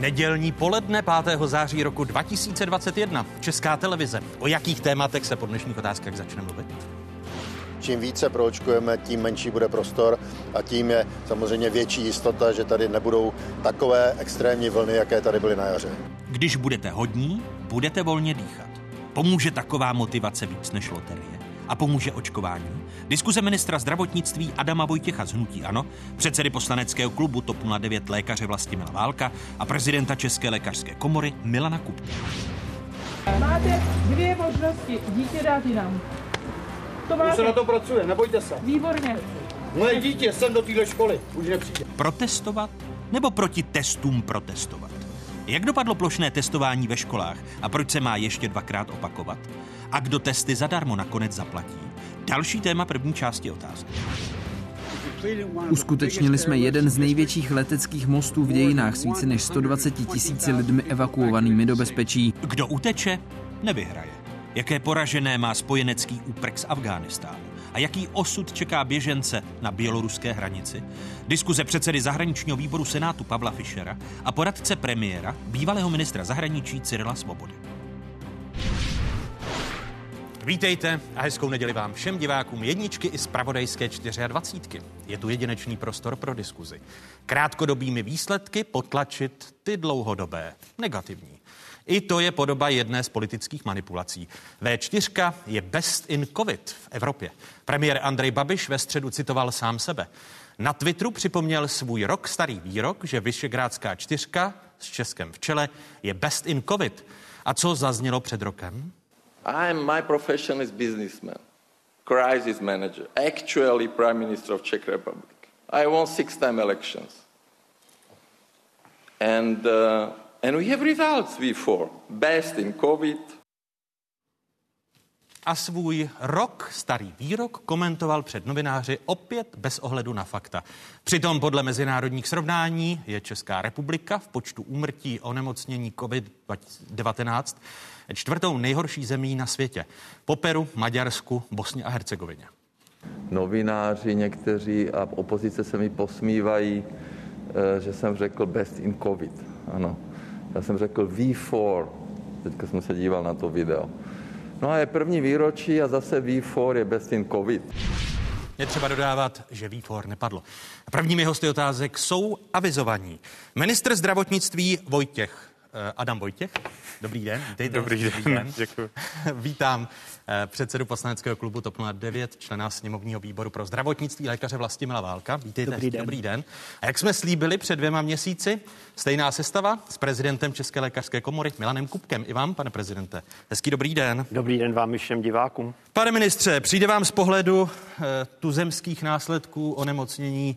Nedělní poledne 5. září roku 2021. Česká televize. O jakých tématech se po dnešních otázkách začne mluvit? Čím více proočkujeme, tím menší bude prostor a tím je samozřejmě větší jistota, že tady nebudou takové extrémní vlny, jaké tady byly na jaře. Když budete hodní, budete volně dýchat. Pomůže taková motivace víc než loterie? A pomůže očkování? Diskuze ministra zdravotnictví Adama Vojtěcha z hnutí ANO, předsedy poslaneckého klubu TOP 09 lékaře Vlastimila Válka a prezidenta České lékařské komory Milana Kupky. Máte dvě možnosti dítě dát jinam. To máte. Už se na to pracuje, nebojte se. Výborně. Moje dítě sem do téhle školy už nepřijde. Protestovat nebo proti testům protestovat? Jak dopadlo plošné testování ve školách a proč se má ještě dvakrát opakovat? A kdo testy zadarmo nakonec zaplatí? Další téma první části otázky. Uskutečnili jsme jeden z největších leteckých mostů v dějinách s více než 120 000 lidmi evakuovanými do bezpečí. Kdo uteče, nevyhraje. Jaké poražené má spojenecký úprk z Afghánistánu? A jaký osud čeká běžence na běloruské hranici? Diskuze předsedy zahraničního výboru Senátu Pavla Fischera a poradce premiéra, bývalého ministra zahraničí Cyrila Svobody. Vítejte a hezkou neděli vám všem divákům jedničky i zpravodajské 24. Je tu jedinečný prostor pro diskuzi. Krátkodobými výsledky potlačit ty dlouhodobé, negativní. I to je podoba jedné z politických manipulací. V4 je best in covid v Evropě. Premiér Andrej Babiš ve středu citoval sám sebe. Na Twitteru připomněl svůj rok starý výrok, že Visegrádská 4 s Českem v čele je best in covid. A co zaznělo před rokem? My profession is businessman, crisis manager, actually Prime Minister of Czech Republic. I won 6-time elections. And we have results V4, best in COVID. A svůj rok starý výrok komentoval před novináři opět bez ohledu na fakta. Přitom podle mezinárodních srovnání je Česká republika v počtu úmrtí onemocnění COVID-19 čtvrtou nejhorší zemí na světě. Po Peru, Maďarsku, Bosně a Hercegovině. Novináři někteří a opozice se mi posmívají, že jsem řekl best in COVID. Ano, já jsem řekl V4. Teďka jsem se díval na to video. No a je první výročí a zase V4 je best in covid. Je třeba dodávat, že V4 nepadlo. Prvními hosty otázek jsou avizovaní. Ministr zdravotnictví Adam Vojtěch. Dobrý den. Vítejte. Dobrý den. Děkuji. Vítám předsedu poslaneckého klubu TOP 09, člena sněmovního výboru pro zdravotnictví lékaře Vlastimila Válka. Vítejte. Dobrý den. A jak jsme slíbili před 2 měsíci, stejná sestava s prezidentem České lékařské komory Milanem Kupkem. I vám, pane prezidente. Hezký dobrý den. Dobrý den vám i všem divákům. Pane ministře, přijde vám z pohledu tuzemských následků onemocnění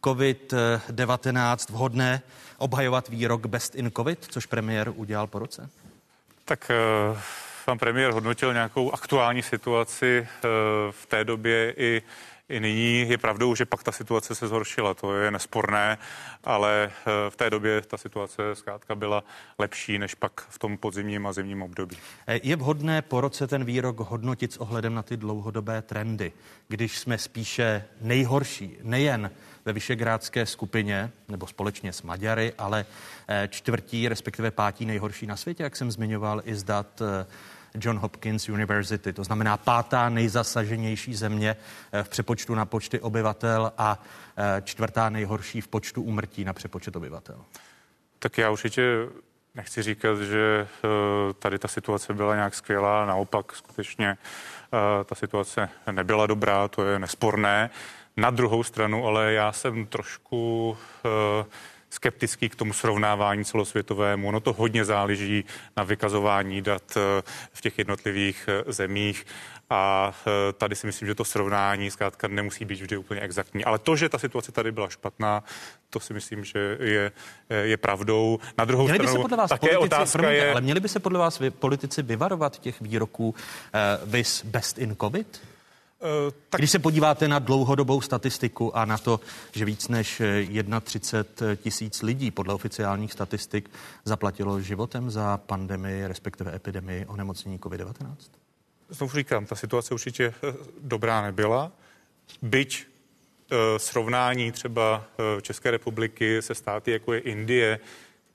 COVID-19 vhodné obhajovat výrok best in covid, což premiér udělal po roce? Tak pan premiér hodnotil nějakou aktuální situaci v té době i nyní. Je pravdou, že pak ta situace se zhoršila, to je nesporné, ale v té době ta situace zkrátka byla lepší než pak v tom podzimním a zimním období. Je vhodné po roce ten výrok hodnotit s ohledem na ty dlouhodobé trendy, když jsme spíše nejhorší, nejen ve Visegrádské skupině, nebo společně s Maďary, ale čtvrtí, respektive 5. nejhorší na světě, jak jsem zmiňoval, i z dat John Hopkins University, to znamená 5. nejzasaženější země v přepočtu na počty obyvatel a 4. nejhorší v počtu úmrtí na přepočet obyvatel. Tak já určitě nechci říkat, že tady ta situace byla nějak skvělá, naopak skutečně ta situace nebyla dobrá, to je nesporné. Na druhou stranu, ale já jsem trošku skeptický k tomu srovnávání celosvětovému. Ono to hodně záleží na vykazování dat v těch jednotlivých zemích a tady si myslím, že to srovnání zkrátka nemusí být vždy úplně exaktní. Ale to, že ta situace tady byla špatná, to si myslím, že je pravdou. Na druhou stranu také otázka je... Ale měli by se podle vás politici vyvarovat těch výroků vis best in covid? Když se podíváte na dlouhodobou statistiku a na to, že víc než 31 000 lidí podle oficiálních statistik zaplatilo životem za pandemii, respektive epidemii onemocnění COVID-19? Znovu říkám, ta situace určitě dobrá nebyla. Byť srovnání třeba České republiky se státy, jako je Indie,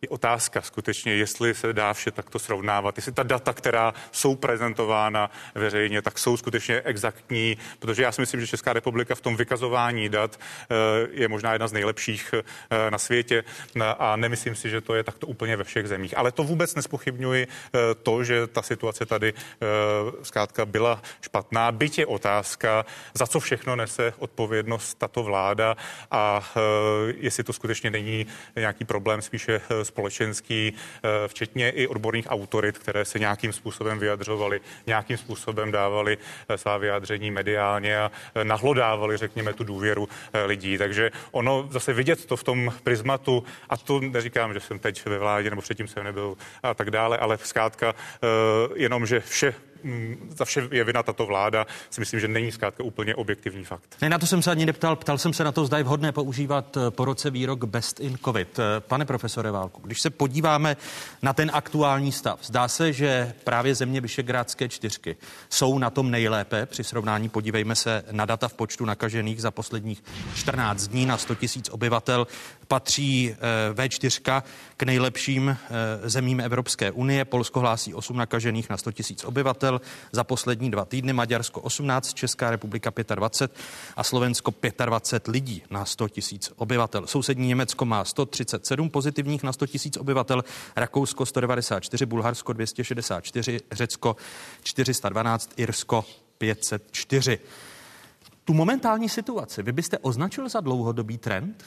je otázka skutečně, jestli se dá vše takto srovnávat, jestli ta data, která jsou prezentována veřejně, tak jsou skutečně exaktní, protože já si myslím, že Česká republika v tom vykazování dat je možná jedna z nejlepších na světě a nemyslím si, že to je takto úplně ve všech zemích. Ale to vůbec nespochybňuji to, že ta situace tady zkrátka byla špatná. Byť je otázka, za co všechno nese odpovědnost tato vláda a jestli to skutečně není nějaký problém spíše společenský, včetně i odborných autorit, které se nějakým způsobem vyjadřovaly, nějakým způsobem dávali svá vyjádření mediálně a nahlodávali, řekněme, tu důvěru lidí. Takže ono zase vidět to v tom prismatu, a to neříkám, že jsem teď ve vládě, nebo předtím jsem nebyl a tak dále, ale zkrátka jenom, že za vše je vina tato vláda, si myslím, že není zkrátka úplně objektivní fakt. Ne, na to jsem se ani neptal, ptal jsem se na to, zda je vhodné používat po roce výrok best in covid. Pane profesore Válku, když se podíváme na ten aktuální stav, zdá se, že právě země Visegrádské čtyřky jsou na tom nejlépe při srovnání. Podívejme se na data v počtu nakažených za posledních 14 dní na 100 000 obyvatel. Patří V4 k nejlepším zemím Evropské unie. Polsko hlásí 8 nakažených na 100 000 obyvatel za poslední 2 týdny, Maďarsko 18, Česká republika 25 a Slovensko 25 lidí na 100 000 obyvatel. Sousední Německo má 137 pozitivních na 100 000 obyvatel, Rakousko 194, Bulharsko 264, Řecko 412, Irsko 504. Tu momentální situaci vy byste označil za dlouhodobý trend?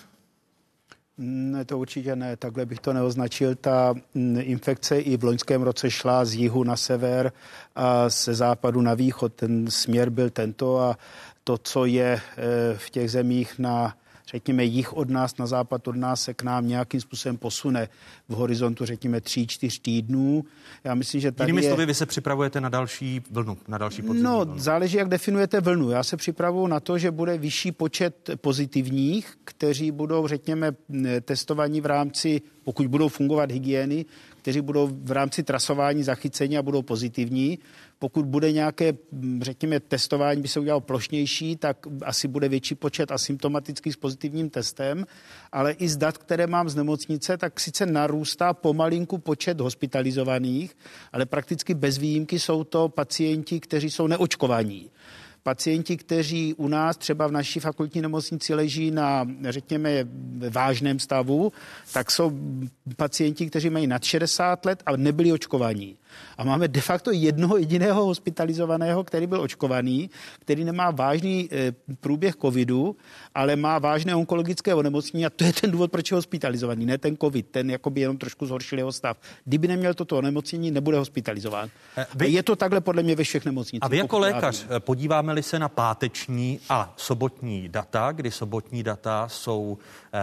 Ne, to určitě ne, takhle bych to neoznačil. Ta infekce i v loňském roce šla z jihu na sever a ze západu na východ. Ten směr byl tento a to, co je v těch zemích na, řekněme, jih od nás, na západ od nás, se k nám nějakým způsobem posune v horizontu, řekněme, 3-4 týdnů. Já myslím, že tady jinými slovy, vy se připravujete na další vlnu, na další podzimní vlnu. Záleží, jak definujete vlnu. Já se připravuju na to, že bude vyšší počet pozitivních, kteří budou, řekněme, testovaní v rámci, pokud budou fungovat hygieny, kteří budou v rámci trasování zachyceni a budou pozitivní. Pokud bude nějaké, řekněme, testování by se udělalo plošnější, tak asi bude větší počet asymptomatických s pozitivním testem, ale i z dat, které mám z nemocnice, tak sice narůstá pomalinku počet hospitalizovaných, ale prakticky bez výjimky jsou to pacienti, kteří jsou neočkovaní. Pacienti, kteří u nás třeba v naší fakultní nemocnici leží na, řekněme, vážném stavu, tak jsou pacienti, kteří mají nad 60 let a nebyli očkovaní. A máme de facto jednoho jediného hospitalizovaného, který byl očkovaný, který nemá vážný průběh covidu, ale má vážné onkologické onemocnění a to je ten důvod, proč je hospitalizovaný, ne ten covid, ten jakoby jenom trošku zhoršil jeho stav. Kdyby neměl toto onemocnění, nebude hospitalizován. Je to takhle podle mě ve všech nemocnicích. A vy jako lékař, podíváme-li se na páteční a sobotní data, kdy sobotní data jsou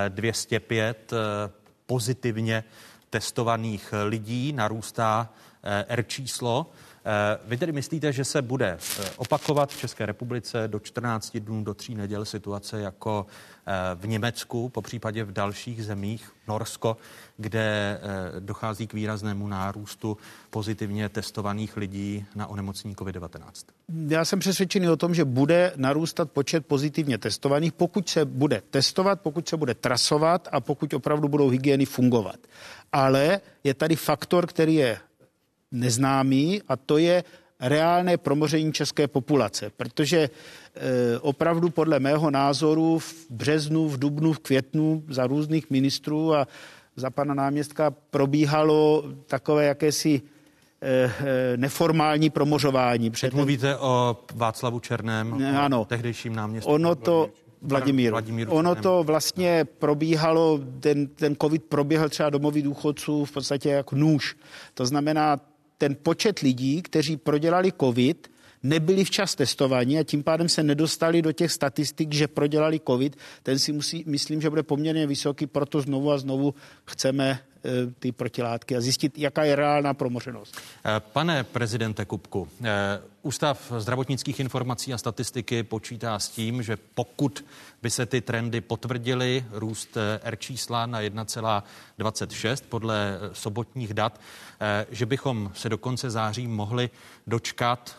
205 pozitivně testovaných lidí, narůstá R číslo. Vy tedy myslíte, že se bude opakovat v České republice do 14 dnů, do 3 neděl situace jako v Německu, popřípadě v dalších zemích, Norsko, kde dochází k výraznému nárůstu pozitivně testovaných lidí na onemocnění COVID-19? Já jsem přesvědčený o tom, že bude narůstat počet pozitivně testovaných, pokud se bude testovat, pokud se bude trasovat a pokud opravdu budou hygieny fungovat. Ale je tady faktor, který je neznámý a to je reálné promoření české populace, protože opravdu podle mého názoru v březnu, v dubnu, v květnu za různých ministrů a za pana náměstka probíhalo takové jakési neformální promořování. Teď mluvíte o Václavu Černém, ano, tehdejším náměstku. Vladimíru. Ono to vlastně probíhalo, ten covid proběhl třeba domových důchodců v podstatě jako nůž. To znamená, ten počet lidí, kteří prodělali covid, nebyli včas testovaní a tím pádem se nedostali do těch statistik, že prodělali covid. Ten si myslím, že bude poměrně vysoký, proto znovu a znovu chceme ty protilátky a zjistit, jaká je reálná promořenost. Pane prezidente Kupku, Ústav zdravotnických informací a statistiky počítá s tím, že pokud by se ty trendy potvrdily, růst R čísla na 1,26 podle sobotních dat, že bychom se do konce září mohli dočkat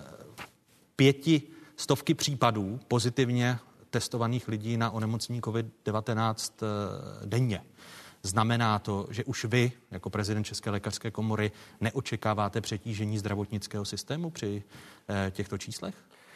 500 případů pozitivně testovaných lidí na onemocnění COVID-19 denně. Znamená to, že už vy, jako prezident České lékařské komory, neočekáváte přetížení zdravotnického systému při těchto číslech?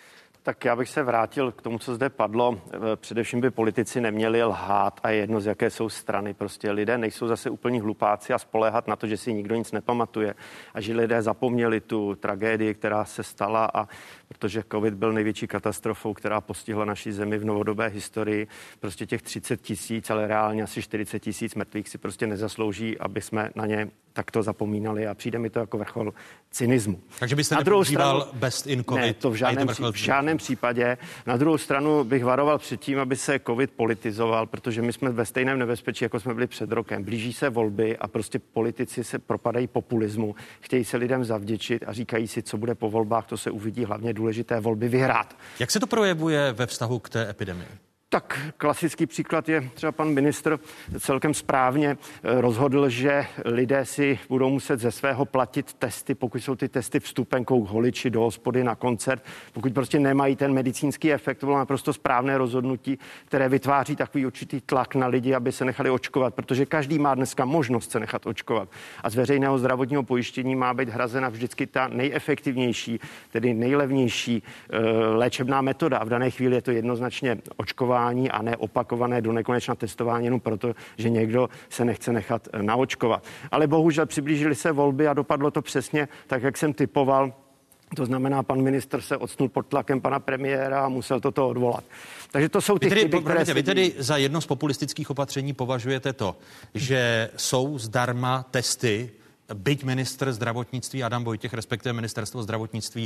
Tak já bych se vrátil k tomu, co zde padlo. Především by politici neměli lhát a je jedno, z jaké jsou strany. Prostě lidé nejsou zase úplní hlupáci a spoléhat na to, že si nikdo nic nepamatuje a že lidé zapomněli tu tragédii, která se stala, a protože covid byl největší katastrofou, která postihla naši zemi v novodobé historii. Prostě těch 30 000, ale reálně asi 40 000 mrtvých si prostě nezaslouží, aby jsme na ně takto zapomínali, a přijde mi to jako vrchol cynismu. Takže byste nepoužíval best in covid? Ne, to v žádném případě. Na druhou stranu bych varoval před tím, aby se covid politizoval, protože my jsme ve stejném nebezpečí, jako jsme byli před rokem. Blíží se volby a prostě politici se propadají populismu, chtějí se lidem zavděčit a říkají si, co bude po volbách, to se uvidí, hlavně důležité volby vyhrát. Jak se to projevuje ve vztahu k té epidemii? Tak klasický příklad je třeba pan ministr celkem správně rozhodl, že lidé si budou muset ze svého platit testy, pokud jsou ty testy vstupenkou k holiči, do hospody, na koncert, pokud prostě nemají ten medicínský efekt. To bylo naprosto správné rozhodnutí, které vytváří takový určitý tlak na lidi, aby se nechali očkovat, protože každý má dneska možnost se nechat očkovat. A z veřejného zdravotního pojištění má být hrazena vždycky ta nejefektivnější, tedy nejlevnější léčebná metoda. A v dané chvíli je to jednoznačně očkování a ne opakované do nekonečna testování jenom proto, že někdo se nechce nechat naočkovat. Ale bohužel přiblížily se volby a dopadlo to přesně tak, jak jsem typoval. To znamená, pan ministr se odstnul pod tlakem pana premiéra a musel toto odvolat. Takže to jsou ty chyby, které vy tedy za jedno z populistických opatření považujete to, že jsou zdarma testy, byť ministr zdravotnictví Adam Vojtěch, respektive ministerstvo zdravotnictví,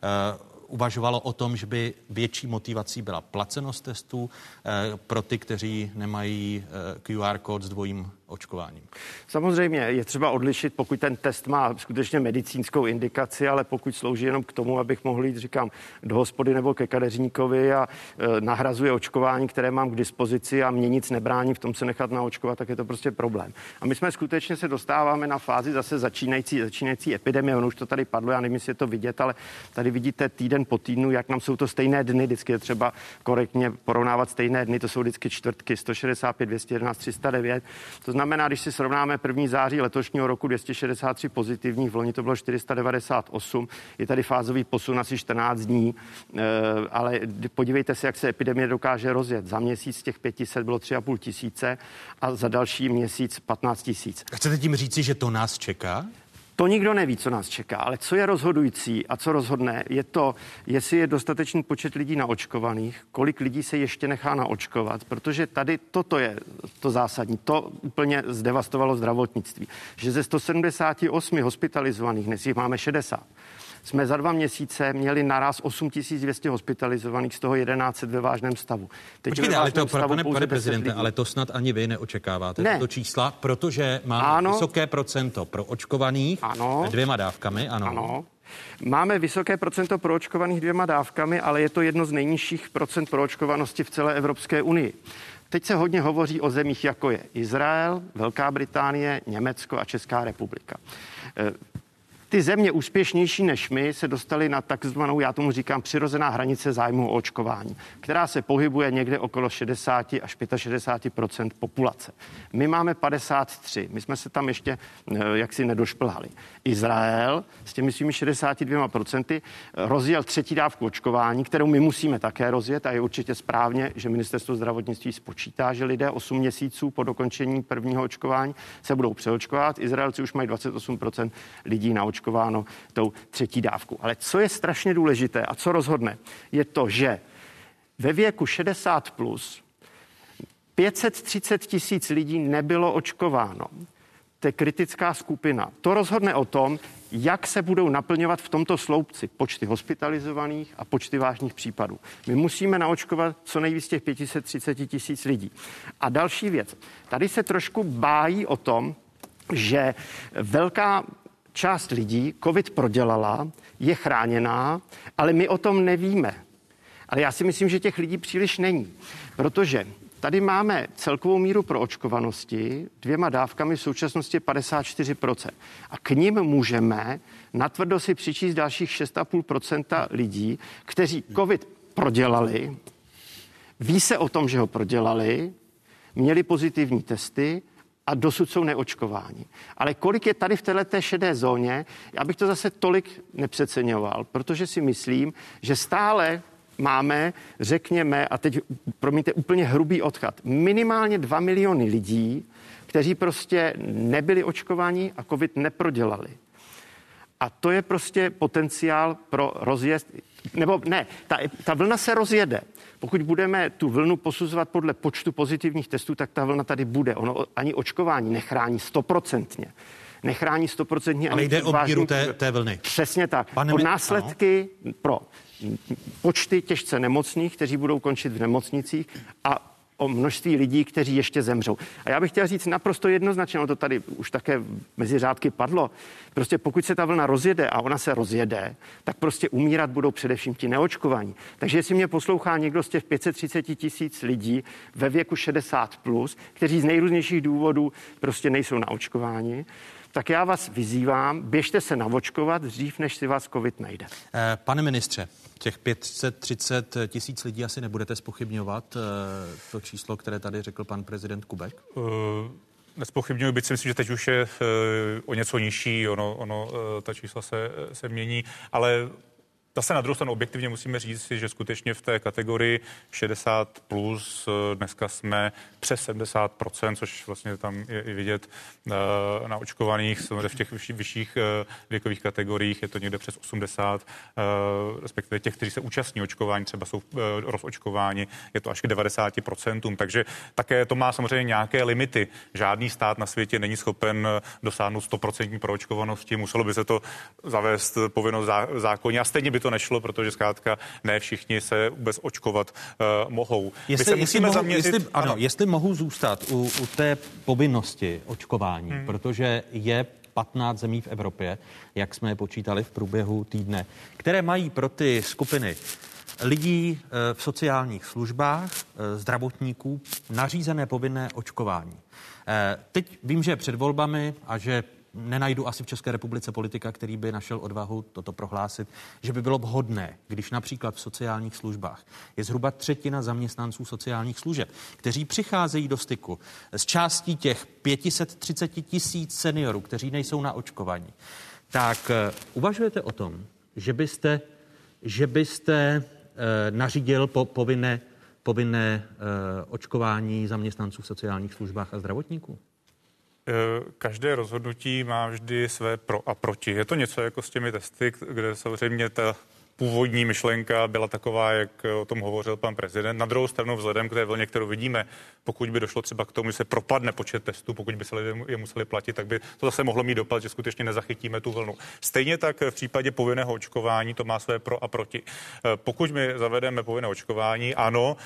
uvažovalo o tom, že by větší motivací byla placenost testů pro ty, kteří nemají QR kód s dvojím očkováním. Samozřejmě je třeba odlišit, pokud ten test má skutečně medicínskou indikaci, ale pokud slouží jenom k tomu, abych mohl jít, říkám, do hospody nebo ke kadeřníkovi a nahrazuje očkování, které mám k dispozici a mě nic nebrání v tom se nechat naočkovat, tak je to prostě problém. A my jsme skutečně se dostáváme na fázi zase začínající epidemie. Ono už to tady padlo, já nevím, jestli je to vidět, ale tady vidíte týden po týdnu, jak nám jsou to stejné dny, vždycky je třeba korektně porovnávat stejné dny, to jsou vždycky čtvrtky 165, 211, 309. To znamená, když si srovnáme 1. září letošního roku 263 pozitivních, v loni to bylo 498, je tady fázový posun asi 14 dní, ale podívejte se, jak se epidemie dokáže rozjet. Za měsíc těch 500 bylo 3,5 tisíce a za další měsíc 15 tisíc. Chcete tím říci, že to nás čeká? To nikdo neví, co nás čeká, ale co je rozhodující a co rozhodne, je to, jestli je dostatečný počet lidí naočkovaných, kolik lidí se ještě nechá naočkovat, protože tady toto je to zásadní. To úplně zdevastovalo zdravotnictví, že ze 178 hospitalizovaných, dnes jich máme 60, jsme za 2 měsíce měli naraz 8200 hospitalizovaných, z toho 1100 ve vážném stavu. Počkejte, ale to, pane prezidente, ale to snad ani vy neočekáváte, tato čísla, protože máme vysoké procento proočkovaných 2 dávkami, ano. Máme vysoké procento proočkovaných 2 dávkami, ale je to jedno z nejnižších procent proočkovanosti v celé Evropské unii. Teď se hodně hovoří o zemích, jako je Izrael, Velká Británie, Německo a Česká republika. Ty země úspěšnější než my se dostaly na takzvanou, já tomu říkám, přirozená hranice zájmu o očkování, která se pohybuje někde okolo 60 až 65% populace. My máme 53, my jsme se tam ještě jaksi nedošplhali. Izrael s těmi svými 62% rozjel 3. dávku očkování, kterou my musíme také rozjet a je určitě správně, že ministerstvo zdravotnictví spočítá, že lidé 8 měsíců po dokončení prvního očkování se budou přeočkovat. Izraelci už mají 28% lidí naočkováno tou 3. dávku. Ale co je strašně důležité a co rozhodne, je to, že ve věku 60 plus 530 000 lidí nebylo očkováno. To je kritická skupina. To rozhodne o tom, jak se budou naplňovat v tomto sloupci počty hospitalizovaných a počty vážných případů. My musíme naočkovat co nejvíc těch 530 000 lidí. A další věc. Tady se trošku bájí o tom, že velká část lidí covid prodělala, je chráněná, ale my o tom nevíme. Ale já si myslím, že těch lidí příliš není, protože tady máme celkovou míru proočkovanosti 2 dávkami v současnosti 54%. A k nim můžeme natvrdo si přičíst dalších 6,5% lidí, kteří covid prodělali, ví se o tom, že ho prodělali, měli pozitivní testy a dosud jsou neočkováni. Ale kolik je tady v této šedé zóně, já bych to zase tolik nepřeceňoval, protože si myslím, že stále máme, řekněme, a teď promiňte, úplně hrubý odchod, minimálně 2 miliony lidí, kteří prostě nebyli očkovaní a covid neprodělali. A to je prostě potenciál pro rozjezd, nebo ne, ta vlna se rozjede. Pokud budeme tu vlnu posuzovat podle počtu pozitivních testů, tak ta vlna tady bude. Ono ani očkování nechrání 100%. Nechrání 100%. Ale jde o míru té vlny. Přesně tak. Od následky pro počty těžce nemocných, kteří budou končit v nemocnicích a o množství lidí, kteří ještě zemřou. A já bych chtěl říct naprosto jednoznačně, to tady už také mezi řádky padlo, prostě pokud se ta vlna rozjede a ona se rozjede, tak prostě umírat budou především ti neočkovaní. Takže jestli mě poslouchá někdo z těch 530 000 lidí ve věku 60+, kteří z nejrůznějších důvodů prostě nejsou naočkováni, tak já vás vyzývám, běžte se naočkovat dřív, než si vás covid najde. Pane ministře, těch 530 000 lidí asi nebudete zpochybňovat to číslo, které tady řekl pan prezident Kubek? Nezpochybňuji, byť si myslím, že teď už je o něco nižší, ta čísla se mění, ale zase na druhou stranu objektivně musíme říct si, že skutečně v té kategorii 60+ dneska jsme přes 70%, což vlastně tam je i vidět na očkovaných, samozřejmě v těch vyšších věkových kategoriích je to někde přes 80, respektive těch, kteří se účastní očkování, třeba jsou rozočkováni, je to až k 90%, takže také to má samozřejmě nějaké limity. Žádný stát na světě není schopen dosáhnout 100% proočkovanosti, muselo by se to zavést povinnost zákonně a stejně by to nešlo, protože zkrátka ne všichni se vůbec očkovat mohou. Jestli mohu zůstat u té povinnosti očkování, protože je 15 zemí v Evropě, jak jsme je počítali v průběhu týdne, které mají pro ty skupiny lidí v sociálních službách, zdravotníků, nařízené povinné očkování. Teď vím, že je před volbami a že nenajdu asi v České republice politika, který by našel odvahu toto prohlásit, že by bylo vhodné, když například v sociálních službách je zhruba 1/3 zaměstnanců sociálních služeb, kteří přicházejí do styku s částí těch 530 000 seniorů, kteří nejsou na očkovaní. Tak uvažujete o tom, že byste nařídil povinné očkování zaměstnanců v sociálních službách a zdravotníků? Každé rozhodnutí má vždy své pro a proti. Je to něco jako s těmi testy, kde samozřejmě ta původní myšlenka byla taková, jak o tom hovořil pan prezident. Na druhou stranu vzhledem k té vlně, kterou vidíme, pokud by došlo třeba k tomu, že se propadne počet testů, pokud by se lidé je museli platit, tak by to zase mohlo mít dopad, že skutečně nezachytíme tu vlnu. Stejně tak v případě povinného očkování to má své pro a proti. Pokud my zavedeme povinné očkování, ano,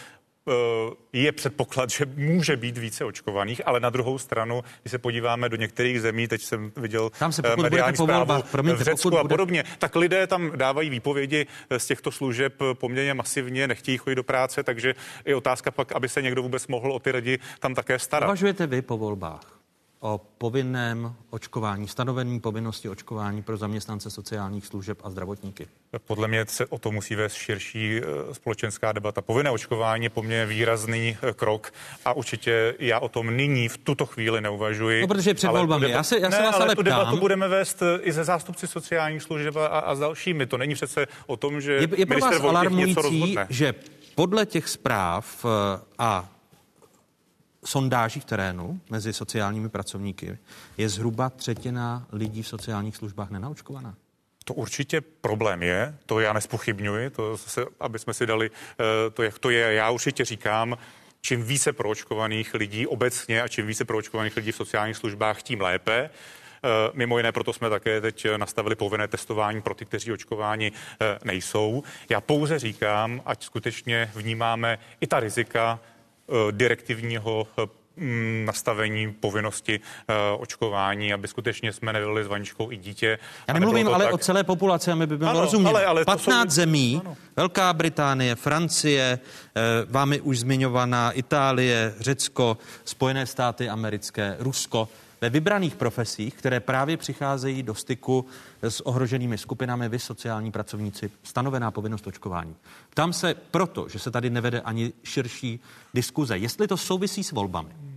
je předpoklad, že může být více očkovaných, ale na druhou stranu, když se podíváme do některých zemí, teď jsem viděl mediální zprávu v Řecku a podobně, tak lidé tam dávají výpovědi z těchto služeb poměrně masivně, nechtějí chodit do práce, takže je otázka pak, aby se někdo vůbec mohl o ty lidi tam také starat. Uvažujete vy po volbách o povinném očkování, stanovení povinnosti očkování pro zaměstnance sociálních služeb a zdravotníky? Podle mě se o to musí vést širší společenská debata. Povinné očkování je poměrně výrazný krok a určitě já o tom nyní v tuto chvíli neuvažuji. No, protože před volbami. Já se vás ale tu debatu budeme vést i se zástupci sociálních služeb a s dalšími. To není přece o tom, že je pro vás alarmující, že podle těch zpráv a sondáží v terénu mezi sociálními pracovníky je zhruba 1/3 lidí v sociálních službách nenaočkovaná? To určitě problém je, to já nezpochybňuji, to zase, aby jsme si dali to, jak to je. Já určitě říkám, čím více proočkovaných lidí obecně a čím více proočkovaných lidí v sociálních službách, tím lépe. Mimo jiné, proto jsme také teď nastavili povinné testování pro ty, kteří očkováni nejsou. Já pouze říkám, ať skutečně vnímáme i ta rizika direktivního nastavení povinnosti očkování, aby skutečně jsme nevylili s vaničkou i dítě. Já nemluvím ale tak o celé populaci, aby bylo rozumět. Ale 15 zemí, ano. Velká Británie, Francie, vámi už zmiňovaná Itálie, Řecko, Spojené státy americké, Rusko, ve vybraných profesích, které právě přicházejí do styku s ohroženými skupinami, vy sociální pracovníci, stanovená povinnost očkování. Ptám se proto, že se tady nevede ani širší diskuze, jestli to souvisí s volbami.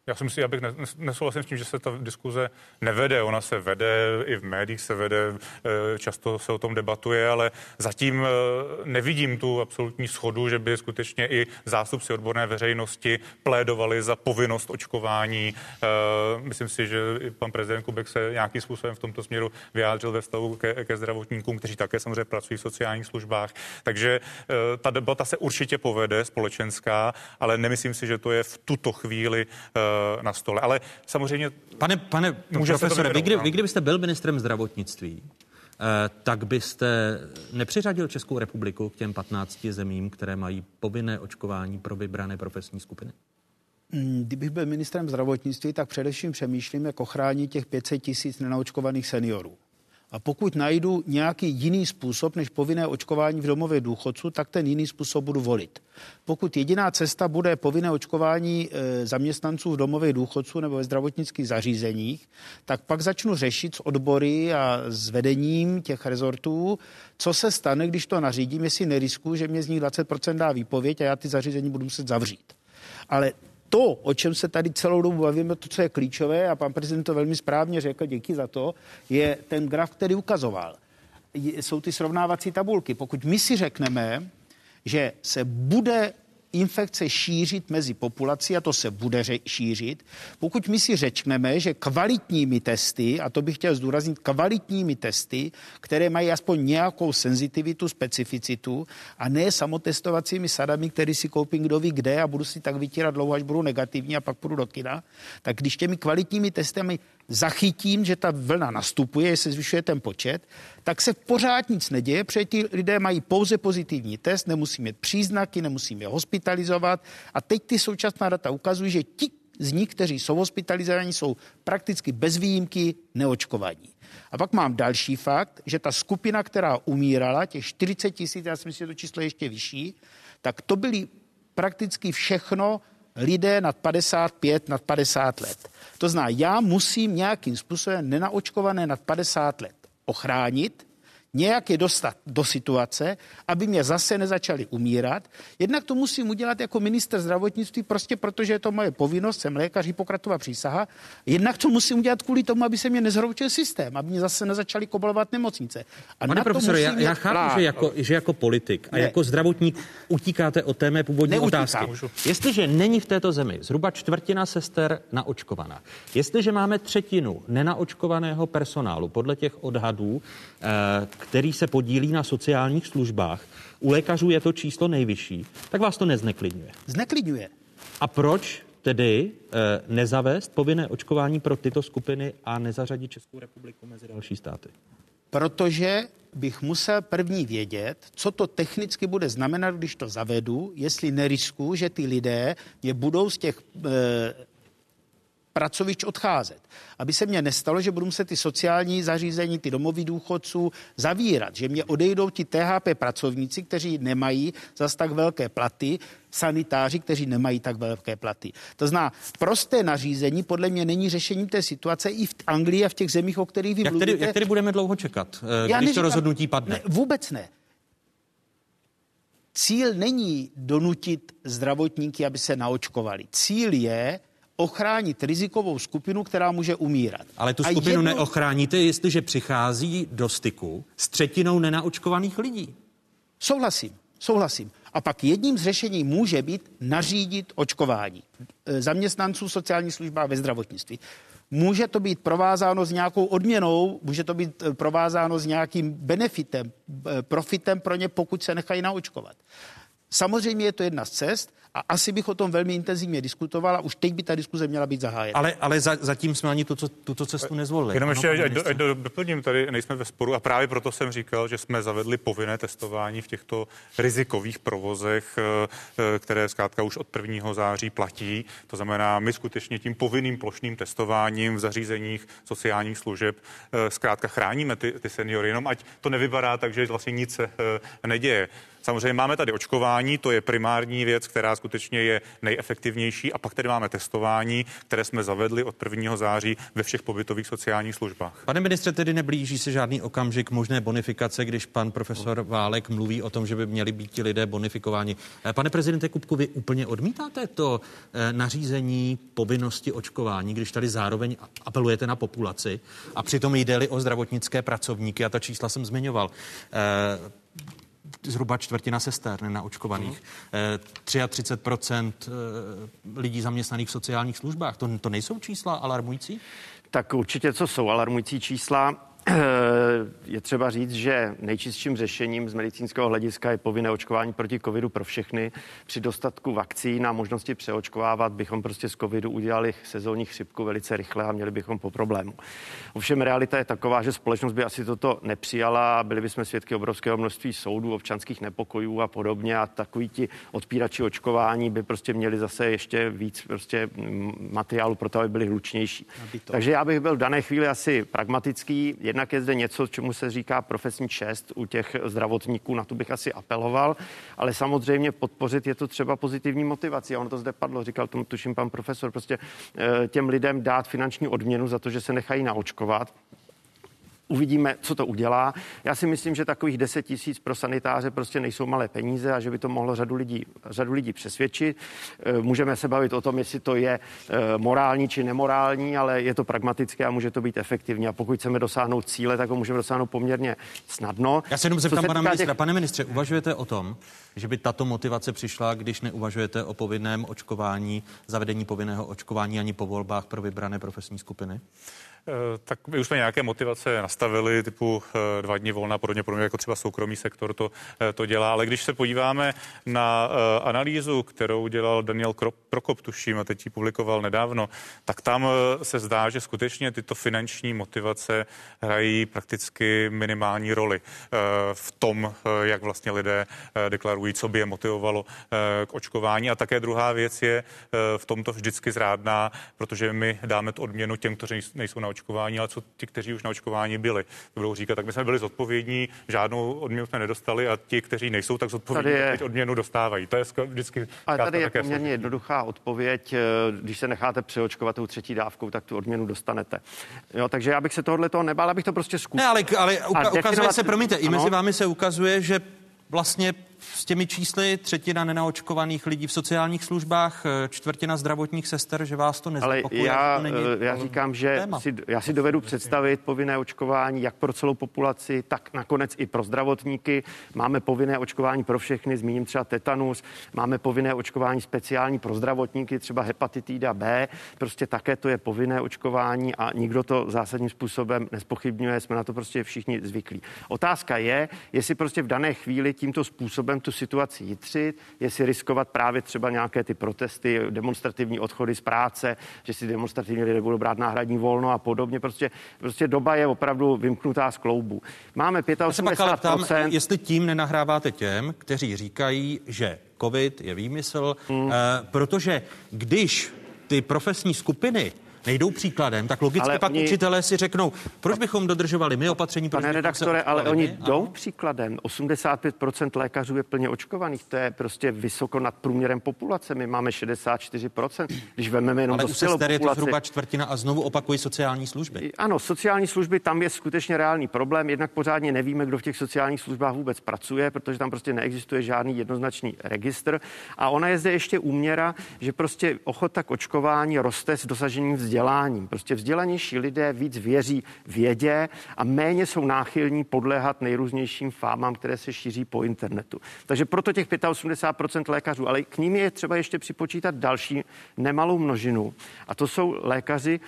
Já si myslím, abych nesouhlasím s tím, že se ta diskuze nevede. Ona se vede, i v médiích se vede, často se o tom debatuje, ale zatím nevidím tu absolutní shodu, že by skutečně i zástupci odborné veřejnosti plédovali za povinnost očkování. Myslím si, že i pan prezident Kubek se nějakým způsobem v tomto směru vyjádřil ve vztahu ke zdravotníkům, kteří také samozřejmě pracují v sociálních službách. Takže ta debata se určitě povede, společenská, ale nemyslím si, že to je v tuto chvíli na stole. Ale samozřejmě... Pane profesore, vy kdybyste byl ministrem zdravotnictví, tak byste nepřiřadil Českou republiku k těm 15 zemím, které mají povinné očkování pro vybrané profesní skupiny? Kdybych byl ministrem zdravotnictví, tak především přemýšlím, jak ochránit těch 500 000 nenaočkovaných seniorů. A pokud najdu nějaký jiný způsob než povinné očkování v domově důchodců, tak ten jiný způsob budu volit. Pokud jediná cesta bude povinné očkování zaměstnanců v domově důchodců nebo ve zdravotnických zařízeních, tak pak začnu řešit s odbory a s vedením těch rezortů, co se stane, když to nařídím, jestli neriskuju, že mě z nich 20% dá výpověď a já ty zařízení budu muset zavřít. Ale to, o čem se tady celou dobu bavíme, to, co je klíčové, a pan prezident to velmi správně řekl, díky za to, je ten graf, který ukazoval. Jsou ty srovnávací tabulky. Pokud my si řekneme, že se bude infekce šířit mezi populací, a to se bude šířit, pokud my si řekneme, že kvalitními testy, a to bych chtěl zdůraznit, kvalitními testy, které mají aspoň nějakou senzitivitu, specificitu a ne samotestovacími sadami, které si koupím kdo ví kde a budu si tak vytírat dlouho, až budu negativní a pak půjdu do kina, tak když těmi kvalitními testami zachytím, že ta vlna nastupuje, že se zvyšuje ten počet, tak se pořád nic neděje, protože ti lidé mají pouze pozitivní test, nemusí mít příznaky, nemusí je hospitalizovat. A teď ty současná data ukazují, že ti z nich, kteří jsou hospitalizovaní, jsou prakticky bez výjimky neočkovaní. A pak mám další fakt, že ta skupina, která umírala, těch 40 000, já si myslím, že to číslo je ještě vyšší, tak to byly prakticky všechno lidé nad 55, nad 50 let. To znamená, já musím nějakým způsobem nenaočkované nad 50 let ochránit, nějak je dostat do situace, aby mě zase nezačali umírat. Jednak to musím udělat jako ministr zdravotnictví, prostě protože je to moje povinnost, jsem lékař, Hippokratova přísaha. Jednak to musím udělat kvůli tomu, aby se mě nezhroutil systém, aby mě zase nezačali kobolovat nemocnice. A pane profesore, já chápu, že jako politik a jako zdravotník utíkáte od té mé původní otázky. Jestliže není v této zemi zhruba čtvrtina sester naočkovaná, jestliže máme třetinu nenaočkovaného personálu podle těch odhadů, který se podílí na sociálních službách, u lékařů je to číslo nejvyšší, tak vás to nezneklidňuje. Zneklidňuje. A proč tedy nezavést povinné očkování pro tyto skupiny a nezařadit Českou republiku mezi další státy? Protože bych musel první vědět, co to technicky bude znamenat, když to zavedu, jestli neriskuju, že ty lidé je budou z těch pracovišť odcházet. Aby se mně nestalo, že budu muset ty sociální zařízení, ty domovy důchodců zavírat, že mě odejdou ti THP pracovníci, kteří nemají zas tak velké platy, sanitáři, kteří nemají tak velké platy. To znamená, prosté nařízení podle mě není řešením té situace i v Anglii a v těch zemích, o kterých vy mluvíte. Jak tedy budeme dlouho čekat, když to rozhodnutí padne? Ne, vůbec ne. Cíl není donutit zdravotníky, aby se naočkovali. Cíl je ochránit rizikovou skupinu, která může umírat. Ale tu skupinu neochráníte, jestliže přichází do styku s třetinou nenaočkovaných lidí. Souhlasím. A pak jedním z řešení může být nařídit očkování zaměstnanců sociální služba ve zdravotnictví. Může to být provázáno s nějakou odměnou, může to být provázáno s nějakým benefitem, profitem pro ně, pokud se nechají naočkovat. Samozřejmě je to jedna z cest a asi bych o tom velmi intenzivně diskutoval a už teď by ta diskuze měla být zahájena. Ale zatím jsme ani tuto cestu nezvolili. Jenom ještě, ať doplním, tady nejsme ve sporu a právě proto jsem říkal, že jsme zavedli povinné testování v těchto rizikových provozech, které zkrátka už od 1. září platí. To znamená, my skutečně tím povinným plošným testováním v zařízeních sociálních služeb zkrátka chráníme ty seniory, jenom ať to nevypadá tak, že vlastně nic se neděje. Samozřejmě máme tady očkování, to je primární věc, která skutečně je nejefektivnější, a pak tady máme testování, které jsme zavedli od 1. září ve všech pobytových sociálních službách. Pane ministře, tedy neblíží se žádný okamžik možné bonifikace, když pan profesor Válek mluví o tom, že by měli být ti lidé bonifikováni. Pane prezidente Kupku, vy úplně odmítáte to nařízení povinnosti očkování, když tady zároveň apelujete na populaci a přitom jde-li o zdravotnické pracovníky, a ta čísla jsem zmiňoval, zhruba čtvrtina sester nenaočkovaných, 33% lidí zaměstnaných v sociálních službách. To nejsou čísla alarmující? Tak určitě, co jsou alarmující čísla. Je třeba říct, že nejčistším řešením z medicínského hlediska je povinné očkování proti covidu pro všechny. Při dostatku vakcín a možnosti přeočkovávat bychom prostě z covidu udělali sezónní chřipku velice rychle a měli bychom po problému. Ovšem realita je taková, že společnost by asi toto nepřijala, byli bychom svědky obrovského množství soudů, občanských nepokojů a podobně, a takoví ti odpírači očkování by prostě měli zase ještě víc prostě materiálu pro to, aby byli hlučnější. Takže já bych byl v dané chvíli asi pragmatický. Jednak je zde něco, čemu se říká profesní čest u těch zdravotníků, na to bych asi apeloval, ale samozřejmě podpořit je to třeba pozitivní motivací. A ono to zde padlo, říkal tomu tuším pan profesor, prostě těm lidem dát finanční odměnu za to, že se nechají naočkovat. Uvidíme, co to udělá. Já si myslím, že takových 10 000 pro sanitáře prostě nejsou malé peníze a že by to mohlo řadu lidí přesvědčit. Můžeme se bavit o tom, jestli to je morální či nemorální, ale je to pragmatické a může to být efektivní. A pokud chceme dosáhnout cíle, tak ho můžeme dosáhnout poměrně snadno. Já se jenom zeptám pana ministra. Pane ministře, uvažujete o tom, že by tato motivace přišla, když neuvažujete o povinném očkování, zavedení povinného očkování ani po volbách pro vybrané profesní skupiny? Tak my už jsme nějaké motivace nastavili, typu 2 dny volna, podobně jako třeba soukromý sektor to dělá, ale když se podíváme na analýzu, kterou dělal Daniel Prokop, tuším, a teď ji publikoval nedávno, tak tam se zdá, že skutečně tyto finanční motivace hrají prakticky minimální roli v tom, jak vlastně lidé deklarují, co by je motivovalo k očkování. A také druhá věc je v tomto vždycky zrádná, protože my dáme tu odměnu těm, kteří nejsou na očkování, ale co ti, kteří už na očkování byli. To budou říkat, tak my jsme byli zodpovědní, žádnou odměnu jsme nedostali, a ti, kteří nejsou tak zodpovědní, teď odměnu dostávají. To je vždycky. Ale tady je poměrně jednoduchá odpověď. Když se necháte přeočkovat tou 3. dávkou, tak tu odměnu dostanete. Jo, takže já bych se toho nebál, abych to prostě zkusil. Ne, ale ukazuje se, promiňte, i mezi vámi se ukazuje, že vlastně s těmi čísly 1/3 nenaočkovaných lidí v sociálních službách, 1/4 zdravotních sester, že vás to neznepokojuje. Ale já říkám, že já si dovedu představit povinné očkování jak pro celou populaci, tak nakonec i pro zdravotníky. Máme povinné očkování pro všechny, zmíním třeba tetanus, máme povinné očkování speciální pro zdravotníky, třeba hepatitida B, prostě také to je povinné očkování a nikdo to zásadním způsobem nezpochybňuje, jsme na to prostě všichni zvyklí. Otázka je, jestli prostě v dané chvíli tímto způsobem tu situaci jitřit, jestli riskovat právě třeba nějaké ty protesty, demonstrativní odchody z práce, že si demonstrativní lidé budou brát náhradní volno a podobně. Prostě doba je opravdu vymknutá z kloubů. Máme 85%. Jestli tím nenahráváte těm, kteří říkají, že covid je výmysl, protože když ty profesní skupiny nejdou příkladem, tak logicky ale pak učitelé si řeknou, proč bychom dodržovali my opatření. Pane redaktore, ale oni jdou příkladem. 85% lékařů je plně očkovaných, to je prostě vysoko nad průměrem populace. My máme 64%, když vezmeme jenom do celou populaci. Ale u sester je to zhruba 1/4 a znovu opakují sociální služby. Ano, sociální služby, tam je skutečně reálný problém, jednak pořádně nevíme, kdo v těch sociálních službách vůbec pracuje, protože tam prostě neexistuje žádný jednoznačný registr a ona je zde ještě úměra, že prostě ochota k očkování roste s dosažením vzděláním. Prostě vzdělanější lidé víc věří vědě a méně jsou náchylní podléhat nejrůznějším fámám, které se šíří po internetu. Takže proto těch 85% lékařů, ale k ním je třeba ještě připočítat další nemalou množinu. A to jsou lékaři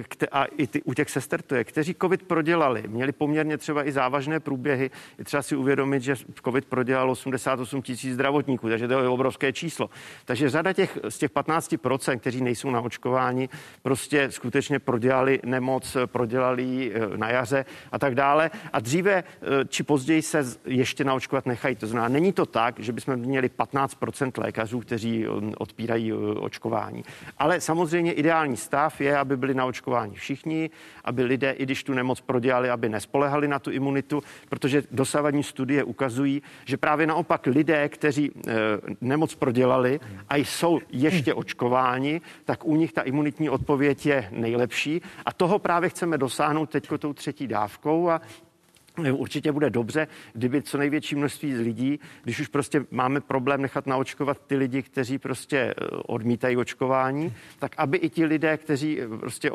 a i u těch sester to je, kteří covid prodělali, měli poměrně třeba i závažné průběhy. Je třeba si uvědomit, že covid prodělalo 88 000 zdravotníků, takže to je obrovské číslo. Takže řada z těch 15%, kteří nejsou na očkování, prostě prostě skutečně prodělali nemoc, prodělali na jaře a tak dále. A dříve či později se ještě naočkovat nechají. To znamená, není to tak, že bychom měli 15% lékařů, kteří odpírají očkování. Ale samozřejmě ideální stav je, aby byli naočkováni všichni, aby lidé, i když tu nemoc prodělali, aby nespolehali na tu imunitu, protože dosavadní studie ukazují, že právě naopak lidé, kteří nemoc prodělali a jsou ještě očkováni, tak u nich ta imunitní odpověď je nejlepší. A toho právě chceme dosáhnout teďko tou třetí dávkou a určitě bude dobře, kdyby co největší množství lidí, když už prostě máme problém nechat naočkovat ty lidi, kteří prostě odmítají očkování, tak aby i ti lidé, kteří prostě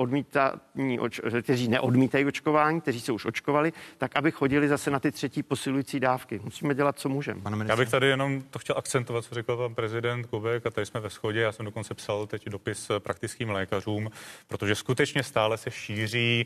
kteří neodmítají očkování, kteří se už očkovali, tak aby chodili zase na ty třetí posilující dávky. Musíme dělat, co můžeme. Já bych tady jenom to chtěl akcentovat, co řekl pan prezident Kubek, a tady jsme ve shodě. Já jsem dokonce psal teď dopis praktickým lékařům, protože skutečně stále se šíří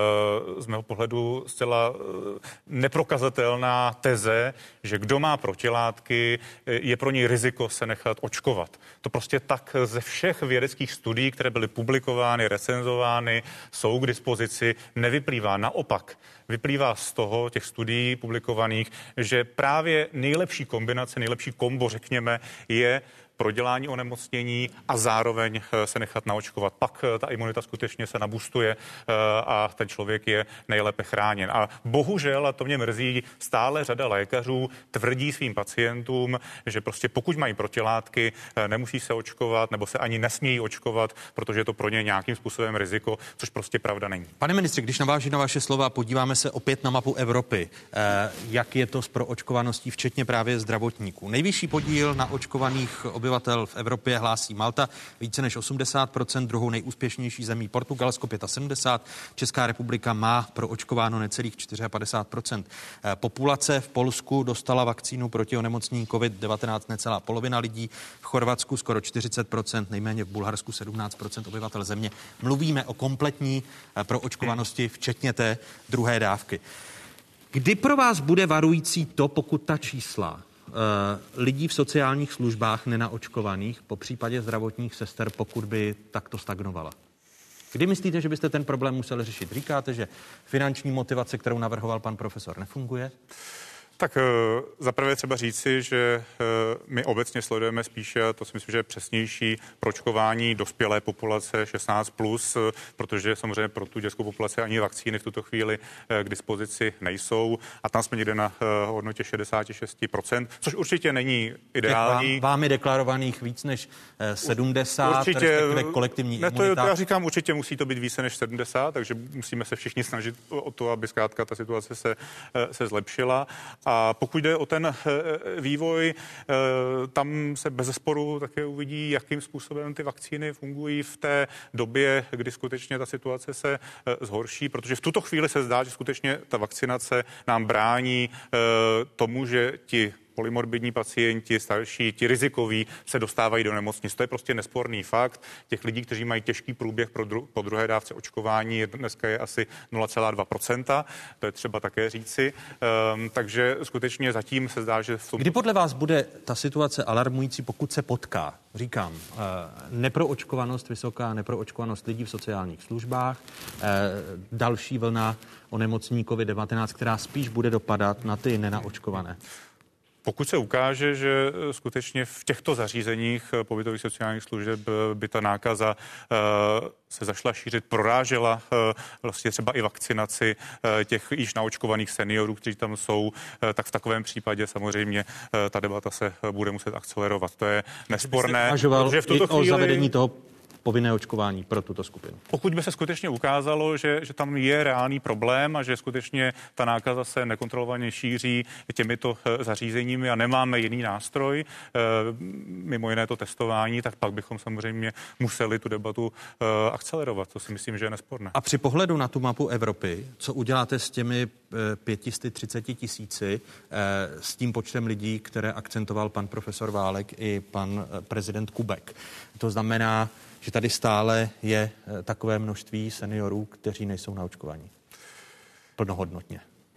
z mého pohledu zcela neprokazatelná teze, že kdo má protilátky, je pro něj riziko se nechat očkovat. To prostě tak ze všech vědeckých studií, které byly publikovány, recenzovány, jsou k dispozici, nevyplývá. Naopak, vyplývá z toho, těch studií publikovaných, že právě nejlepší kombinace, nejlepší kombo, řekněme, je prodělání onemocnění a zároveň se nechat naočkovat. Pak ta imunita skutečně se nabustuje a ten člověk je nejlépe chráněn. A bohužel, a to mě mrzí, stále řada lékařů tvrdí svým pacientům, že prostě pokud mají protilátky, nemusí se očkovat nebo se ani nesmějí očkovat, protože je to pro ně nějakým způsobem riziko, což prostě pravda není. Pane ministře, když naváží na vaše slova, podíváme se opět na mapu Evropy. Jak je to s proočkovaností, včetně právě zdravotníků? Nejvyšší podíl na očkovaných obyvatel v Evropě hlásí Malta, více než 80%, druhou nejúspěšnější zemí Portugalsko 75%, Česká republika má proočkováno necelých 54%. Populace v Polsku dostala vakcínu proti onemocnění COVID-19 necelá polovina lidí, v Chorvatsku skoro 40%, nejméně v Bulharsku 17% obyvatel země. Mluvíme o kompletní proočkovanosti, včetně té druhé dávky. Kdy pro vás bude varující to, pokud ta čísla lidí v sociálních službách nenaočkovaných, po případě zdravotních sester, pokud by takto stagnovala? Kdy myslíte, že byste ten problém museli řešit? Říkáte, že finanční motivace, kterou navrhoval pan profesor, nefunguje? Tak zaprvé třeba říci, že my obecně sledujeme spíše, to si myslím, že je přesnější, proočkování dospělé populace 16+, protože samozřejmě pro tu dětskou populaci ani vakcíny v tuto chvíli k dispozici nejsou. A tam jsme někde na hodnotě 66%, což určitě není ideální. Vámi deklarovaných víc než 70, určitě, kolektivní imunita. imunita. Já říkám, určitě musí to být více než 70, takže musíme se všichni snažit o to, aby zkrátka ta situace se zlepšila. A pokud jde o ten vývoj, tam se bezesporu také uvidí, jakým způsobem ty vakcíny fungují v té době, kdy skutečně ta situace se zhorší, protože v tuto chvíli se zdá, že skutečně ta vakcinace nám brání tomu, že ti polymorbidní pacienti, starší, ti rizikoví se dostávají do nemocnic. To je prostě nesporný fakt. Těch lidí, kteří mají těžký průběh po druhé dávce očkování, dneska je asi 0,2%. To je třeba také říci. Takže skutečně zatím se zdá, že v tom... Kdy podle vás bude ta situace alarmující, pokud se potká? Říkám, neproočkovanost vysoká, neproočkovanost lidí v sociálních službách, další vlna onemocnění COVID-19, která spíš bude dopadat na ty nenaočkované. Pokud se ukáže, že skutečně v těchto zařízeních pobytových sociálních služeb by ta nákaza se zašla šířit, prorážela vlastně třeba i vakcinaci těch již naočkovaných seniorů, kteří tam jsou, tak v takovém případě samozřejmě ta debata se bude muset akcelerovat. To je nesporné. Že v tuto chvíli... o zavedení toho povinné očkování pro tuto skupinu. Pokud by se skutečně ukázalo, že tam je reálný problém a že skutečně ta nákaza se nekontrolovaně šíří těmito zařízeními a nemáme jiný nástroj, mimo jiné to testování, tak pak bychom samozřejmě museli tu debatu akcelerovat. To si myslím, že je nesporné. A při pohledu na tu mapu Evropy, co uděláte s těmi 530 000, s tím počtem lidí, které akcentoval pan profesor Válek i pan prezident Kubek? To znamená, že tady stále je takové množství seniorů, kteří nejsou naočkovaní plnohodnotně.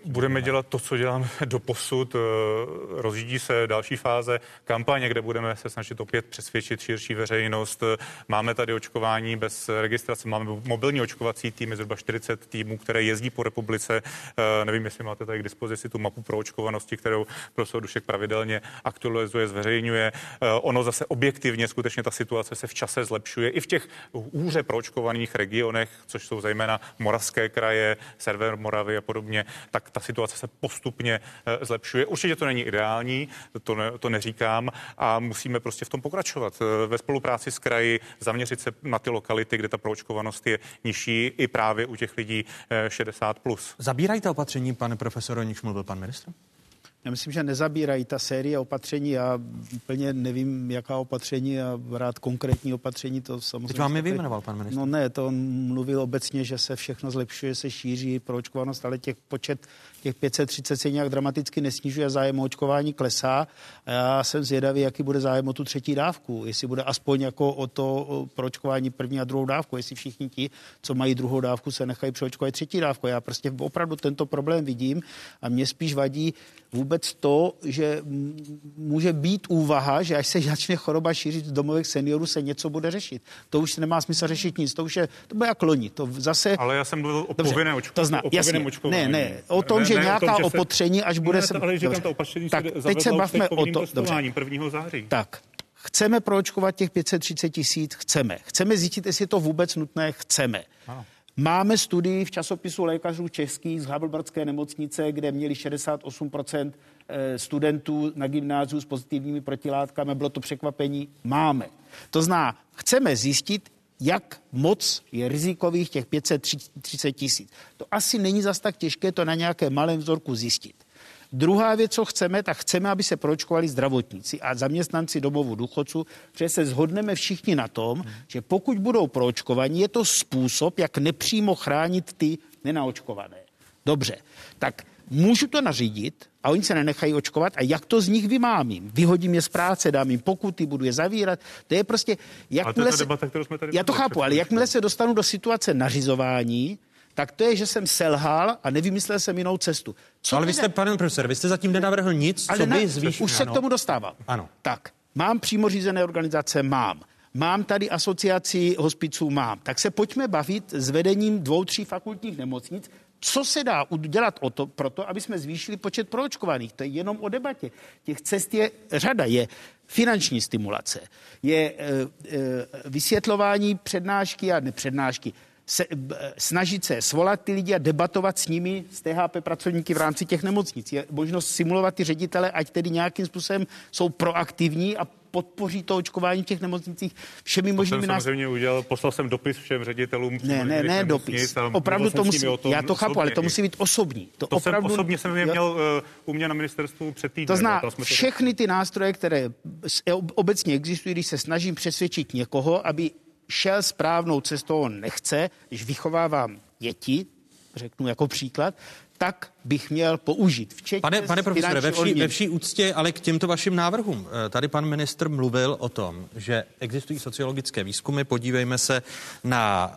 Budeme dělat to, co děláme doposud. Rozjíždí se další fáze kampaně, kde budeme se snažit opět přesvědčit širší veřejnost. Máme tady očkování bez registrace, máme mobilní očkovací týmy, zhruba 40 týmů, které jezdí po republice. Nevím, jestli máte tady k dispozici tu mapu pro očkovanosti, kterou profesor Dušek pravidelně aktualizuje, zveřejňuje. Ono zase objektivně skutečně ta situace se v čase zlepšuje i v těch hůře proočkovaných regionech, což jsou zejména moravské kraje, sever Moravy a podobně, tak ta situace se postupně zlepšuje. Určitě to není ideální, to neříkám a musíme prostě v tom pokračovat. Ve spolupráci s kraji zaměřit se na ty lokality, kde ta proočkovanost je nižší i právě u těch lidí 60+. Zabírají ta opatření, pane profesore, o nichž mluvil pan ministr? Já myslím, že nezabírají ta série opatření. Já úplně nevím, jaká opatření a rád konkrétní opatření. To samozřejmě. Teď vám je vyjmenoval pan ministr. No ne, to on mluvil obecně, že se všechno zlepšuje, se šíří proočkovanost, ale počet těch 530 se nějak dramaticky nesnižuje, zájem o očkování klesá. A já jsem zvědavý, jaký bude zájem o tu třetí dávku. Jestli bude aspoň jako o to proočkování první a druhou dávku, jestli všichni ti, co mají druhou dávku, se nechají přeočkovat třetí dávku. Já prostě opravdu tento problém vidím a mě spíš vadí vůbec to, že může být úvaha, že až se začne choroba šířit v domovech seniorů, se něco bude řešit. To už nemá smysl řešit nic. To bude jak loni. To zase. Ale já jsem mluvil o povinné očkování. Ne. O tom, že nějaká opatření, až bude se. Ale říkám, to opatření tak teď se bavme o to. 1. září. Tak. Chceme proočkovat těch 530 000? Chceme. Chceme zjistit, jestli je to vůbec nutné? Chceme. Ano. Máme studii v časopisu lékařů českých z Havlbrdské nemocnice, kde měli 68% studentů na gymnáziu s pozitivními protilátkami. Bylo to překvapení. Máme. To znamená, chceme zjistit, jak moc je rizikových těch 530 000. To asi není zas tak těžké to na nějakém malém vzorku zjistit. Druhá věc, co chceme, tak chceme, aby se proočkovali zdravotníci a zaměstnanci domovů důchodců, protože se shodneme všichni na tom, že pokud budou proočkovaní, je to způsob, jak nepřímo chránit ty nenaočkované. Dobře, tak můžu to nařídit a oni se nenechají očkovat a jak to z nich vymámím? Vyhodím je z práce, dám jim pokuty, budu je zavírat. To je prostě, jakmile se, já to chápu, ale jakmile se dostanu do situace nařizování, tak to je, že jsem selhal a nevymyslel jsem jinou cestu. Ale vy jste, pane profesor, vy jste zatím nenavrhl nic, co by zvýšilo. Už se k tomu dostávám. Ano. Tak, mám přímo řízené organizace, Mám tady asociaci hospiců, Tak se pojďme bavit s vedením 2-3 fakultních nemocnic, co se dá udělat proto, aby jsme zvýšili počet proočkovaných. To je jenom o debatě. Těch cest je řada. Je finanční stimulace, je vysvětlování přednášky a nepřednášky. Snažit se svolat ty lidi a debatovat s nimi, s THP pracovníky v rámci těch nemocnic. Je možnost simulovat ty ředitele, ať tedy nějakým způsobem jsou proaktivní a podpoří to očkování v těch nemocnicích všemi možnými samozřejmě udělal, poslal jsem dopis všem ředitelům. Ne, dopis. Opravdu to musí, já to chápu, ale to musí být osobní. Osobně jsem je měl u mě na ministerstvu před týdnem. To znamená, všechny ty nástroje, které obecně existují, když se snažím přesvědčit někoho, aby šel správnou cestou, on nechce, když vychovávám děti, řeknu jako příklad, tak bych měl použít. Pane profesore, ve vší úctě, ale k těmto vašim návrhům. Tady pan ministr mluvil o tom, že existují sociologické výzkumy. Podívejme se na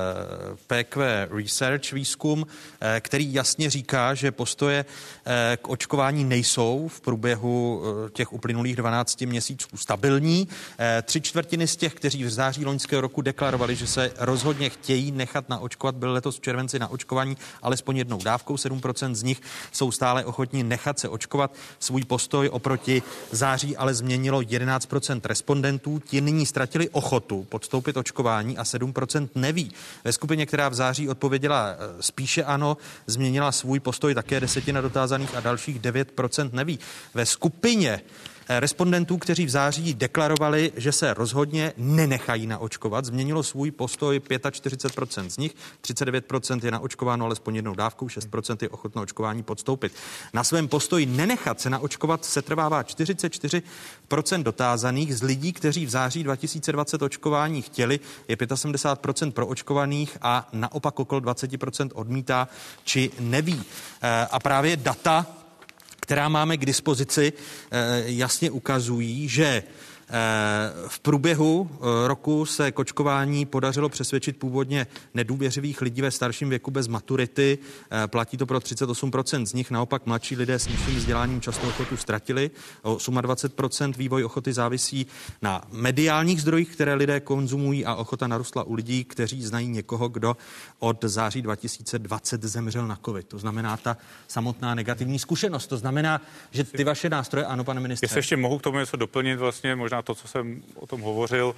PQ Research výzkum, který jasně říká, že postoje k očkování nejsou v průběhu těch uplynulých 12 měsíců stabilní. 3/4 z těch, kteří v září loňského roku deklarovali, že se rozhodně chtějí nechat naočkovat, byl letos v červenci na očkování alespoň jednou dávkou, 7% z nich jsou stále ochotní nechat se očkovat. Svůj postoj oproti září ale změnilo 11% respondentů. Ti nyní ztratili ochotu podstoupit očkování a 7% neví. Ve skupině, která v září odpověděla spíše ano, změnila svůj postoj také 10% dotázaných a dalších 9% neví. Ve skupině respondentů, kteří v září deklarovali, že se rozhodně nenechají naočkovat, změnilo svůj postoj 45% z nich, 39% je naočkováno alespoň jednou dávkou, 6% je ochotno očkování podstoupit. Na svém postoji nenechat se naočkovat setrvává 44% dotázaných z lidí, kteří v září 2020 očkování chtěli, je 75% pro očkovaných a naopak okolo 20% odmítá či neví. A právě data, která máme k dispozici, jasně ukazují, že V průběhu roku se k očkování podařilo přesvědčit původně nedůvěřivých lidí ve starším věku bez maturity. Platí to pro 38% z nich, naopak mladší lidé s nižším vzděláním často ochotu ztratili. O 28% vývoj ochoty závisí na mediálních zdrojích, které lidé konzumují, a ochota narostla u lidí, kteří znají někoho, kdo od září 2020 zemřel na covid. To znamená ta samotná negativní zkušenost. To znamená, že ty vaše nástroje, ano, pane ministře. Jestli ještě mohu k tomu něco doplnit, vlastně možná to, co jsem o tom hovořil.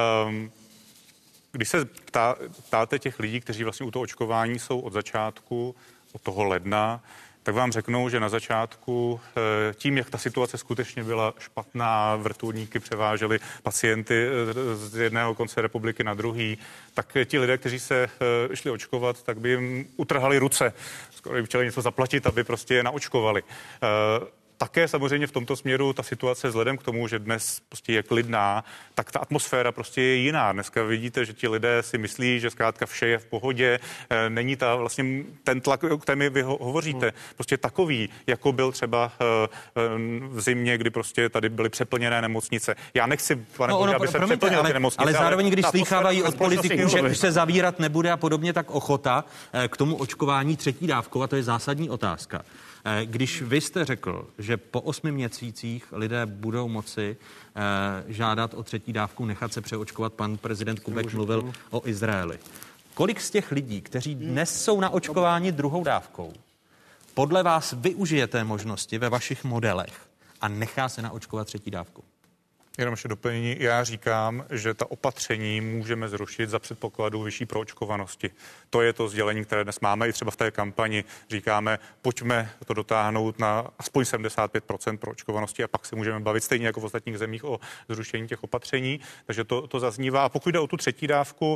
Když se ptáte těch lidí, kteří vlastně u toho očkování jsou od začátku, od toho ledna, tak vám řeknou, že na začátku tím, jak ta situace skutečně byla špatná, vrtulníky převážely pacienty z jedného konce republiky na druhý, tak ti lidé, kteří se šli očkovat, tak by jim utrhali ruce. Skoro jim chtěli něco zaplatit, aby prostě je naočkovali. Také samozřejmě v tomto směru ta situace vzhledem k tomu, že dnes prostě je klidná, tak ta atmosféra prostě je jiná. Dneska vidíte, že ti lidé si myslí, že zkrátka vše je v pohodě. Není ta vlastně ten tlak, o kterém vy hovoříte, prostě takový, jako byl třeba v zimě, kdy prostě tady byly přeplněné nemocnice. Já nechci, pane Bože, aby se přeplnily ty nemocnice. Ale zároveň, když slýchávají od politiků, že už se zavírat nebude a podobně, tak ochota k tomu očkování třetí dávkou, a to je zásadní otázka. Když vy jste řekl, že po 8 měsících lidé budou moci žádat o třetí dávku, nechat se přeočkovat, pan prezident Kubek mluvil o Izraeli. Kolik z těch lidí, kteří dnes jsou na očkování druhou dávkou, podle vás využije té možnosti ve vašich modelech a nechá se naočkovat třetí dávku? Jenom ještě doplnění. Já říkám, že ta opatření můžeme zrušit za předpokladu vyšší proočkovanosti. To je to sdělení, které dnes máme. I třeba v té kampani říkáme, pojďme to dotáhnout na aspoň 75% proočkovanosti a pak se můžeme bavit stejně jako v ostatních zemích o zrušení těch opatření. Takže to zaznívá. A pokud jde o tu třetí dávku,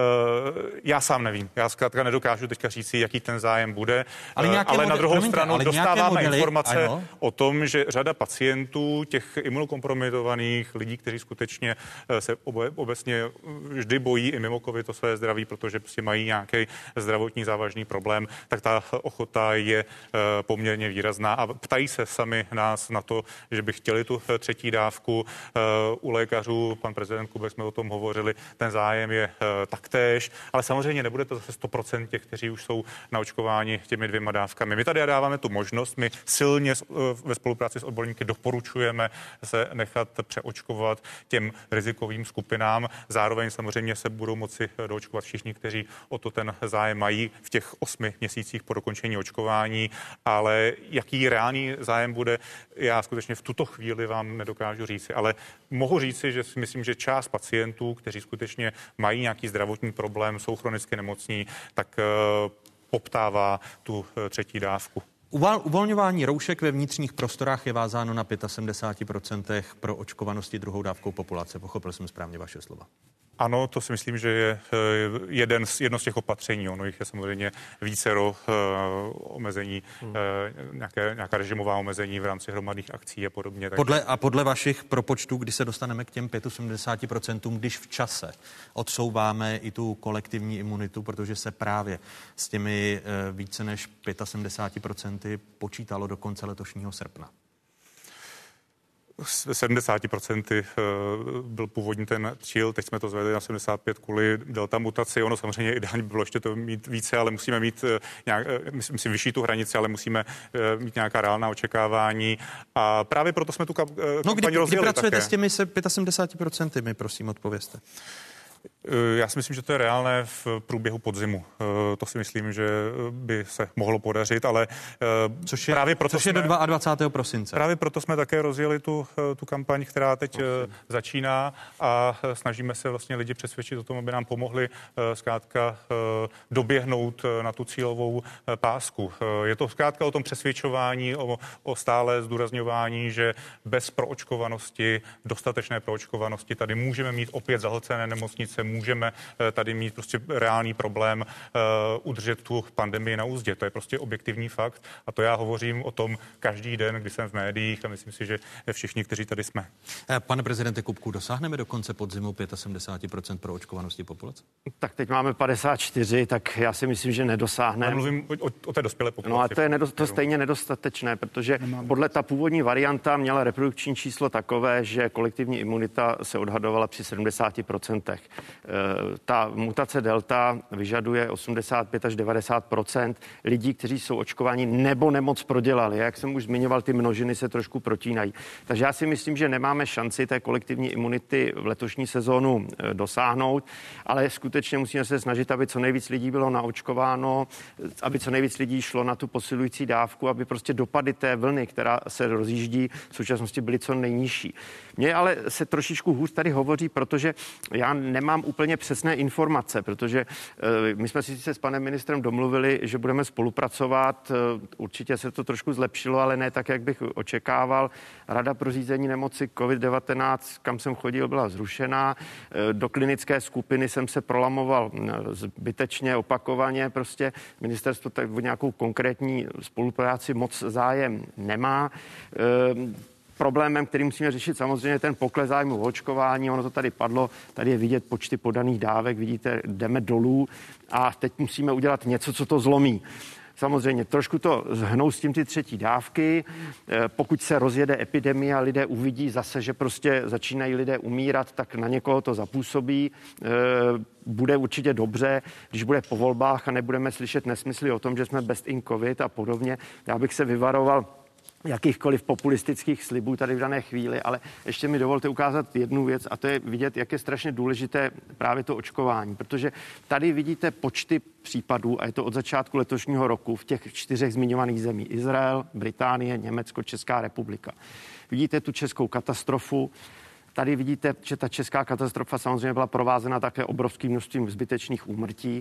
já sám nevím. Já zkrátka nedokážu teďka říct si, jaký ten zájem bude. Ale na druhou stranu dostáváme informace o tom, že řada pacientů, těch imunokompromitovaných lidí, kteří skutečně se obecně vždy bojí i mimo covid o své zdraví, protože prostě mají nějaký zdravotní závažný problém, tak ta ochota je poměrně výrazná a ptají se sami nás na to, že by chtěli tu třetí dávku. U lékařů, pan prezident Kubek, jsme o tom hovořili, ten zájem je taktéž, ale samozřejmě nebude to zase 100% těch, kteří už jsou na očkování těmi 2 dávkami. My tady dáváme tu možnost, my silně ve spolupráci s odborníky doporučujeme se nechat očkovat těm rizikovým skupinám. Zároveň samozřejmě se budou moci doočkovat všichni, kteří o to ten zájem mají v těch 8 měsících po dokončení očkování, ale jaký reálný zájem bude, já skutečně v tuto chvíli vám nedokážu říci, ale mohu říci, že si myslím, že část pacientů, kteří skutečně mají nějaký zdravotní problém, jsou chronicky nemocní, tak poptává tu třetí dávku. Uvolňování roušek ve vnitřních prostorách je vázáno na 75% pro očkovanosti druhou dávkou populace. Pochopil jsem správně vaše slova. Ano, to si myslím, že je jedno z těch opatření. Ono jich je samozřejmě vícero omezení, nějaká režimová omezení v rámci hromadných akcí a podobně. Podle vašich propočtů, kdy se dostaneme k těm 75%, když v čase odsouváme i tu kolektivní imunitu, protože se právě s těmi více než 75% počítalo do konce letošního srpna? 70% byl původní ten cíl, teď jsme to zvedli na 75 kvůli delta mutaci. Ono samozřejmě ideálně by bylo ještě to mít více, ale musíme mít myslím si vyšší tu hranici, ale musíme mít nějaká reálná očekávání. A právě proto jsme tu kampaň rozjeli. Kdy pracujete také s těmi 75%, mi prosím odpovězte. Já si myslím, že to je reálné v průběhu podzimu. To si myslím, že by se mohlo podařit, ale právě proto je do 22. prosince. Právě proto jsme také rozjeli tu kampaň, která teď začíná a snažíme se vlastně lidi přesvědčit o tom, aby nám pomohli zkrátka doběhnout na tu cílovou pásku. Je to zkrátka o tom přesvědčování, o stále zdůrazňování, že bez proočkovanosti, dostatečné proočkovanosti tady můžeme mít opět zahlcené nemocnice, republice můžeme tady mít prostě reálný problém udržet tu pandemii na úzdě. To je prostě objektivní fakt a to já hovořím o tom každý den, kdy jsem v médiích a myslím si, že všichni, kteří tady jsme. Pane prezidente Kupku, dosáhneme do konce podzimu 75% pro očkovanosti populace? Tak teď máme 54, tak já si myslím, že nedosáhneme. Mluvím o té dospělé populaci. No a to je to stejně nedostatečné, protože podle ta původní varianta měla reprodukční číslo takové, že kolektivní imunita se odhadovala při 70%. Ta mutace delta vyžaduje 85 až 90% lidí, kteří jsou očkováni nebo nemoc prodělali. Jak jsem už zmiňoval, ty množiny se trošku protínají. Takže já si myslím, že nemáme šanci té kolektivní imunity v letošní sezónu dosáhnout, ale skutečně musíme se snažit, aby co nejvíc lidí bylo naočkováno, aby co nejvíc lidí šlo na tu posilující dávku, aby prostě dopady té vlny, která se rozjíždí, v současnosti byly co nejnižší. Mně ale se trošičku hůř tady hovoří, protože já nemám úplně přesné informace, protože my jsme si sice s panem ministrem domluvili, že budeme spolupracovat, určitě se to trošku zlepšilo, ale ne tak, jak bych očekával. Rada pro řízení nemoci COVID-19, kam jsem chodil, byla zrušená. Do klinické skupiny jsem se prolamoval zbytečně, opakovaně, prostě ministerstvo tak o nějakou konkrétní spolupráci moc zájem nemá. Problémem, který musíme řešit, samozřejmě ten pokles zájmu o očkování, ono to tady padlo, tady je vidět počty podaných dávek, vidíte, jdeme dolů a teď musíme udělat něco, co to zlomí. Samozřejmě trošku to zhnou s tím ty třetí dávky. Pokud se rozjede epidemie a lidé uvidí zase, že prostě začínají lidé umírat, tak na někoho to zapůsobí. Bude určitě dobře, když bude po volbách a nebudeme slyšet nesmysly o tom, že jsme best in covid a podobně. Já bych se vyvaroval jakýchkoliv populistických slibů tady v dané chvíli, ale ještě mi dovolte ukázat jednu věc a to je vidět, jak je strašně důležité právě to očkování, protože tady vidíte počty případů a je to od začátku letošního roku v těch 4 zmiňovaných zemí: Izrael, Británie, Německo, Česká republika. Vidíte tu českou katastrofu. Tady vidíte, že ta česká katastrofa samozřejmě byla provázena také obrovským množstvím zbytečných úmrtí.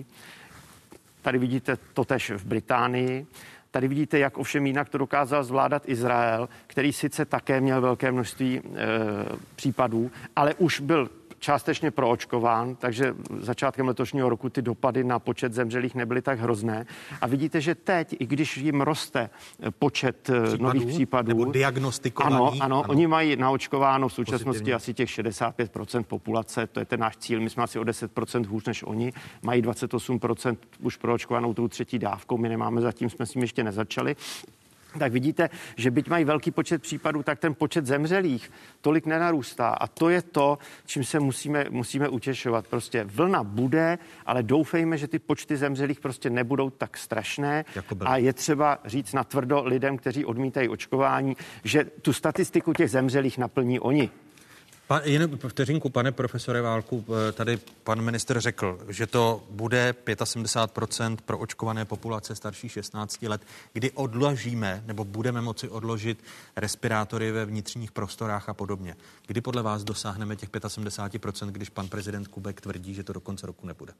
Tady vidíte totéž v Británii. Tady vidíte, jak ovšem jinak to dokázal zvládat Izrael, který sice také měl velké množství případů, ale už byl částečně proočkován, takže začátkem letošního roku ty dopady na počet zemřelých nebyly tak hrozné. A vidíte, že teď, i když jim roste počet nových případů, nebo diagnostikovaných. Ano, oni mají naočkováno v současnosti asi těch 65% populace, to je ten náš cíl, my jsme asi o 10% hůř než oni, mají 28% už proočkovanou tou třetí dávkou, my nemáme zatím, jsme s tím ještě nezačali. Tak vidíte, že byť mají velký počet případů, tak ten počet zemřelých tolik nenarůstá. A to je to, čím se musíme utěšovat. Prostě vlna bude, ale doufejme, že ty počty zemřelých prostě nebudou tak strašné. A je třeba říct natvrdo lidem, kteří odmítají očkování, že tu statistiku těch zemřelých naplní oni. Jen vteřinku, pane profesore Válku, tady pan ministr řekl, že to bude 75% pro očkované populace starší 16 let, kdy odložíme nebo budeme moci odložit respirátory ve vnitřních prostorách a podobně. Kdy podle vás dosáhneme těch 75%, když pan prezident Kubek tvrdí, že to do konce roku nebude?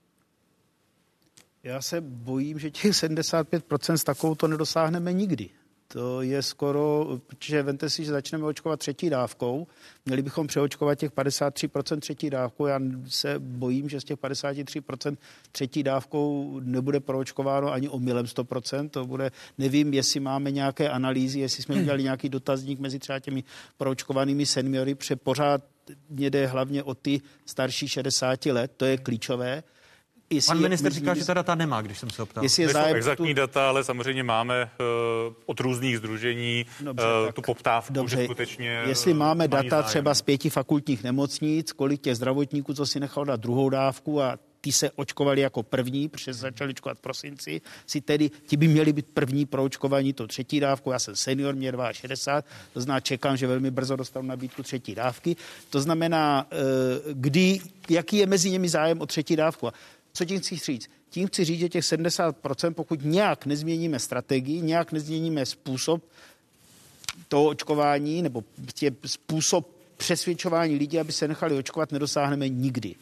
Já se bojím, že těch 75% s takovou to nedosáhneme nikdy. To je skoro, protože vemte si, že začneme očkovat třetí dávkou, měli bychom přeočkovat těch 53% třetí dávkou. Já se bojím, že z těch 53% třetí dávkou nebude proočkováno ani omylem 100%. To bude, nevím, jestli máme nějaké analýzy, jestli jsme udělali nějaký dotazník mezi třeba těmi proočkovanými seniory, protože pořád mě jde hlavně o ty starší 60 let, to je klíčové. Pan minister říká, že ta data nemá, když jsem se optal. Jsou exaktní data, ale samozřejmě máme od různých sdružení tu poptávku, dobře, že skutečně... Jestli máme data třeba z 5 fakultních nemocnic, kolik těch zdravotníků, co si nechal dát druhou dávku a ty se očkovali jako první, protože začali očkovat v prosinci, ti by měli být první pro očkování to třetí dávku. Já jsem senior, mě 62, to znamená, čekám, že velmi brzo dostanu nabídku třetí dávky. To znamená, jaký je mezi nimi zájem o třetí dávku. Co tím chci říct? Tím chci říct, že těch 70%, pokud nějak nezměníme strategii, nějak nezměníme způsob toho očkování nebo způsob přesvědčování lidí, aby se nechali očkovat, nedosáhneme nikdy.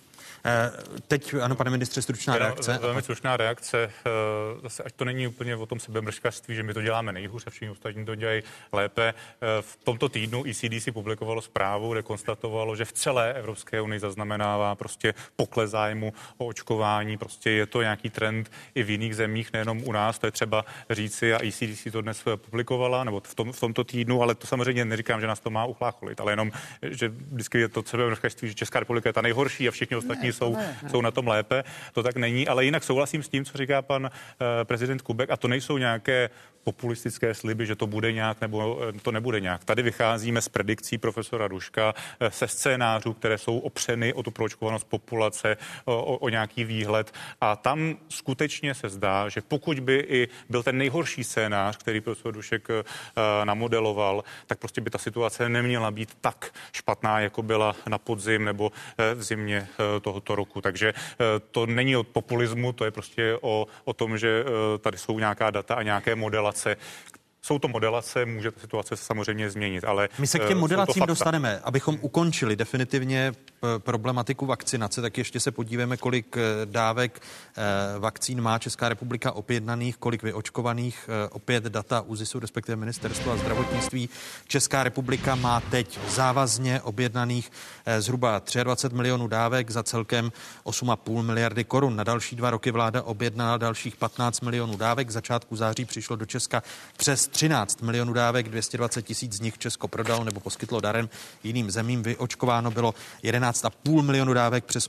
Teď, ano, pane ministře, stručná reakce. Velmi stručná reakce. Zase, ať to není úplně o tom sebemrškařství, že my to děláme nejhůř a všichni ostatní to dělají lépe. V tomto týdnu ECDC publikovalo zprávu, kde konstatovalo, že v celé Evropské unii zaznamenává prostě pokles zájmu o očkování. Prostě je to nějaký trend i v jiných zemích, nejenom u nás, to je třeba říci, a ECDC to dnes publikovala, nebo v tomto týdnu, ale to samozřejmě neříkám, že nás to má uchlácholit, ale jenom, že vždycky je to sebemrškařství, že Česká republika je ta nejhorší a všichni ostatní jsou na tom lépe. To tak není, ale jinak souhlasím s tím, co říká pan prezident Kubek, a to nejsou nějaké populistické sliby, že to bude nějak nebo to nebude nějak. Tady vycházíme z predikcí profesora Duška, se scénářů, které jsou opřeny o tu proočkovanost populace, o nějaký výhled, a tam skutečně se zdá, že pokud by i byl ten nejhorší scénář, který profesor Dušek namodeloval, tak prostě by ta situace neměla být tak špatná, jako byla na podzim nebo v zimě tohoto roku. Takže to není od populismu, to je prostě o tom, že tady jsou nějaká data a nějaké modelace. Jsou to modelace, může ta situace samozřejmě změnit, ale my se k těm modelacím dostaneme. Abychom ukončili definitivně problematiku vakcinace, tak ještě se podíváme, kolik dávek vakcín má Česká republika objednaných, kolik vyočkovaných, opět data ÚZISu, respektive Ministerstva zdravotnictví. Česká republika má teď závazně objednaných zhruba 23 milionů dávek za celkem 8,5 miliardy korun. Na další 2 roky vláda objednala dalších 15 milionů dávek. V začátku září přišlo do Česka přes 13 milionů dávek, 220 000 z nich Česko prodalo nebo poskytlo darem jiným zemím. Vyočkováno bylo 11,5 milionu dávek, přes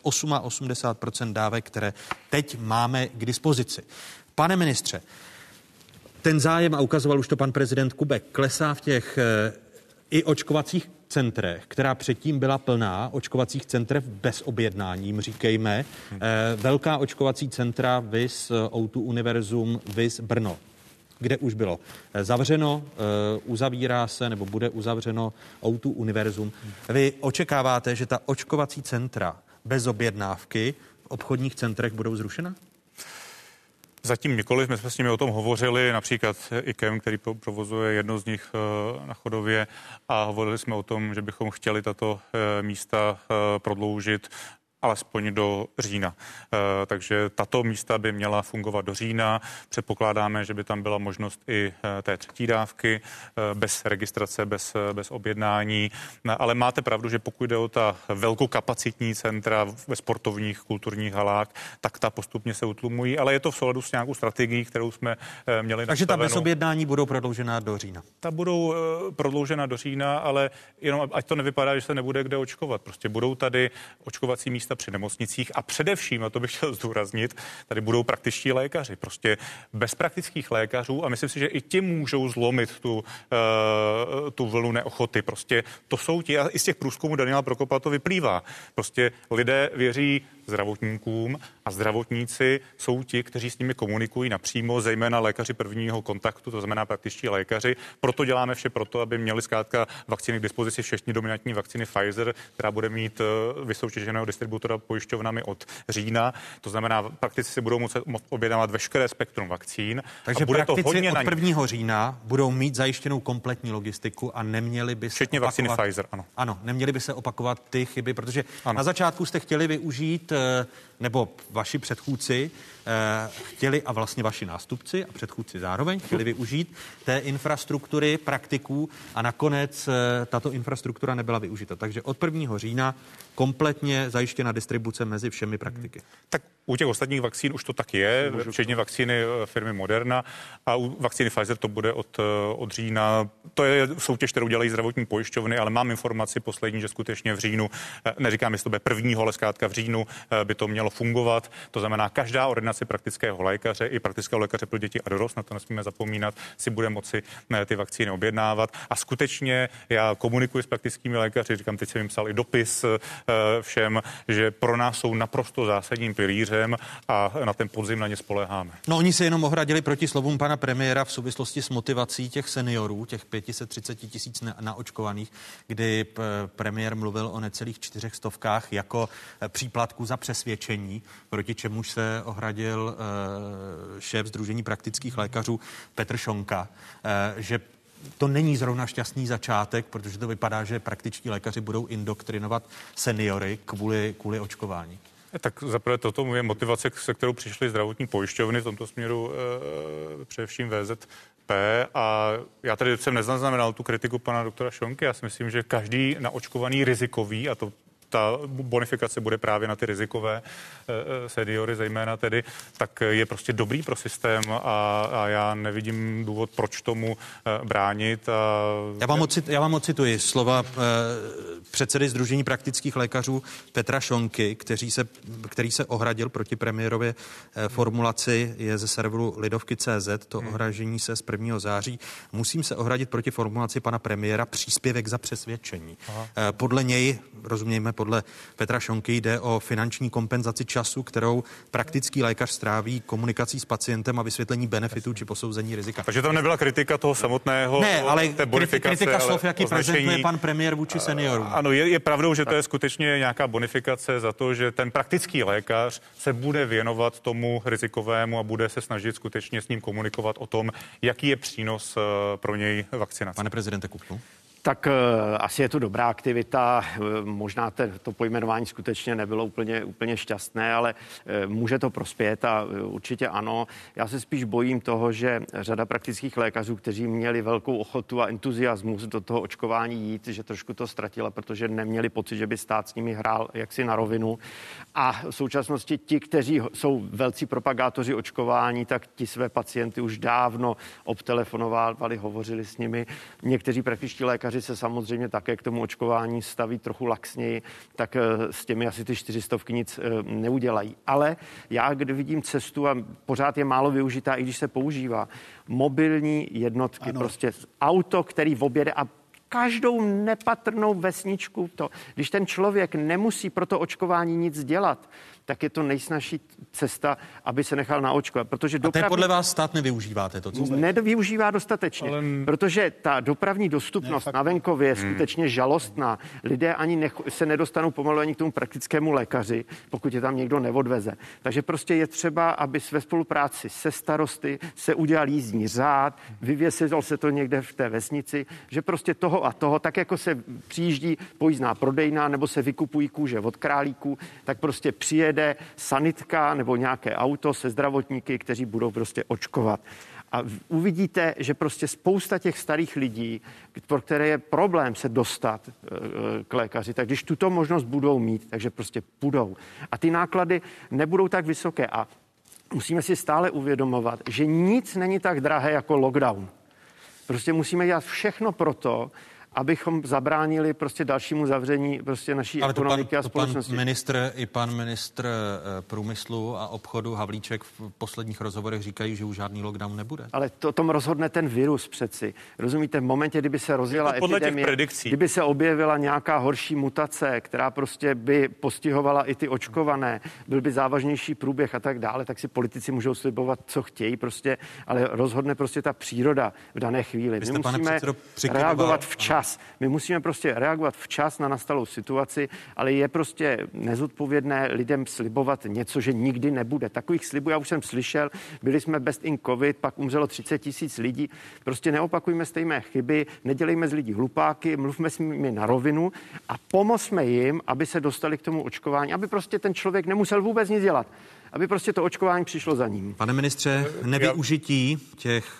88% dávek, které teď máme k dispozici. Pane ministře, ten zájem, a ukazoval už to pan prezident Kubek, klesá v těch i očkovacích centrech, která předtím byla plná, očkovacích centrech bez objednání, jim říkejme. Velká očkovací centra, VIS, O2 Univerzum, VIS Brno, kde už bylo zavřeno, uzavírá se nebo bude uzavřeno O2 Univerzum. Vy očekáváte, že ta očkovací centra bez objednávky v obchodních centrech budou zrušena? Zatím nikoliv, my jsme s nimi o tom hovořili, například IKEM, který provozuje jedno z nich na Chodově, a hovorili jsme o tom, že bychom chtěli tato místa prodloužit alespoň do října. Takže tato místa by měla fungovat do října. Předpokládáme, že by tam byla možnost i té 3. dávky bez registrace, bez objednání. Ale máte pravdu, že pokud jde o ta velkokapacitní centra ve sportovních, kulturních halách, tak ta postupně se utlumují, ale je to v souladu s nějakou strategií, kterou jsme měli. Takže ta bez objednání budou prodloužena do října. Ta budou prodloužena do října, ale jenom ať to nevypadá, že se nebude kde očkovat. Prostě budou tady očkovací místa při nemocnicích a především, a to bych chtěl zdůraznit, tady budou praktičtí lékaři. Prostě bez praktických lékařů, a myslím si, že i ti můžou zlomit tu vlnu neochoty. Prostě to jsou ti, a i z těch průzkumů Daniela Prokopa to vyplývá. Prostě lidé věří zdravotníkům a zdravotníci jsou ti, kteří s nimi komunikují napřímo, zejména lékaři prvního kontaktu, to znamená praktičtí lékaři. Proto děláme vše proto, aby měli zkrátka vakcíny k dispozici, všechny dominantní vakcíny Pfizer, která bude mít vysoutěženého distributora pojišťovnami od října. To znamená, praktici si budou moct objednávat veškeré spektrum vakcín. Takže bude praktici to hodně od 1. října budou mít zajištěnou kompletní logistiku a neměli by se včetně vakcíny Pfizer, ano. Ano, neměli by se opakovat ty chyby, protože na začátku jste chtěli využít, nebo vaši předchůdci chtěli, a vlastně vaši nástupci a předchůdci zároveň chtěli využít té infrastruktury praktiků a nakonec tato infrastruktura nebyla využita. Takže od 1. října kompletně zajištěna distribuce mezi všemi praktiky. Tak u těch ostatních vakcín už to tak je, včetně vakcíny firmy Moderna, a u vakcíny Pfizer to bude od října. To je soutěž, kterou dělají zdravotní pojišťovny, ale mám informaci poslední, že skutečně v říjnu, neříkám, jestli to bude 1., ale zkrátka v říjnu by to mělo fungovat. To znamená, každá ordinace praktického lékaře i praktického lékaře pro děti a dorost, na to nesmíme zapomínat, si bude moci ty vakcíny objednávat. A skutečně já komunikuji s praktickými lékaři, říkám, teď jsem jim psal i dopis všem, že pro nás jsou naprosto zásadním pilířem a na ten podzim na ně spoléháme. No, oni se jenom ohradili proti slovům pana premiéra v souvislosti s motivací těch seniorů, těch 530 000 naočkovaných, kdy premiér mluvil o necelých 400 jako příplatku za přesvědčení, proti čemuž se ohradil šéf Sdružení praktických lékařů Petr Šonka, že to není zrovna šťastný začátek, protože to vypadá, že praktičtí lékaři budou indoktrinovat seniory kvůli očkování. Tak zaprvé toto je motivace, se kterou přišly zdravotní pojišťovny, v tomto směru především VZP. A já tady jsem nezaznamenal tu kritiku pana doktora Šonky. Já si myslím, že každý naočkovaný rizikový, a to ta bonifikace bude právě na ty rizikové seniory zejména tedy, tak je prostě dobrý pro systém a já nevidím důvod, proč tomu bránit. Já vám ocituji slova předsedy Sdružení praktických lékařů Petra Šonky, který se ohradil proti premiérově formulaci, je ze serveru Lidovky.cz, to ohražení se z 1. září. Musím se ohradit proti formulaci pana premiéra příspěvek za přesvědčení. Podle něj, rozumějme, podle Petra Šonky jde o finanční kompenzaci času, kterou praktický lékař stráví komunikací s pacientem a vysvětlení benefitů či posouzení rizika. Takže tam nebyla kritika toho samotného, ne, ale té bonifikace, kritika slov, jaký označení. prezentuje pan premiér vůči seniorům. Ano, je pravdou, že to je skutečně nějaká bonifikace za to, že ten praktický lékař se bude věnovat tomu rizikovému a bude se snažit skutečně s ním komunikovat o tom, jaký je přínos pro něj vakcinace. Pane prezidente Kupku. Tak asi je to dobrá aktivita, možná to pojmenování skutečně nebylo úplně šťastné, ale může to prospět a určitě ano. Já se spíš bojím toho, že řada praktických lékařů, kteří měli velkou ochotu a entuziasmus do toho očkování jít, že trošku to ztratila, protože neměli pocit, že by stát s nimi hrál jaksi na rovinu. A v současnosti ti, kteří jsou velcí propagátoři očkování, tak ti své pacienty už dávno obtelefonovali, hovořili s nimi. Někteří praktičtí lékaři se samozřejmě také k tomu očkování staví trochu laxněji, tak s těmi asi ty 400 nic neudělají. Ale já, kdy vidím cestu a pořád je málo využitá, i když se používá, mobilní jednotky, ano. Prostě auto, který objede a každou nepatrnou vesničku, když ten člověk nemusí pro to očkování nic dělat, tak je to nejsnažší cesta, aby se nechal naočkovat. Protože a to je podle vás stát nevyužívá této cesty? Nevyužívá dostatečně, protože ta dopravní dostupnost na venkově je skutečně žalostná. Lidé ani se nedostanou pomalu ani k tomu praktickému lékaři, pokud je tam někdo neodveze. Takže prostě je třeba, aby ve spolupráci se starosty se udělal jízdní řád, vyvěsilo se to někde v té vesnici, že prostě toho a toho, tak jako se přijíždí pojízdná prodejna nebo se vykupují kůže od králíků, tak prostě přijede sanitka nebo nějaké auto se zdravotníky, kteří budou prostě očkovat. A uvidíte, že prostě spousta těch starých lidí, pro které je problém se dostat k lékaři, tak když tuto možnost budou mít, takže prostě půjdou. A ty náklady nebudou tak vysoké. A musíme si stále uvědomovat, že nic není tak drahé jako lockdown. Prostě musíme dělat všechno proto, abychom zabránili prostě dalšímu zavření prostě naší ekonomiky a společnosti. Pan ministr průmyslu a obchodu Havlíček v posledních rozhovorech říkají, že už žádný lockdown nebude. Ale to tom rozhodne ten virus přeci. Rozumíte, v momentě, kdyby se rozjela epidemie, kdyby se objevila nějaká horší mutace, která prostě by postihovala i ty očkované, byl by závažnější průběh a tak dále, tak si politici můžou slibovat, co chtějí prostě, ale rozhodne prostě ta příroda v dané chvíli. My musíme reagovat včas. My musíme prostě reagovat včas na nastalou situaci, ale je prostě nezodpovědné lidem slibovat něco, že nikdy nebude. Takových slibů já už jsem slyšel, byli jsme best in covid, pak umřelo 30 000 lidí. Prostě neopakujme stejné chyby, nedělejme z lidí hlupáky, mluvme s nimi na rovinu a pomozme jim, aby se dostali k tomu očkování, aby prostě ten člověk nemusel vůbec nic dělat, aby prostě to očkování přišlo za ním. Pane ministře, nevyužití těch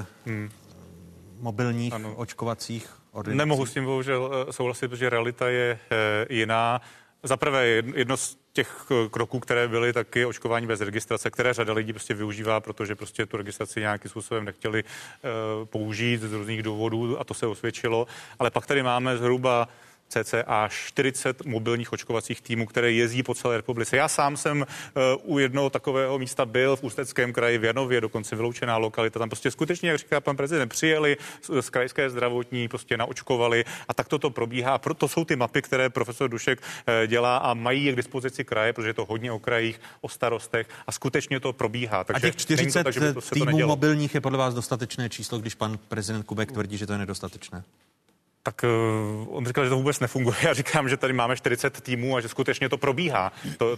mobilních očkovacích ordinací. Nemohu s tím bohužel souhlasit, protože realita je jiná. Za prvé jedno z těch kroků, které byly taky očkování bez registrace, které řada lidí prostě využívá, protože prostě tu registraci nějakým způsobem nechtěli použít z různých důvodů a to se osvědčilo. Ale pak tady máme zhruba cca 40 mobilních očkovacích týmů, které jezdí po celé republice. Já sám jsem u jednoho takového místa byl v Ústeckém kraji v Janově, dokonce vyloučená lokalita. Tam prostě skutečně, jak říká pan prezident, přijeli z krajské zdravotní, prostě naočkovali a tak toto probíhá. Proto jsou ty mapy, které profesor Dušek dělá a mají je k dispozici kraje, protože je to hodně o krajích, o starostech a skutečně to probíhá. Takže a těch 40 týmů mobilních je podle vás dostatečné číslo, když pan prezident Kubek tvrdí, že to je nedostatečné? Tak on říkal, že to vůbec nefunguje. Já říkám, že tady máme 40 týmů a že skutečně to probíhá.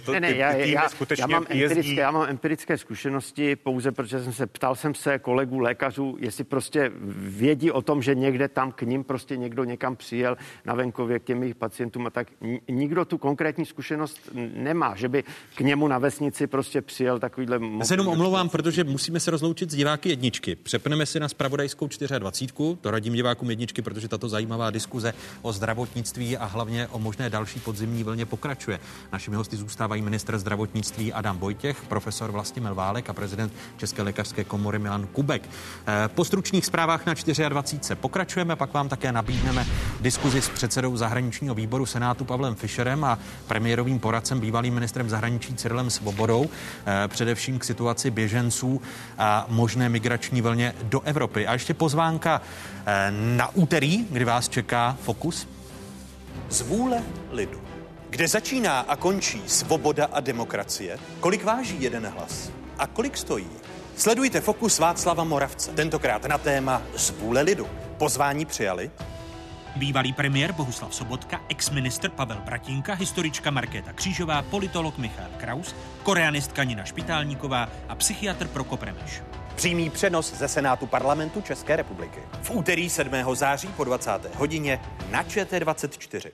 Já mám empirické zkušenosti pouze, protože ptal jsem se kolegů lékařů, jestli prostě vědí o tom, že někde tam k ním prostě někdo někam přijel na venkově k těm jejich pacientům a tak. Nikdo tu konkrétní zkušenost nemá, že by k němu na vesnici prostě přijel takovýhle... Já se jenom omlouvám, protože musíme se rozloučit s diváky jedničky. Přepneme si na zpravodajskou 24. To radím divákům jedničky, protože tato zajímavá diskuze o zdravotnictví a hlavně o možné další podzimní vlně pokračuje. Našimi hosty zůstávají ministr zdravotnictví Adam Vojtěch, profesor Vlastimil Válek a prezident České lékařské komory Milan Kubek. Po stručných zprávách na 24. pokračujeme, pak vám také nabídneme diskuzi s předsedou zahraničního výboru Senátu Pavlem Fischerem a premiérovým poradcem bývalým ministrem zahraničí Cyrilem Svobodou, především k situaci běženců a možné migrační vlně do Evropy. A ještě pozvánka na úterý, kdy vás čeká Fokus. Z vůle lidu. Kde začíná a končí svoboda a demokracie? Kolik váží jeden hlas? A kolik stojí? Sledujte Fokus Václava Moravce. Tentokrát na téma Z vůle lidu. Pozvání přijali bývalý premiér Bohuslav Sobotka, ex-ministr Pavel Bratinka, historička Markéta Křížová, politolog Michal Kraus, koreanistka Nina Špitálníková a psychiatr Prokop Remeš. Přímý přenos ze Senátu Parlamentu České republiky. V úterý 7. září po 20. hodině na ČT24.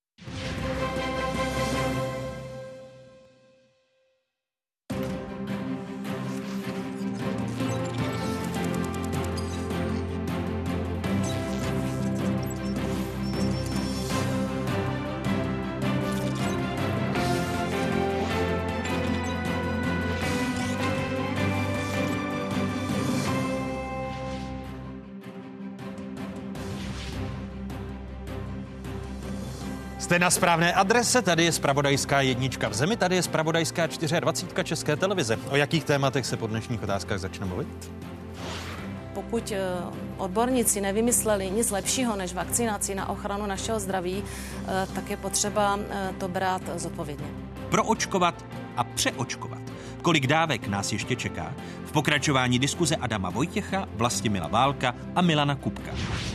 Jste na správné adrese, tady je zpravodajská jednička v zemi, tady je zpravodajská 24 České televize. O jakých tématech se po dnešních otázkách začne mluvit? Pokud odborníci nevymysleli nic lepšího než vakcinaci na ochranu našeho zdraví, tak je potřeba to brát zodpovědně. Proočkovat a přeočkovat. Kolik dávek nás ještě čeká? V pokračování diskuze Adama Vojtěcha, Vlastimila Válka a Milana Kubka.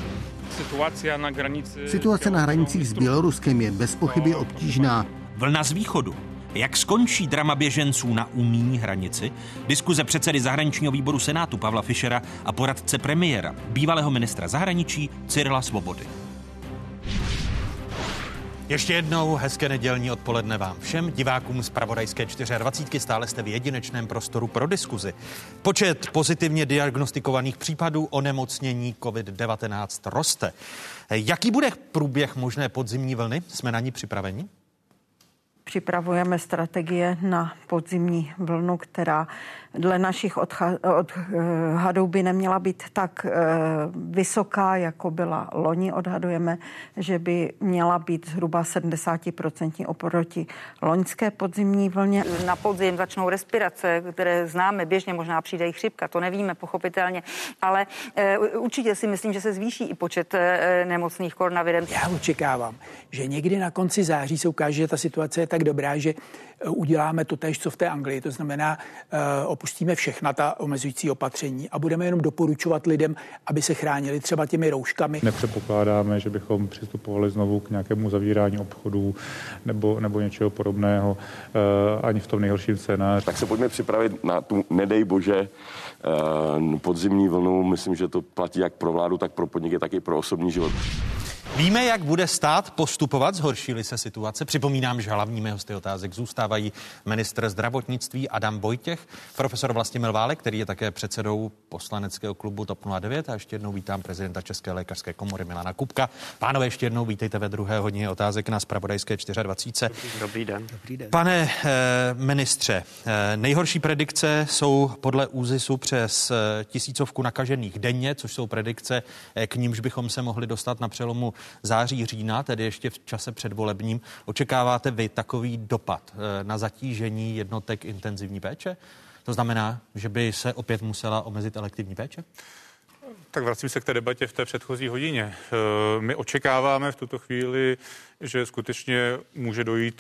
Situace na hranicích s Běloruskem je bez pochyby obtížná. Vlna z východu. Jak skončí drama běženců na unijní hranici? Diskuze předsedy zahraničního výboru Senátu Pavla Fischera a poradce premiéra, bývalého ministra zahraničí Cyrila Svobody. Ještě jednou hezké nedělní odpoledne vám všem, divákům z zpravodajské 24. Stále jste v jedinečném prostoru pro diskuzi. Počet pozitivně diagnostikovaných případů onemocnění COVID-19 roste. Jaký bude průběh možné podzimní vlny? Jsme na ní připraveni? Připravujeme strategie na podzimní vlnu, která dle našich odhadů by neměla být tak vysoká, jako byla loni. Odhadujeme, že by měla být zhruba 70% oproti loňské podzimní vlně. Na podzim začnou respirace, které známe běžně, možná přijde i chřipka, to nevíme pochopitelně, ale určitě si myslím, že se zvýší i počet nemocných koronavirem. Já očekávám, že někdy na konci září se ukáže, že ta situace je tak dobrá, že uděláme to též, co v té Anglii. To znamená, opustíme všechna ta omezující opatření a budeme jenom doporučovat lidem, aby se chránili třeba těmi rouškami. Nepředpokládáme, že bychom přistupovali znovu k nějakému zavírání obchodů nebo něčeho podobného, ani v tom nejhorším scénáři. Tak se pojďme připravit na tu, nedej bože, podzimní vlnu. Myslím, že to platí jak pro vládu, tak pro podniky, tak i pro osobní život. Víme, jak bude stát postupovat, zhorší-li se situace. Připomínám, že hlavními hosty otázek zůstávají ministr zdravotnictví Adam Vojtěch, profesor Vlastimil Válek, který je také předsedou poslaneckého klubu TOP 09 a ještě jednou vítám prezidenta České lékařské komory Milana Kubka. Pánové, ještě jednou vítejte ve druhé hodině otázek na zpravodajské 24. Dobrý den. Pane ministře, nejhorší predikce jsou podle ÚZISu přes 1000 nakažených denně, což jsou predikce, k nímž bychom se mohli dostat na přelomu září, října, tedy ještě v čase předvolebním. Očekáváte vy takový dopad na zatížení jednotek intenzivní péče? To znamená, že by se opět musela omezit elektivní péče? Tak vracím se k té debatě v té předchozí hodině. My očekáváme v tuto chvíli, že skutečně může dojít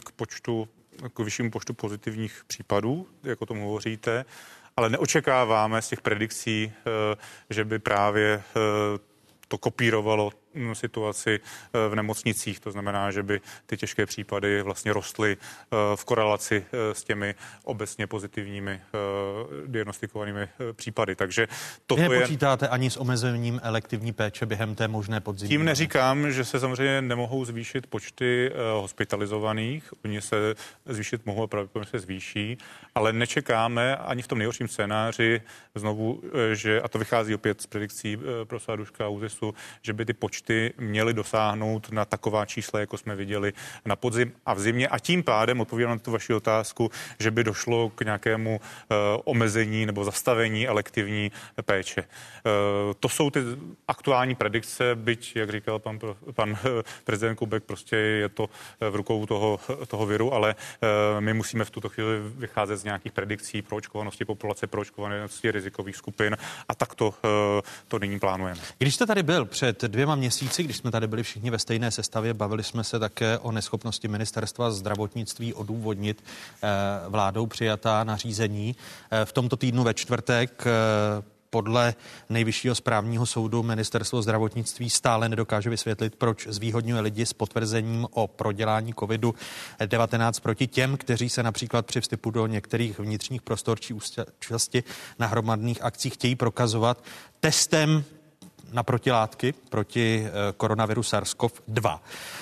k vyššímu počtu pozitivních případů, jak o tom hovoříte, ale neočekáváme z těch predikcí, že by právě to kopírovalo situaci v nemocnicích. To znamená, že by ty těžké případy vlastně rostly v korelaci s těmi obecně pozitivními diagnostikovanými případy. Takže toto nepočítáte ani s omezením elektivní péče během té možné podzimní? Tím neříkám, že se samozřejmě nemohou zvýšit počty hospitalizovaných. Oni se zvýšit mohou a pravděpodobně se zvýší, ale nečekáme ani v tom nejhorším scénáři znovu, že, a to vychází opět z predikcí profesora Duška a ÚZISu, že by ty počty měly dosáhnout na taková čísla, jako jsme viděli na podzim a v zimě. A tím pádem odpovídám na tu vaši otázku, že by došlo k nějakému omezení nebo zastavení elektivní péče. To jsou ty aktuální predikce, byť, jak říkal pan prezident Kubek, prostě je to v rukou toho viru, ale my musíme v tuto chvíli vycházet z nějakých predikcí proočkovanosti populace, proočkovanosti rizikových skupin a tak to nyní plánujeme. Když jste tady byl před 2 měsíci, když jsme tady byli všichni ve stejné sestavě, bavili jsme se také o neschopnosti ministerstva zdravotnictví odůvodnit vládou přijatá nařízení. V tomto týdnu ve čtvrtek podle Nejvyššího správního soudu ministerstvo zdravotnictví stále nedokáže vysvětlit, proč zvýhodňuje lidi s potvrzením o prodělání COVID-19 proti těm, kteří se například při vstupu do některých vnitřních prostor či účasti na hromadných akcích chtějí prokazovat testem na protilátky proti koronaviru SARS-CoV-2.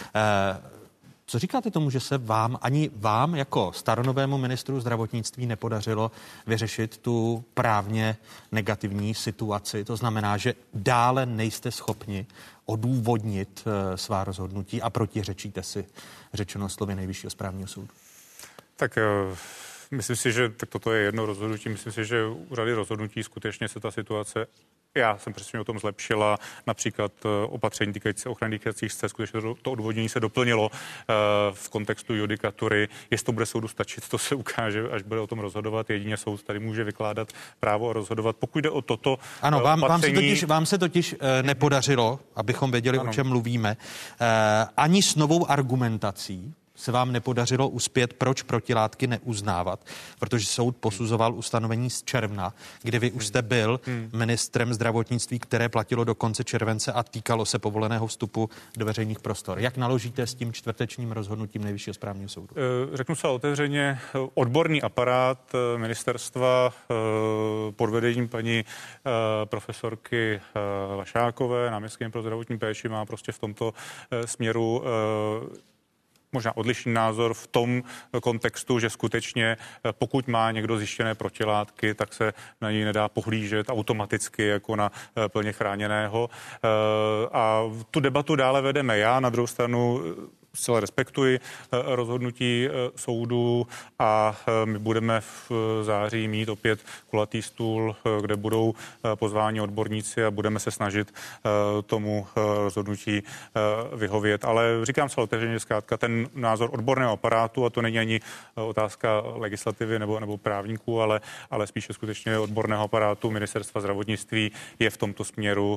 Co říkáte tomu, že se ani vám jako staronovému ministru zdravotnictví nepodařilo vyřešit tu právně negativní situaci? To znamená, že dále nejste schopni odůvodnit svá rozhodnutí a protiřečíte si řečeno slovy Nejvyššího správního soudu. Tak myslím si, že tak toto je jedno rozhodnutí. Myslím si, že u řady rozhodnutí skutečně se ta situace, já jsem přesvědčen o tom, zlepšila. Například opatření týkající se ochrany dýchacích cest, skutečně to odvodnění se doplnilo v kontextu judikatury. Jestli to bude soudu stačit, to se ukáže, až bude o tom rozhodovat. Jedině soud tady může vykládat právo a rozhodovat. Pokud jde o toto ano, vám se totiž nepodařilo, abychom věděli, o čem mluvíme, ani s novou argumentací se vám nepodařilo uspět, proč protilátky neuznávat, protože soud posuzoval ustanovení z června, kdy vy už jste byl ministrem zdravotnictví, které platilo do konce července a týkalo se povoleného vstupu do veřejných prostor. Jak naložíte s tím čtvrtečním rozhodnutím Nejvyššího správního soudu? Řeknu se otevřeně, odborný aparát ministerstva pod vedením paní profesorky Vašákové, náměstkyně pro zdravotní péči, má prostě v tomto směru možná odlišný názor v tom kontextu, že skutečně pokud má někdo zjištěné protilátky, tak se na něj nedá pohlížet automaticky jako na plně chráněného. A tu debatu dále vedeme. Já na druhou stranu zcela respektuji rozhodnutí soudu a my budeme v září mít opět kulatý stůl, kde budou pozváni odborníci a budeme se snažit tomu rozhodnutí vyhovět. Ale říkám se otevřeně, zkrátka ten názor odborného aparátu, a to není ani otázka legislativy nebo právníků, ale spíše skutečně odborného aparátu ministerstva zdravotnictví je v tomto směru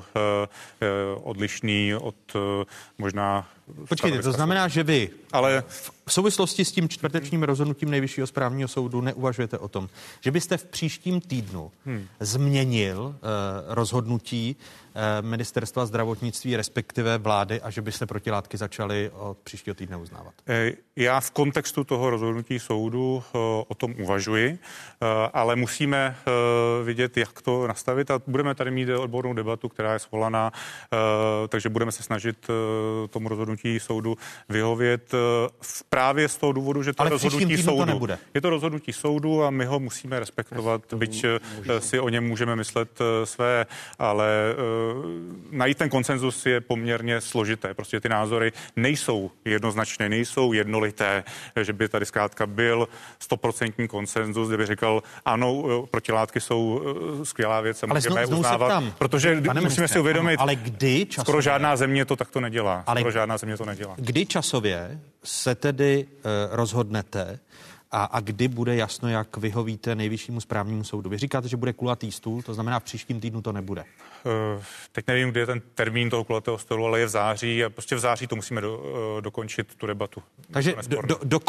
odlišný od možná. Počkejte, to znamená, že vy ale v souvislosti s tím čtvrtečním rozhodnutím Nejvyššího správního soudu neuvažujete o tom, že byste v příštím týdnu změnil rozhodnutí ministerstva zdravotnictví, respektive vlády, a že byste protilátky začali od příštího týdne uznávat? Já v kontextu toho rozhodnutí soudu o tom uvažuji, ale musíme vidět, jak to nastavit, a budeme tady mít odbornou debatu, která je svolaná, takže budeme se snažit tomu rozhodnutí soudu vyhovět právě z toho důvodu, že to je rozhodnutí soudu. To je to rozhodnutí soudu a my ho musíme respektovat, byť si o něm můžeme myslet své, ale najít ten konsenzus je poměrně složité. Prostě ty názory nejsou jednoznačné, nejsou jednolité, že by tady zkrátka byl 100% konsenzus, kde by říkal, ano, protilátky jsou skvělá věc, a můžeme je uznávat, protože musíme si uvědomit, ale kdy časově, skoro žádná země to takto nedělá. Kdy časově se tedy rozhodnete a kdy bude jasno, jak vyhovíte Nejvyššímu správnímu soudu? Vy říkáte, že bude kulatý stůl, to znamená v příštím týdnu to nebude. Teď nevím, kdy je ten termín toho kulatého stolu, ale je v září a prostě v září to musíme dokončit tu debatu. Takže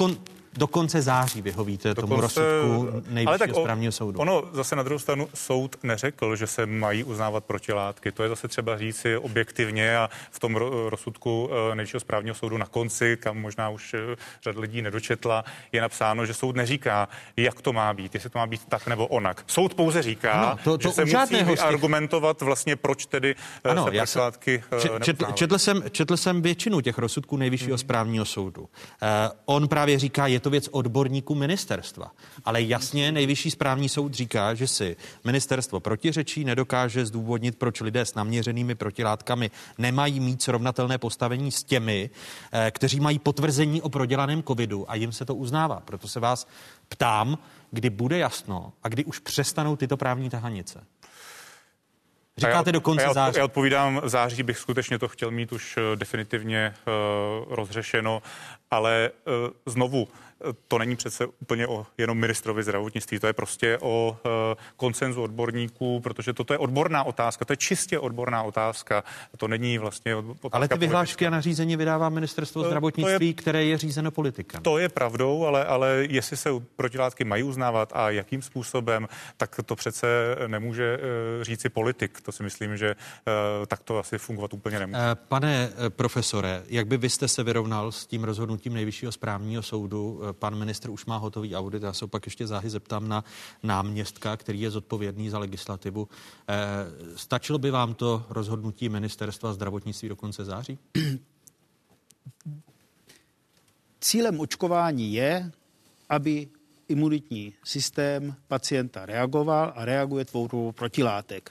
do konce září vyhovíte tomu rozsudku Nejvyššího správního soudu. Ono zase na druhou stranu soud neřekl, že se mají uznávat protilátky. To je zase třeba říci objektivně a v tom rozsudku Nejvyššího správního soudu na konci, kam možná už řada lidí nedočetla, je napsáno, že soud neříká, jak to má být, jestli to má být tak nebo onak. Soud pouze říká, že se musí argumentovat vlastně, proč tedy se protilátky četl jsem většinu těch rozsudků Nejvyššího správního soudu. On právě říká, je to věc odborníků ministerstva. Ale jasně Nejvyšší správní soud říká, že si ministerstvo protiřečí, nedokáže zdůvodnit, proč lidé s naměřenými protilátkami nemají mít srovnatelné postavení s těmi, kteří mají potvrzení o prodělaném covidu a jim se to uznává. Proto se vás ptám, kdy bude jasno a kdy už přestanou tyto právní tahanice. Říkáte do konce září. Já odpovídám, v září bych skutečně to chtěl mít už definitivně rozřešeno, ale znovu, to není přece úplně o jenom ministrovi zdravotnictví, to je prostě o konsenzu odborníků, protože toto je odborná otázka, to je čistě odborná otázka, to není vlastně otázka. Ale ty vyhlášky a nařízení vydává ministerstvo zdravotnictví, které je řízeno politikem. To je pravdou, ale jestli se protilátky mají uznávat a jakým způsobem, tak to přece nemůže říci politik. To si myslím, že tak to asi fungovat úplně nemůže. Pane profesore, jak by vy jste se vyrovnal s tím rozhodnutím Nejvyššího správního soudu? Pan ministr už má hotový audit, já se pak ještě záhy zeptám na náměstka, který je zodpovědný za legislativu. Stačilo by vám to rozhodnutí ministerstva zdravotnictví do konce září? Cílem očkování je, aby imunitní systém pacienta reagoval a reaguje tvorbou protilátek.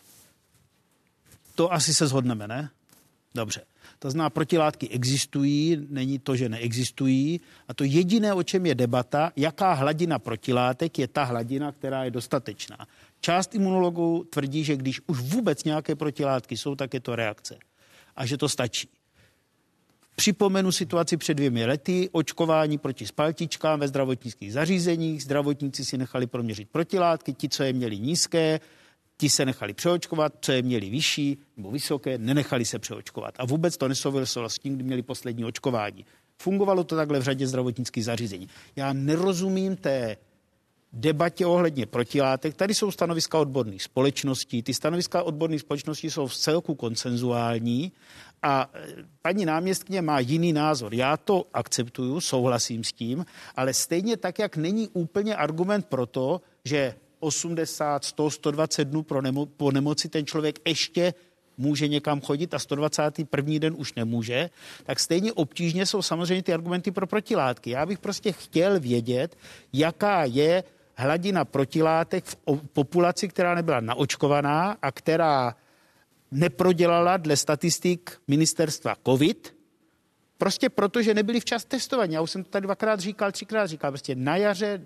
To asi se shodneme, ne? Dobře. To znamená, protilátky existují, není to, že neexistují. A to jediné, o čem je debata, jaká hladina protilátek je ta hladina, která je dostatečná. Část imunologů tvrdí, že když už vůbec nějaké protilátky jsou, tak je to reakce. A že to stačí. Připomenu situaci před 2 lety, očkování proti spaltičkám ve zdravotnických zařízeních. Zdravotníci si nechali proměřit protilátky, ti, co je měli nízké, ti se nechali přeočkovat, co je měli vyšší nebo vysoké, nenechali se přeočkovat. A vůbec to nesouviselo s tím, kdy měli poslední očkování. Fungovalo to takhle v řadě zdravotnických zařízení. Já nerozumím té debatě ohledně protilátek. Tady jsou stanoviska odborných společností. Ty stanoviska odborných společností jsou vcelku konsenzuální a paní náměstkyně má jiný názor. Já to akceptuju, souhlasím s tím, ale stejně tak, jak není úplně argument pro to, že 80, 100, 120 dnů po nemoci ten člověk ještě může někam chodit a 121. den už nemůže, tak stejně obtížně jsou samozřejmě ty argumenty pro protilátky. Já bych prostě chtěl vědět, jaká je hladina protilátek v populaci, která nebyla naočkovaná a která neprodělala dle statistik ministerstva COVID, prostě protože nebyli včas testovaní. Já už jsem to tady 2krát říkal, 3krát říkal, prostě na jaře,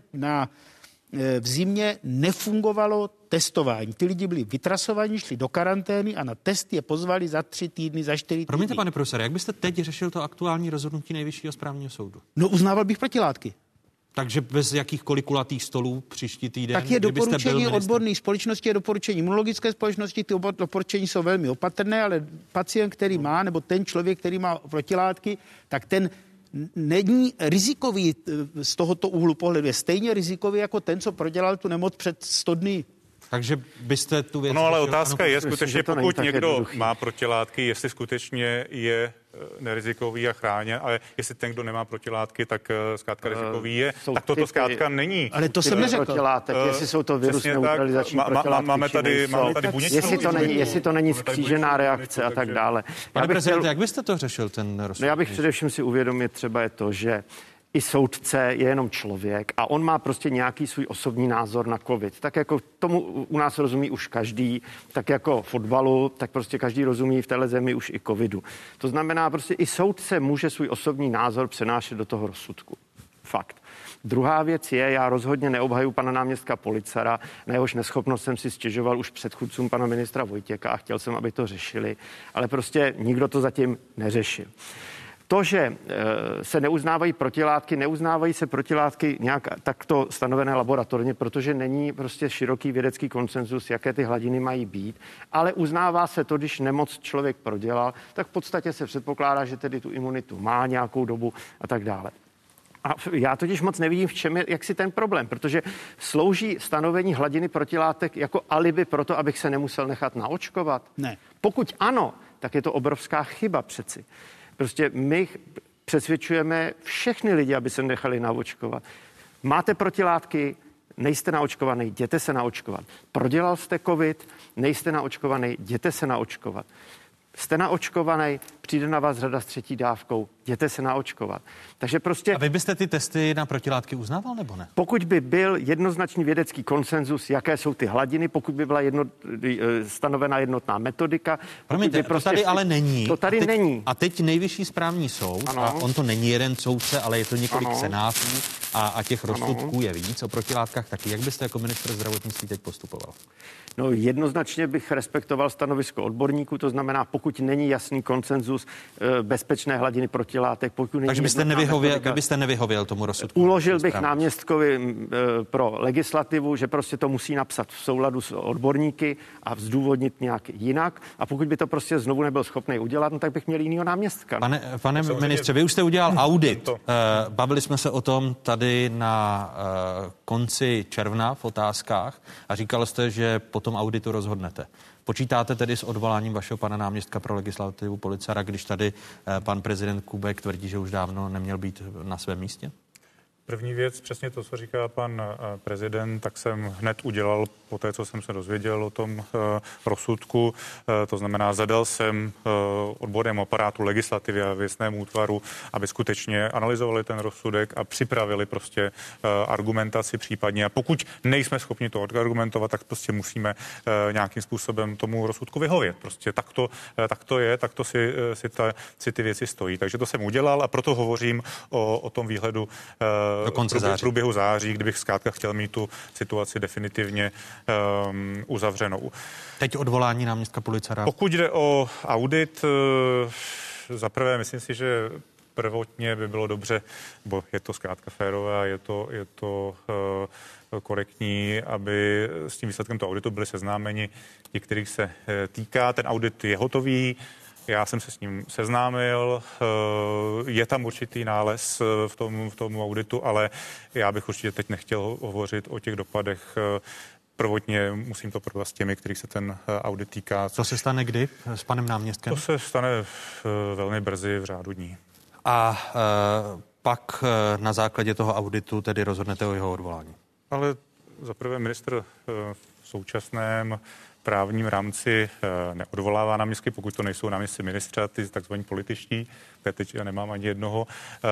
v zimě nefungovalo testování. Ty lidi byli vytrasovaní, šli do karantény a na test je pozvali za 3 týdny, za 4 týdny. Promiňte, pane profesore, jak byste teď řešil to aktuální rozhodnutí Nejvyššího správního soudu? No, uznával bych protilátky. Takže bez jakýchkoliv kulatých stolů příští týden? Tak je doporučení odborných společností, je doporučení imunologické společnosti, ty doporučení jsou velmi opatrné, ale pacient, který má, nebo ten člověk, který má protilátky, tak ten není rizikový z tohoto úhlu pohledu. Je stejně rizikový jako ten, co prodělal tu nemoc před 100 dny. Takže byste tu věc... No, ale otázka je skutečně, pokud někdo má protilátky, jestli skutečně je nerizikový a chráněn, ale jestli ten, kdo nemá protilátky, tak zkrátka rizikový je, tak toto zkrátka není. Ale to jsem neřekl. Protilátek, jestli jsou to virus neutralizační protilátky, máme tady buněčnou. Jestli to není vzkřížená reakce a tak dále. Pane prezidente, jak byste to řešil, ten rozsudek? No, já bych především si uvědomil třeba je to, že i soudce je jenom člověk a on má prostě nějaký svůj osobní názor na covid. Tak jako tomu u nás rozumí už každý, tak jako fotbalu, tak prostě každý rozumí v téhle zemi už i covidu. To znamená, prostě i soudce může svůj osobní názor přenášet do toho rozsudku. Fakt. Druhá věc je, já rozhodně neobhaju pana náměstka Policara, na jehož neschopnost jsem si stěžoval už předchůdcům pana ministra Vojtěcha a chtěl jsem, aby to řešili, ale prostě nikdo to zatím neřešil. To, že se neuznávají se protilátky nějak takto stanovené laboratorně, protože není prostě široký vědecký konsenzus, jaké ty hladiny mají být, ale uznává se to, když nemoc člověk prodělal, tak v podstatě se předpokládá, že tedy tu imunitu má nějakou dobu a tak dále. A já totiž moc nevidím, v čem je jaksi ten problém, protože slouží stanovení hladiny protilátek jako alibi pro to, abych se nemusel nechat naočkovat. Ne. Pokud ano, tak je to obrovská chyba přeci. Prostě my přesvědčujeme všechny lidi, aby se nechali naočkovat. Máte protilátky, nejste naočkovaný, jděte se naočkovat. Prodělal jste covid, nejste naočkovaný, jděte se naočkovat. Jste naočkovaný, přijde na vás řada s třetí dávkou, jděte se naočkovat. Takže prostě... A vy byste ty testy na protilátky uznával, nebo ne? Pokud by byl jednoznačný vědecký konsenzus, jaké jsou ty hladiny, pokud by byla stanovena jednotná metodika... Promiňte, prostě... to tady ale není. To tady není. A teď nejvyšší správní soud, ano. A on to není jeden soudce, ale je to několik senátů a těch rozsudků je víc o protilátkách taky. Jak byste jako ministr zdravotnictví teď postupoval? No jednoznačně bych respektoval stanovisko odborníků, to znamená, pokud není jasný konsenzus bezpečné hladiny protilátek, pokud není... Takže byste nevyhověl tomu rozsudku? Uložil bych náměstkovi pro legislativu, že prostě to musí napsat v souladu s odborníky a zdůvodnit nějak jinak. A pokud by to prostě znovu nebyl schopný udělat, no, tak bych měl jinýho náměstka. Pane ministře, vy už jste udělal audit. Bavili jsme se o tom tady na konci června v Otázkách a říkal jste, že po tom auditu rozhodnete. Počítáte tedy s odvoláním vašeho pana náměstka pro legislativu Policara, když tady pan prezident Kubek tvrdí, že už dávno neměl být na svém místě? První věc, přesně to, co říká pan prezident, tak jsem hned udělal po té, co jsem se dozvěděl o tom rozsudku. To znamená, zadal jsem odbornému aparátu legislativy a věcnému útvaru, aby skutečně analyzovali ten rozsudek a připravili prostě argumentaci případně. A pokud nejsme schopni to argumentovat, tak prostě musíme nějakým způsobem tomu rozsudku vyhovět. Prostě tak to je, tak to si ty věci stojí. Takže to jsem udělal a proto hovořím o tom výhledu do konce září. V průběhu září, kdybych zkrátka chtěl mít tu situaci definitivně uzavřenou. Teď odvolání náměstka Policara. Pokud jde o audit, zaprvé myslím si, že prvotně by bylo dobře, bo je to zkrátka férové, je to korektní, aby s tím výsledkem toho auditu byli seznámeni ti, kterých se týká. Ten audit je hotový. Já jsem se s ním seznámil, je tam určitý nález v tom auditu, ale já bych určitě teď nechtěl hovořit o těch dopadech. Prvotně musím to probrat s těmi, kterých se ten audit týká. Co se stane kdy s panem náměstkem? To se stane velmi brzy, v řádu dní. A pak na základě toho auditu tedy rozhodnete o jeho odvolání? Ale zaprvé ministr v současném právním rámci neodvolává náměstky, pokud to nejsou náměstci ministra, ty takzvaní političtí, které teď já nemám ani jednoho.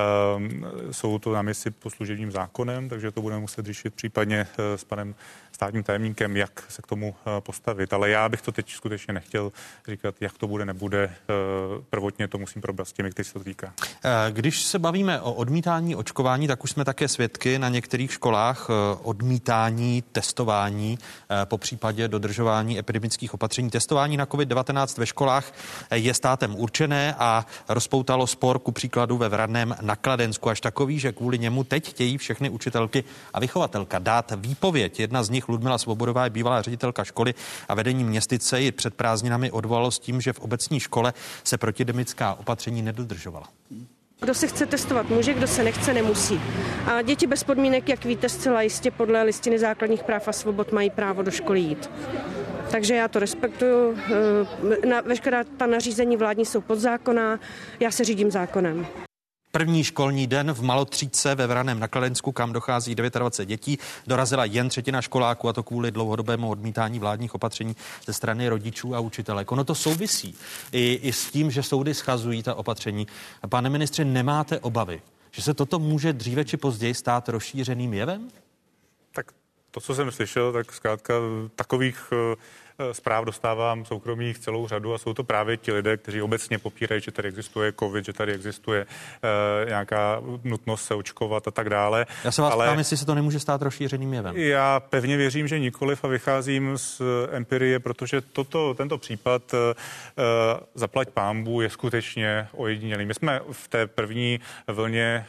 Jsou to náměstci pod služebním zákonem, takže to budeme muset řešit případně s panem státním tajemníkem, jak se k tomu postavit. Ale já bych to teď skutečně nechtěl říkat, jak to bude, nebude. Prvotně to musím probrat s těmi, kteří se to týká. Když se bavíme o odmítání očkování, tak už jsme také svědky na některých školách odmítání testování, po případě dodržování epidemických opatření. Testování na COVID-19 ve školách je státem určené a rozpoutalo spor ku příkladu ve Vraném na Kladensku až takový, že kvůli němu teď chtějí všechny učitelky a vychovatelka dát výpověď. Jedna z nich, Ludmila Svobodová, je bývalá ředitelka školy a vedení městyse ji před prázdninami odvolalo s tím, že v obecní škole se protidemická opatření nedodržovala. Kdo se chce testovat může, kdo se nechce nemusí. A děti bez podmínek, jak víte, zcela jistě podle Listiny základních práv a svobod mají právo do školy jít. Takže já to respektuju. Veškerá ta nařízení vládní jsou podzákonná, já se řídím zákonem. První školní den v Malotřídce ve Vraném na Kladensku, kam dochází 29 dětí, dorazila jen třetina školáků, a to kvůli dlouhodobému odmítání vládních opatření ze strany rodičů a učitelek. Ono to souvisí i s tím, že soudy schazují ta opatření. Pane ministře, nemáte obavy, že se toto může dříve či později stát rozšířeným jevem? Tak to, co jsem slyšel, tak zkrátka takových zpráv dostávám soukromých celou řadu a jsou to právě ti lidé, kteří obecně popírají, že tady existuje covid, že tady existuje nějaká nutnost se očkovat a tak dále. Já se vás ptám, jestli se to nemůže stát rozšířeným jevem. Já pevně věřím, že nikoliv a vycházím z empirie, protože tento případ zaplať pánbů je skutečně ojedinělý. My jsme v té první vlně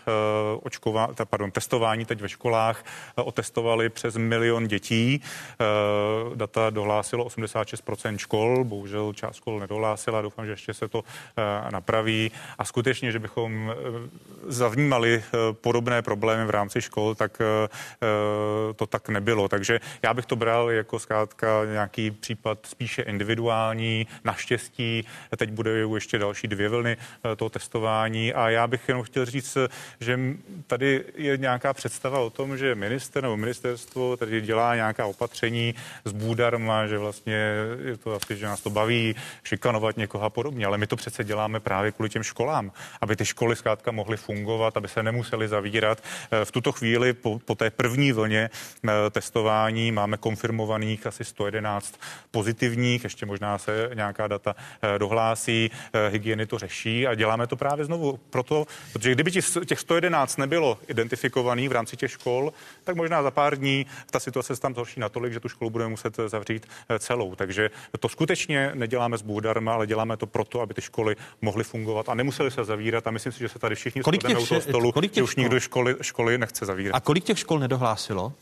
testování teď ve školách otestovali přes 1 milion dětí. Data dohlásilo 86% škol, bohužel část škol nedohlásila, doufám, že ještě se to napraví a skutečně, že bychom zavnímali podobné problémy v rámci škol, tak to tak nebylo. Takže já bych to bral jako zkrátka nějaký případ spíše individuální, naštěstí. Teď bude ještě další 2 vlny toho testování a já bych jenom chtěl říct, že tady je nějaká představa o tom, že minister nebo ministerstvo tady dělá nějaká opatření s bůdarma, že vlastně je to asi, že nás to baví šikanovat někoho a podobně, ale my to přece děláme právě kvůli těm školám, aby ty školy zkrátka mohly fungovat, aby se nemuseli zavírat. V tuto chvíli po té první vlně testování máme konfirmovaných asi 111 pozitivních, ještě možná se nějaká data dohlásí, hygieny to řeší a děláme to právě znovu proto, protože kdyby těch 111 nebylo identifikovaných v rámci těch škol, tak možná za pár dní ta situace se tam zhorší natolik, že tu školu budeme muset zavřít celou. Takže to skutečně neděláme s bůdarma, ale děláme to proto, aby ty školy mohly fungovat a nemuseli se zavírat a myslím si, že se tady všichni shodneme u toho stolu, že už nikdo školy nechce zavírat. A kolik těch škol nedohlásilo?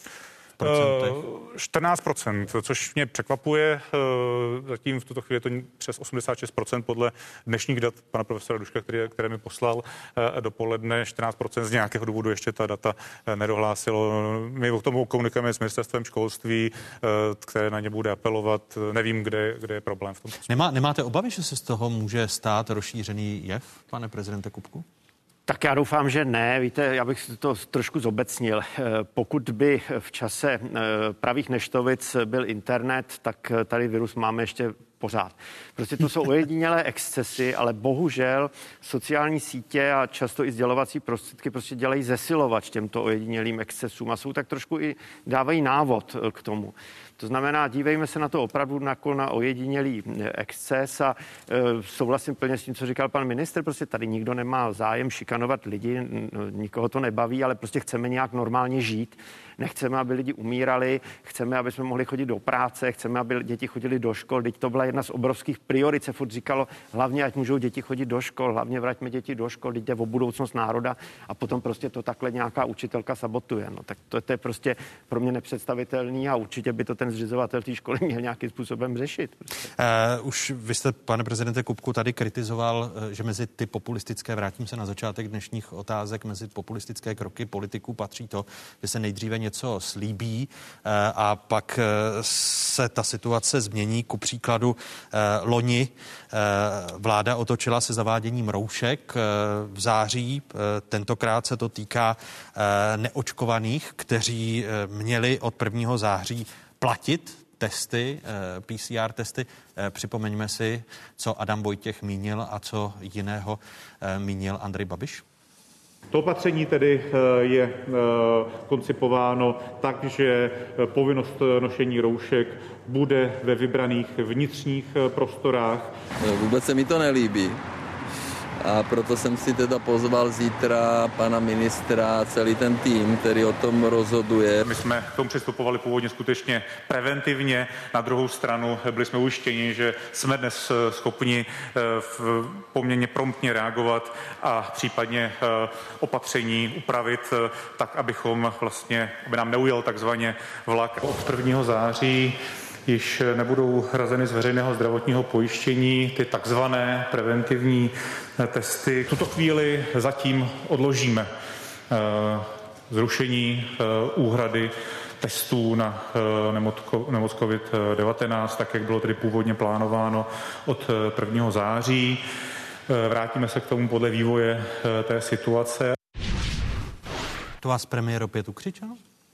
14%, což mě překvapuje. Zatím v tuto chvíli je to přes 86% podle dnešních dat pana profesora Duška, které mi poslal dopoledne. 14% z nějakého důvodu ještě ta data nedohlásilo. My o tom komunikujeme s ministerstvem školství, které na ně bude apelovat. Nevím, kde je problém v tom. Nemáte obavy, že se z toho může stát rozšířený jev, pane prezidente Kupku? Tak já doufám, že ne. Víte, já bych to trošku zobecnil. Pokud by v čase pravých neštovic byl internet, tak tady virus máme ještě pořád. Prostě to jsou ojedinělé excesy, ale bohužel sociální sítě a často i sdělovací prostředky prostě dělají zesilovač těmto ojedinělým excesům a jsou tak trošku i dávají návod k tomu. To znamená, dívejme se na to opravdu jako na ojedinělý exces a souhlasím plně s tím, co říkal pan ministr, prostě tady nikdo nemá zájem šikanovat lidi, nikoho to nebaví, ale prostě chceme nějak normálně žít. Nechceme, aby lidi umírali, chceme, aby jsme mohli chodit do práce, chceme, aby děti chodili do škol. Teď to byla jedna z obrovských priorit, se furt říkalo, hlavně ať můžou děti chodit do škol, hlavně vraťme děti do škol, jde o budoucnost národa a potom prostě to takhle nějaká učitelka sabotuje. No, tak to je prostě pro mě nepředstavitelný a určitě by to ten zřizovatel té školy měl nějakým způsobem řešit. Už vy jste, pane prezidente Kupku, tady kritizoval, že mezi ty populistické, vrátím se na začátek dnešních otázek, mezi populistické kroky politiků patří to, že se nejdříve něco slíbí a pak se ta situace změní. Ku příkladu loni vláda otočila se zaváděním roušek v září. Tentokrát se to týká neočkovaných, kteří měli od 1. září platit testy, PCR testy. Připomeňme si, co Adam Vojtěch mínil a co jiného mínil Andrej Babiš. To opatření tedy je koncipováno tak, že povinnost nošení roušek bude ve vybraných vnitřních prostorách. Vůbec se mi to nelíbí. A proto jsem si teda pozval zítra pana ministra a celý ten tým, který o tom rozhoduje. My jsme k tomu přistupovali původně skutečně preventivně. Na druhou stranu byli jsme ujištěni, že jsme dnes schopni poměrně promptně reagovat a případně opatření upravit tak, abychom vlastně, aby nám neujel takzvaně vlak. Od 1. září již nebudou hrazeny z veřejného zdravotního pojištění ty takzvané preventivní testy. V tuto chvíli zatím odložíme zrušení úhrady testů na nemoc COVID-19, tak jak bylo tedy původně plánováno od 1. září. Vrátíme se k tomu podle vývoje té situace. To vás premiér opět ukřičel?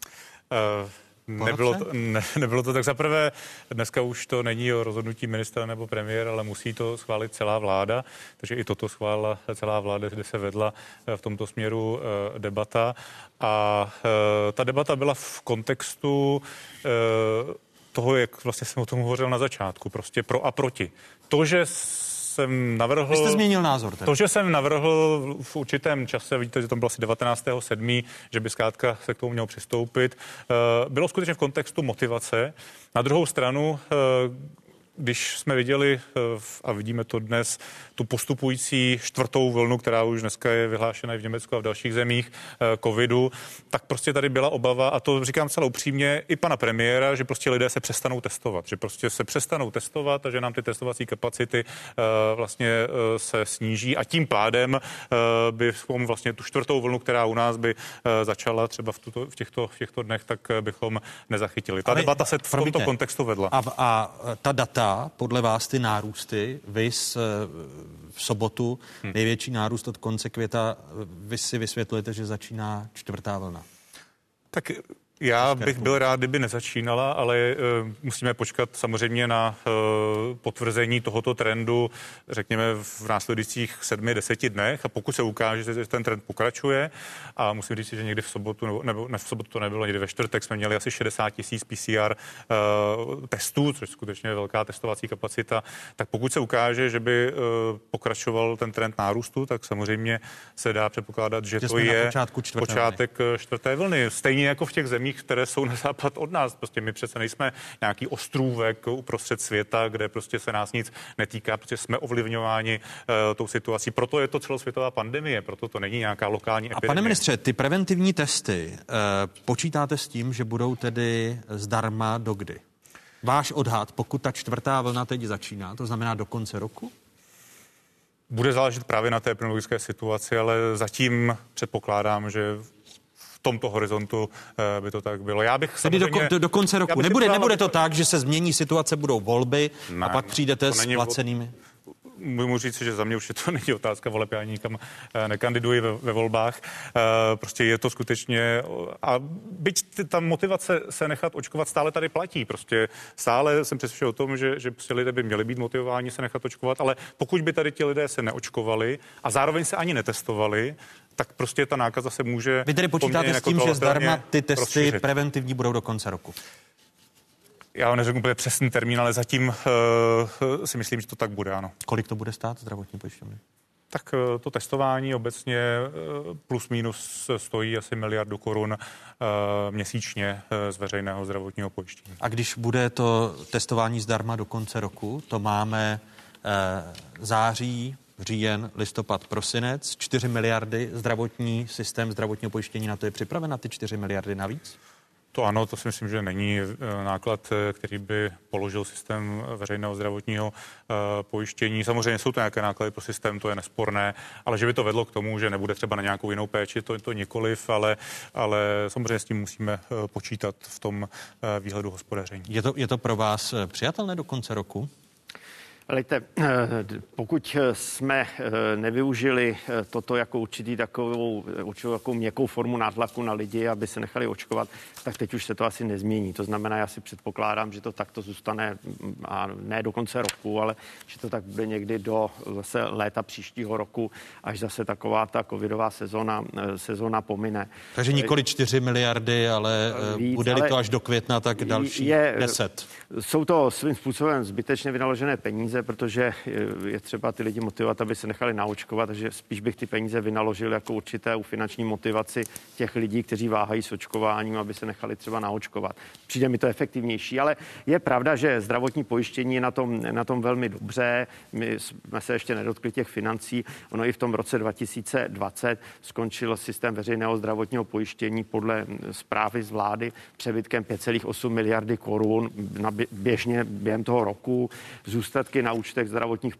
Nebylo to tak. Zaprvé, dneska už to není o rozhodnutí ministra nebo premiéra, ale musí to schválit celá vláda, takže i toto schválila celá vláda, kde se vedla v tomto směru debata. A ta debata byla v kontextu toho, jak vlastně jsem o tom hovořil na začátku, prostě pro a proti. To, že jsem navrhl... Vy jste změnil názor. Tedy. To, že jsem navrhl v určitém čase, vidíte, že to bylo asi 19.7., že by zkrátka se k tomu mělo přistoupit, bylo skutečně v kontextu motivace. Na druhou stranu když jsme viděli a vidíme to dnes, tu postupující 4. vlnu, která už dneska je vyhlášena i v Německu a v dalších zemích covidu, tak prostě tady byla obava, a to říkám celou upřímně, i pana premiéra, že prostě lidé se přestanou testovat, že prostě se přestanou testovat a že nám ty testovací kapacity vlastně se sníží a tím pádem bychom vlastně tu 4. vlnu, která u nás by začala třeba v těchto dnech, tak bychom nezachytili. Ta debata se v tomto kontextu vedla. A ta data, podle vás ty nárůsty, vys v sobotu největší nárůst od konce květa, vy si vysvětlujete, že začíná 4. vlna. Tak já bych byl rád, kdyby nezačínala, ale musíme počkat samozřejmě na potvrzení tohoto trendu, řekněme, v následujících 7-10 dnech. A pokud se ukáže, že ten trend pokračuje, a musím říct, že někdy v sobotu, nebo ne v sobotu to nebylo, někdy ve čtvrtek jsme měli asi 60 000 PCR testů, což skutečně je velká testovací kapacita, tak pokud se ukáže, že by pokračoval ten trend nárůstu, tak samozřejmě se dá předpokládat, že to je počátek 4. vlny. Stejně jako v těch zemích, které jsou na západ od nás. Prostě my přece nejsme nějaký ostrůvek uprostřed světa, kde prostě se nás nic netýká, protože jsme ovlivňováni tou situací. Proto je to celosvětová pandemie, proto to není nějaká lokální epidemie. A pane ministře, ty preventivní testy, počítáte s tím, že budou tedy zdarma dokdy? Váš odhad, pokud ta 4. vlna teď začíná, to znamená do konce roku? Bude záležet právě na té epidemiologické situaci, ale zatím předpokládám, že v tomto horizontu by to tak bylo. Já bych samozřejmě... do konce roku. Nebude to tak, že se změní situace, budou volby a pak přijdete s placenými... Můžu říct, že za mě už to není otázka voleb, já nikam nekandiduji ve volbách. Prostě je to skutečně... A byť ta motivace se nechat očkovat stále tady platí. Prostě stále jsem přesvědčen o tom, že prostě lidé by měli být motivováni se nechat očkovat, ale pokud by tady ti lidé se neočkovali a zároveň se ani netestovali, tak prostě ta nákaza se může... Vy tedy počítáte s tím, že zdarma ty testy preventivní budou do konce roku? Já neřeknu úplně přesný termín, ale zatím si myslím, že to tak bude, ano. Kolik to bude stát zdravotní pojišťovny? Tak to testování obecně plus minus stojí asi 1 miliardu korun měsíčně z veřejného zdravotního pojištění. A když bude to testování zdarma do konce roku, to máme září, říjen, listopad, prosinec, 4 miliardy zdravotní systém zdravotního pojištění, na to je připraven, na ty 4 miliardy navíc? To ano, to si myslím, že není náklad, který by položil systém veřejného zdravotního pojištění. Samozřejmě jsou to nějaké náklady pro systém, to je nesporné, ale že by to vedlo k tomu, že nebude třeba na nějakou jinou péči, to nikoliv, ale samozřejmě s tím musíme počítat v tom výhledu hospodaření. Je to pro vás přijatelné do konce roku? Lejte, pokud jsme nevyužili toto jako určitou takovou měkkou formu nátlaku na lidi, aby se nechali očkovat, tak teď už se to asi nezmění. To znamená, já si předpokládám, že to takto zůstane a ne do konce roku, ale že to tak bude někdy do zase léta příštího roku, až zase taková ta covidová sezóna pomine. Takže nikoli 4 miliardy, ale bude-li to až do května, tak další 10. Jsou to svým způsobem zbytečně vynaložené peníze, protože je třeba ty lidi motivovat, aby se nechali naočkovat, takže spíš bych ty peníze vynaložil jako určité finanční motivaci těch lidí, kteří váhají s očkováním, aby se nechali třeba naočkovat. Přijde mi to efektivnější, ale je pravda, že zdravotní pojištění je na tom velmi dobře. My jsme se ještě nedotkli těch financí. Ono i v tom roce 2020 skončil systém veřejného zdravotního pojištění podle zprávy z vlády přebytkem 5,8 miliardy korun běžně během toho roku. Zůstatky na účtech zdravotních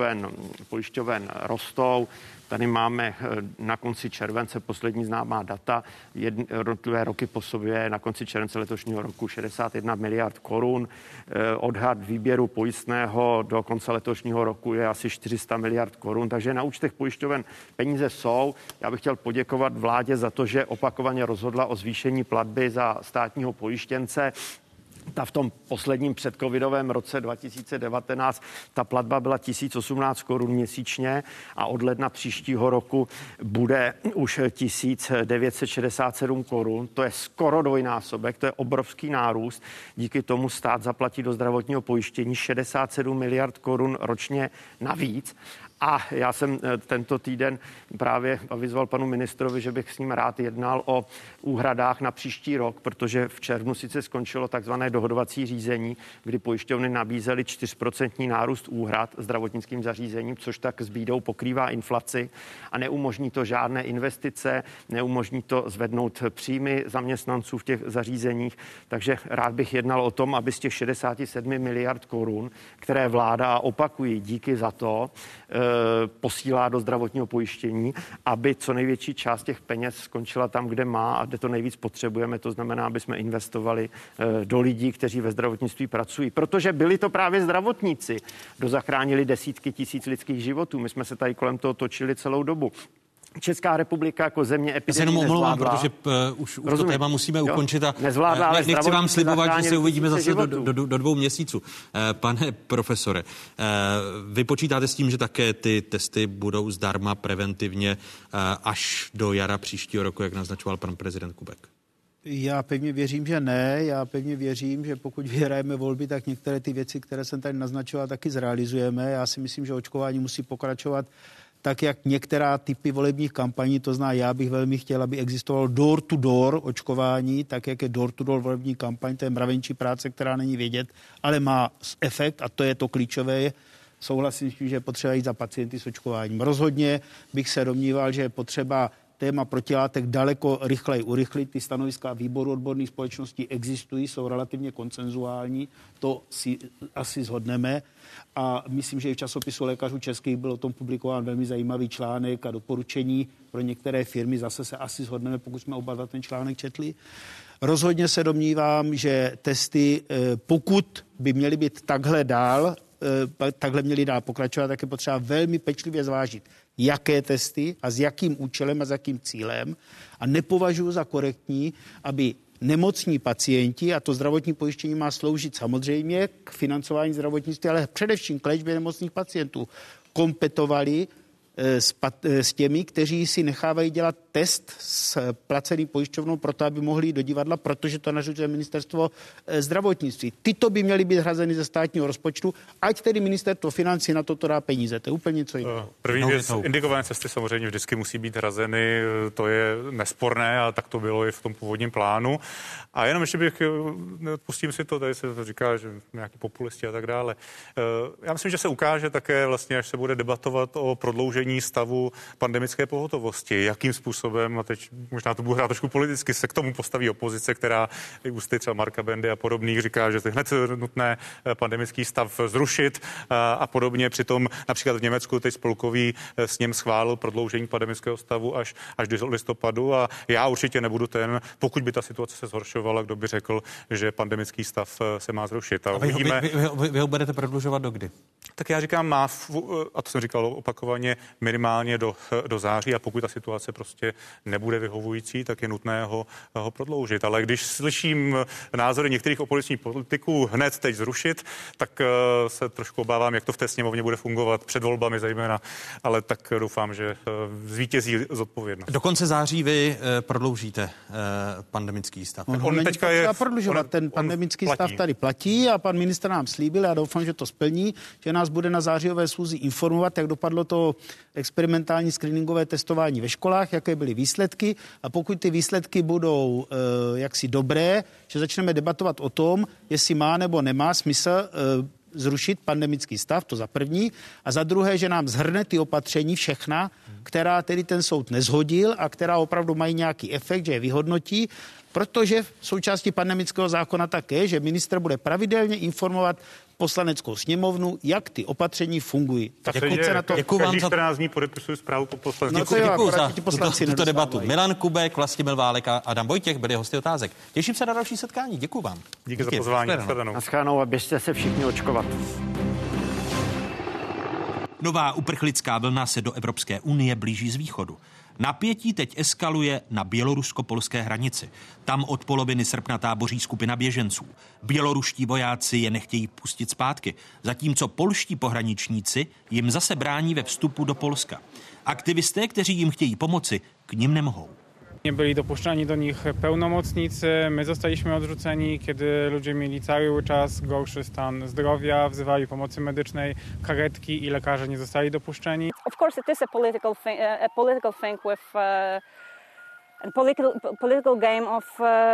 pojišťoven rostou. Tady máme na konci července poslední známá data, jednotlivé roky po sobě, na konci července letošního roku 61 miliard korun. Odhad výběru pojistného do konce letošního roku je asi 400 miliard korun, takže na účtech pojišťoven peníze jsou. Já bych chtěl poděkovat vládě za to, že opakovaně rozhodla o zvýšení platby za státního pojištěnce. Ta v tom posledním předcovidovém roce 2019 ta platba byla 1018 korun měsíčně a od ledna příštího roku bude už 1967 korun. To je skoro dvojnásobek, to je obrovský nárůst. Díky tomu stát zaplatí do zdravotního pojištění 67 miliard korun ročně navíc. A já jsem tento týden právě avizoval panu ministrovi, že bych s ním rád jednal o úhradách na příští rok, protože v červnu sice skončilo takzvané dohodovací řízení, kdy pojišťovny nabízely 4% nárůst úhrad zdravotnickým zařízením, což tak s bídou pokrývá inflaci a neumožní to žádné investice, neumožní to zvednout příjmy zaměstnanců v těch zařízeních, takže rád bych jednal o tom, aby z těch 67 miliard korun, které vláda, opakují, díky za to, posílá do zdravotního pojištění, aby co největší část těch peněz skončila tam, kde má a kde to nejvíc potřebujeme. To znamená, aby jsme investovali do lidí, kteří ve zdravotnictví pracují. Protože byli to právě zdravotníci, kdo zachránili desítky tisíc lidských životů. My jsme se tady kolem toho točili celou dobu. Česká republika jako země epidemii nezvládla. Protože už to téma musíme ukončit a nezvládla, ale nechci vám slibovat, že se uvidíme zase do 2 měsíců. Pane profesore, vy počítáte s tím, že také ty testy budou zdarma preventivně až do jara příštího roku, jak naznačoval pan prezident Kubek? Já pevně věřím, že ne. Já pevně věřím, že pokud vyhrajeme volby, tak některé ty věci, které jsem tady naznačoval, taky zrealizujeme. Já si myslím, že očkování musí pokračovat tak, jak některá typy volebních kampaní, to znamená, já bych velmi chtěl, aby existovalo door-to-door očkování, tak, jak je door-to-door volební kampaň, to je mravenčí práce, která není vědět, ale má efekt a to je to klíčové. Souhlasím s tím, že je potřeba jít za pacienty s očkováním. Rozhodně bych se domníval, že je potřeba téma protilátek daleko rychleji urychlit. Ty stanoviska výboru odborných společností existují, jsou relativně konsenzuální, to si asi shodneme. A myslím, že i v časopisu lékařů českých byl o tom publikován velmi zajímavý článek a doporučení pro některé firmy. Zase se asi shodneme, pokud jsme oba ten článek četli. Rozhodně se domnívám, že testy, pokud by měly být takhle měly dál pokračovat, tak je potřeba velmi pečlivě zvážit, jaké testy a s jakým účelem a s jakým cílem. A nepovažuji za korektní, aby nemocní pacienti, a to zdravotní pojištění má sloužit samozřejmě k financování zdravotnictví, ale především k léčbě nemocných pacientů, kompetovali s těmi, kteří si nechávají dělat test s placeným pojišťovnou proto, aby mohli jít do divadla, protože to nařizuje ministerstvo zdravotnictví. Tyto by měly být hrazeny ze státního rozpočtu, ať tedy ministerstvo financí na toto dá peníze. To je úplně něco jiného. První věc, indikované cesty samozřejmě vždycky musí být hrazeny, to je nesporné, ale tak to bylo i v tom původním plánu. A jenom ještě pustím si to, tady se to říká, že nějaký populisti a tak dále. Já myslím, že se ukáže také vlastně, až se bude debatovat o prodloužení stavu pandemické pohotovosti, jakým způsobem, a teď možná to bude hrát trošku politicky, se k tomu postaví opozice, která i ústy třeba Marka Bendy a podobných říká, že je hned nutné pandemický stav zrušit a podobně. Přitom například v Německu teď spolkový sněm schválil prodloužení pandemického stavu až do listopadu a já určitě nebudu ten, pokud by ta situace se zhoršovala, kdo by řekl, že pandemický stav se má zrušit. A vy ho budete prodlužovat do kdy? Tak já říkám, a to jsem říkal opakovaně, minimálně do září a pokud ta situace prostě nebude vyhovující, tak je nutné ho prodloužit. Ale když slyším názory některých opozičních politiků hned teď zrušit, tak se trošku obávám, jak to v té sněmovně bude fungovat před volbami zejména, ale tak doufám, že zvítězí zodpovědnost. Do konce září vy prodloužíte pandemický stav. On teďka je prodlužovat. Ten pandemický stav tady platí a pan ministr nám slíbil, já doufám, že to splní, že nás bude na zářijové schůzi informovat, jak dopadlo to experimentální screeningové testování ve školách, jaké byly výsledky a pokud ty výsledky budou jaksi dobré, že začneme debatovat o tom, jestli má nebo nemá smysl zrušit pandemický stav, to za první, a za druhé, že nám shrne ty opatření všechna, která tedy ten soud nezhodil a která opravdu mají nějaký efekt, že je vyhodnotí, protože v součástí pandemického zákona také, že ministr bude pravidelně informovat Poslaneckou sněmovnu, jak ty opatření fungují. Tak se na to. Každý 14 dní podepisuju zprávu po poslanci. Děkuji za tuto debatu. Milan Kubek, Vlastimil Válek a Adam Vojtěch byli hosty Otázek. Těším se na další setkání. Děkuji vám. Díky za pozvání. Naschledanou a běžte se všichni očkovat. Nová uprchlická vlna se do Evropské unie blíží z východu. Napětí teď eskaluje na bělorusko-polské hranici. Tam od poloviny srpna táboří skupina běženců. Běloruští vojáci je nechtějí pustit zpátky, zatímco polští pohraničníci jim zase brání ve vstupu do Polska. Aktivisté, kteří jim chtějí pomoci, k nim nemohou. Nie byli dopuszczani do nich pełnomocnicy, my zostaliśmy odrzuceni, kiedy ludzie mieli cały czas gorszy stan zdrowia, wzywali pomocy medycznej, karetki i lekarze nie zostali dopuszczeni. Of course it is a political thing with a political game of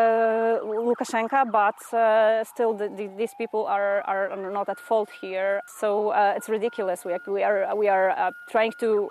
Lukashenko, but still these people are not at fault here. So it's ridiculous. We are trying to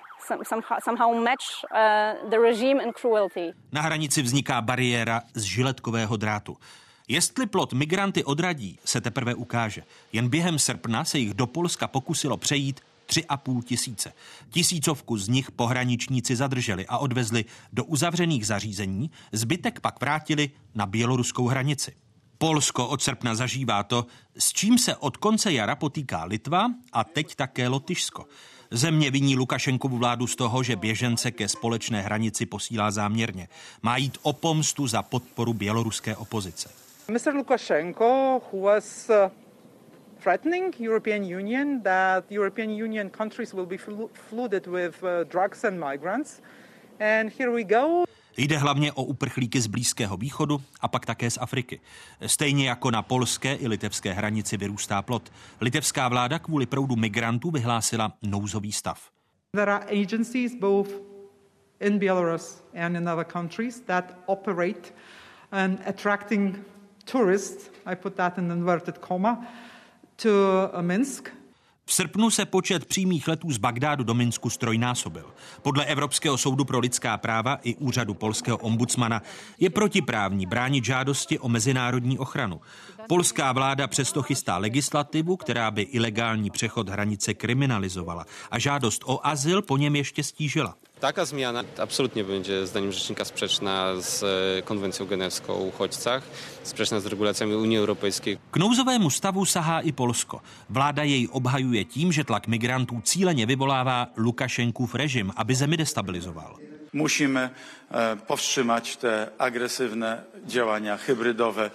somehow match the regime in cruelty. Na hranici vzniká bariéra z žiletkového drátu. Jestli plot migranty odradí, se teprve ukáže. Jen během srpna se jich do Polska pokusilo přejít 3,5 tisíce. Tisícovku z nich pohraničníci zadrželi a odvezli do uzavřených zařízení, zbytek pak vrátili na běloruskou hranici. Polsko od srpna zažívá to, s čím se od konce jara potýká Litva a teď také Lotyšsko. Země viní Lukašenkovu vládu z toho, že běžence ke společné hranici posílá záměrně. Má jít o pomstu za podporu běloruské opozice. Mr. Lukashenko, who was threatening European Union that European Union countries will be flooded with drugs and migrants. And here we go. Jde hlavně o uprchlíky z Blízkého východu a pak také z Afriky. Stejně jako na polské i litevské hranici vyrůstá plot. Litevská vláda kvůli proudu migrantů vyhlásila nouzový stav. There are agencies both in Belarus and in other countries that operate and attracting tourists, I put that in inverted comma, to Minsk. V srpnu se počet přímých letů z Bagdádu do Minsku strojnásobil. Podle Evropského soudu pro lidská práva i úřadu polského ombudsmana je protiprávní bránit žádosti o mezinárodní ochranu. Polská vláda přesto chystá legislativu, která by ilegální přechod hranice kriminalizovala a žádost o azyl po něm ještě stížila. Taka zmiana absolutnie będzie, zdaniem rzecznika, sprzeczna z konwencją genewską o uchodźcach, sprzeczna z regulacjami Unii Europejskiej. K nouzovému stavu sahá i Polsko. Vláda jej obhajuje tím, že tlak migrantů cíleně vyvolává Lukašenkův režim, aby zemi destabilizoval. Musimy powstrzymać te agresywne działania hybrydowe,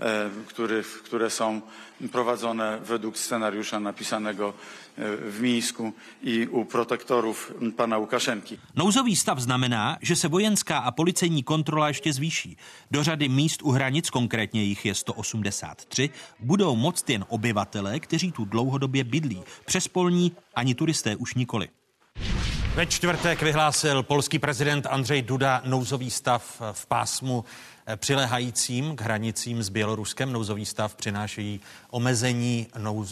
które są prowadzone według scenariusza napisanego v Mińsku i u protektorów pana Łukaszenki. Nouzový stav znamená, že se vojenská a policejní kontrola ještě zvýší. Do řady míst u hranic, konkrétně jich je 183, budou moct jen obyvatelé, kteří tu dlouhodobě bydlí. Přes polní ani turisté už nikoli. Ve čtvrtek vyhlásil polský prezident Andrzej Duda nouzový stav v pásmu přiléhajícím k hranicím s Běloruskem. Nouzový stav přináší omezení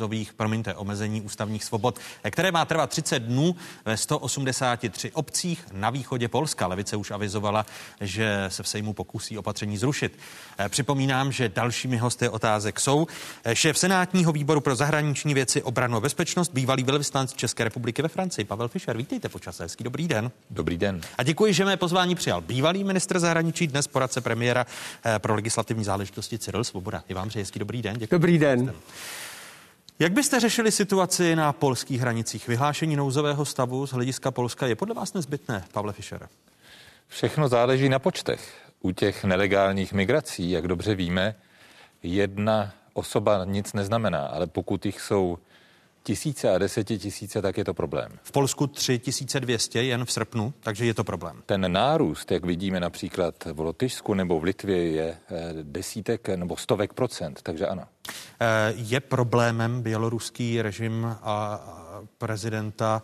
ústavních svobod, které má trvat 30 dnů ve 183 obcích na východě Polska. Levice už avizovala, že se v Sejmu pokusí opatření zrušit. Připomínám, že dalšími hosty otázek jsou šéf senátního výboru pro zahraniční věci, obranu a bezpečnost, bývalý velvyslanec České republiky ve Francii, Pavel Fischer. Vítejte počas hezký, dobrý den. Dobrý den. A děkuji, že mé pozvání přijal bývalý ministr zahraničí, dnes poradce premiéra pro legislativní záležitosti Cyril Svoboda. I vám přeji hezký dobrý den. Děkuji. Dobrý den. Jak byste řešili situaci na polských hranicích? Vyhlášení nouzového stavu z hlediska Polska je podle vás nezbytné, Pavle Fischere? Všechno záleží na počtech. U těch nelegálních migrací, jak dobře víme, jedna osoba nic neznamená, ale pokud jich jsou tisíce a desetitisíce, tak je to problém. V Polsku 3200 jen v srpnu, takže je to problém. Ten nárůst, jak vidíme například v Lotyšsku nebo v Litvě, je desítek nebo stovek procent, takže ano. Je problémem běloruský režim a prezidenta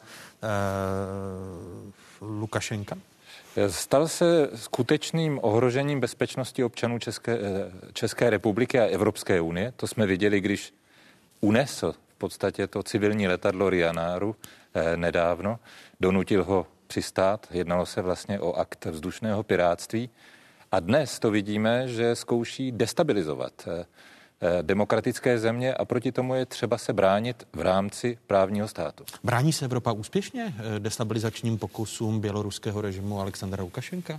Lukašenka? Stal se skutečným ohrožením bezpečnosti občanů České republiky a Evropské unie. To jsme viděli, když unesl v podstatě to civilní letadlo Ryanaru nedávno, donutil ho přistát, jednalo se vlastně o akt vzdušného pirátství a dnes to vidíme, že zkouší destabilizovat demokratické země a proti tomu je třeba se bránit v rámci právního státu. Brání se Evropa úspěšně destabilizačním pokusům běloruského režimu Alexandra Lukašenka?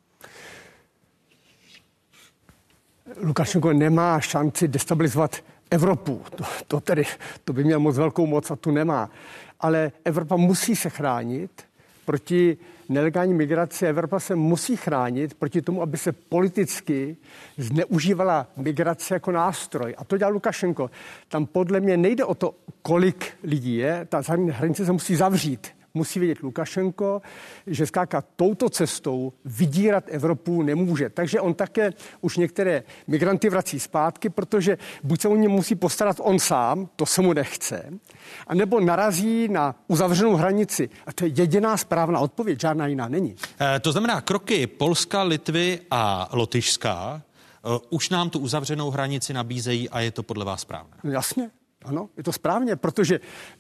Lukašenko nemá šanci destabilizovat Evropu. To by měl moc velkou moc a tu nemá. Ale Evropa musí se chránit proti nelegální migraci. Evropa se musí chránit proti tomu, aby se politicky zneužívala migrace jako nástroj. A to dělá Lukašenko. Tam podle mě nejde o to, kolik lidí je. Ta hranice se musí zavřít. musí vědět Lukašenko, že zkrátka touto cestou vydírat Evropu nemůže. Takže on také už některé migranty vrací zpátky, protože buď se o ně musí postarat on sám, to se mu nechce, anebo narazí na uzavřenou hranici. A to je jediná správná odpověď, žádná jiná není. To znamená, kroky Polska, Litvy a Lotyšska už nám tu uzavřenou hranici nabízejí a je to podle vás správné? No jasně, ano, je to správně, protože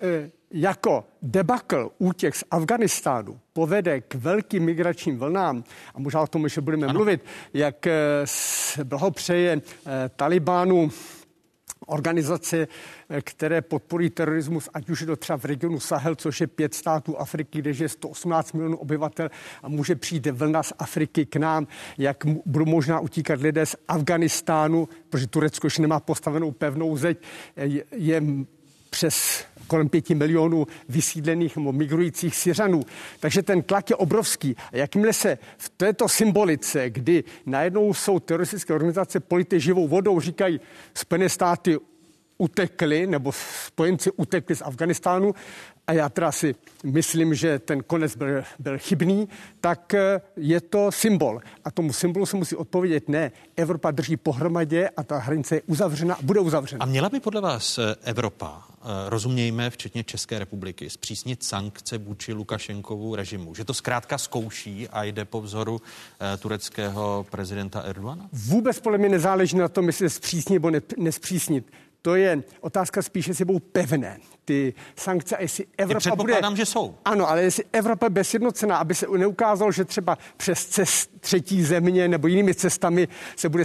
jako debakl útěk z Afghánistánu povede k velkým migračním vlnám, a možná o tom ještě budeme mluvit, jak blahopřeje Talibánu organizace, které podporují terorismus, ať už je to třeba v regionu Sahel, což je 5 států Afriky, kde je 118 milionů obyvatel a může přijít vlna z Afriky k nám, jak budou možná utíkat lidé z Afghánistánu, protože Turecko už nemá postavenou pevnou zeď, je přes kolem 5 milionů vysídlených nebo migrujících Syřanů. Takže ten tlak je obrovský. A jakmile se v této symbolice, kdy najednou jsou teroristické organizace polité živou vodou, říkají, Spojené státy utekli, nebo spojenci utekli z Afghánistánu, a já teda si myslím, že ten konec byl chybný, tak je to symbol. A tomu symbolu se musí odpovědět, ne, Evropa drží pohromadě a ta hranice je uzavřena a bude uzavřena. A měla by podle vás Evropa, rozumějme, včetně České republiky, zpřísnit sankce vůči Lukašenkovu režimu? Že to zkrátka zkouší a jde po vzoru tureckého prezidenta Erdogana? Vůbec podle mě nezáleží na tom, jestli zpřísnit nebo nespřísnit. To je otázka spíš, jestli budou pevné ty sankce, a jestli Evropa předpokládám, že jsou. Ano, ale jestli Evropa bude sjednocená, aby se neukázalo, že třeba přes třetí země nebo jinými cestami se bude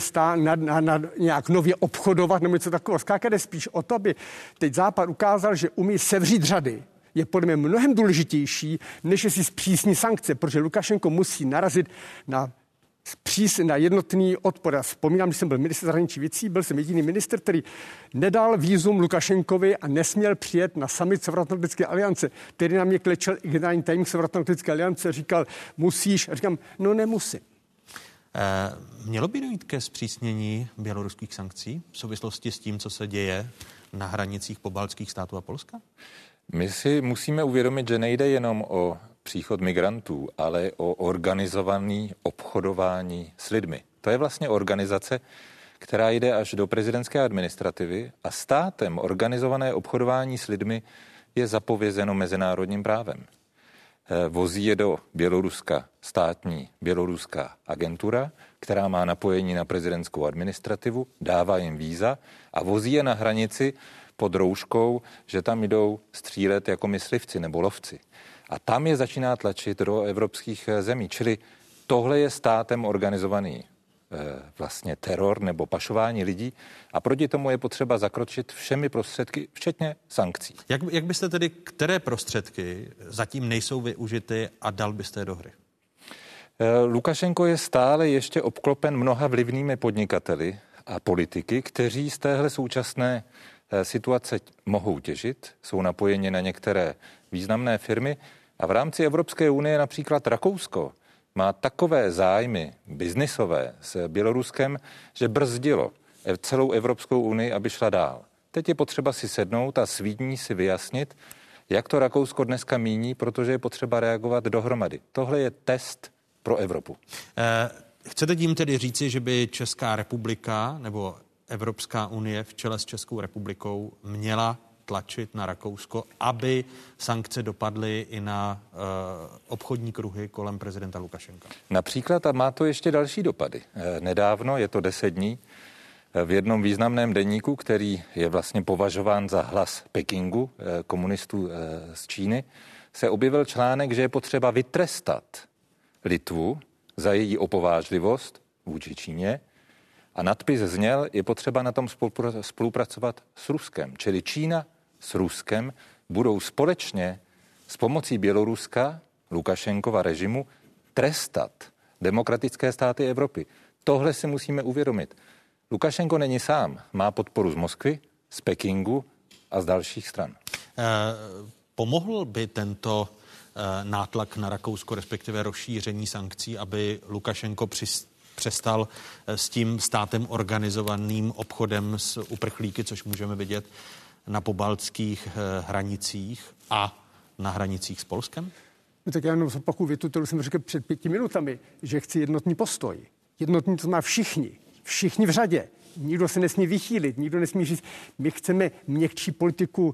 nějak nově obchodovat nebo něco takového. Zkrátka jde spíš o to, aby teď Západ ukázal, že umí sevřít řady. Je podle mě mnohem důležitější, než jestli zpřísní sankce, protože Lukašenko musí narazit na jednotný odpor. Já vzpomínám, když jsem byl ministr zahraničních věcí, byl jsem jediný ministr, který nedal vízum Lukašenkovi a nesměl přijet na summit Severoatlantické aliance. Tedy na mě klečel i generální tajemník Severoatlantické aliance, říkal, musíš. A říkám, no nemusím. Mělo by dojít ke zpřísnění běloruských sankcí v souvislosti s tím, co se děje na hranicích pobaltských států a Polska? My si musíme uvědomit, že nejde jenom o příchod migrantů, ale o organizované obchodování s lidmi. To je vlastně organizace, která jde až do prezidentské administrativy a státem organizované obchodování s lidmi je zapovězeno mezinárodním právem. Vozí je do Běloruska státní běloruská agentura, která má napojení na prezidentskou administrativu, dává jim víza a vozí je na hranici pod rouškou, že tam jdou střílet jako myslivci nebo lovci. A tam je začíná tlačit do evropských zemí. Čili tohle je státem organizovaný vlastně teror nebo pašování lidí a proti tomu je potřeba zakročit všemi prostředky, včetně sankcí. Jak byste tedy, které prostředky zatím nejsou využity a dal byste je do hry? Lukašenko je stále ještě obklopen mnoha vlivnými podnikateli a politiky, kteří z téhle současné situace mohou těžit, jsou napojeni na některé významné firmy a v rámci Evropské unie například Rakousko má takové zájmy biznisové s Běloruskem, že brzdilo celou Evropskou unii, aby šla dál. Teď je potřeba si sednout a s Vídní si vyjasnit, jak to Rakousko dneska míní, protože je potřeba reagovat dohromady. Tohle je test pro Evropu. Chcete tím tedy říci, že by Česká republika nebo Evropská unie v čele s Českou republikou měla tlačit na Rakousko, aby sankce dopadly i na obchodní kruhy kolem prezidenta Lukašenka? Například, a má to ještě další dopady. Nedávno, je to 10 dní, v jednom významném deníku, který je vlastně považován za hlas Pekingu, komunistů z Číny, se objevil článek, že je potřeba vytrestat Litvu za její opovážlivost vůči Číně a nadpis zněl, je potřeba na tom spolupracovat s Ruskem. Čili Čína s Ruskem budou společně s pomocí Běloruska, Lukašenkova režimu, trestat demokratické státy Evropy. Tohle si musíme uvědomit. Lukašenko není sám, má podporu z Moskvy, z Pekingu a z dalších stran. Pomohl by tento nátlak na Rakousko, respektive rozšíření sankcí, aby Lukašenko přestal s tím státem organizovaným obchodem s uprchlíky, což můžeme vidět na pobaltských hranicích, a na hranicích s Polskem? No tak já jenom zopakuju větu, kterou jsem řekl před 5 minutami, že chci jednotný postoj. Jednotný to má všichni v řadě. Nikdo se nesmí vychýlit, nikdo nesmí říct, my chceme měkčí politiku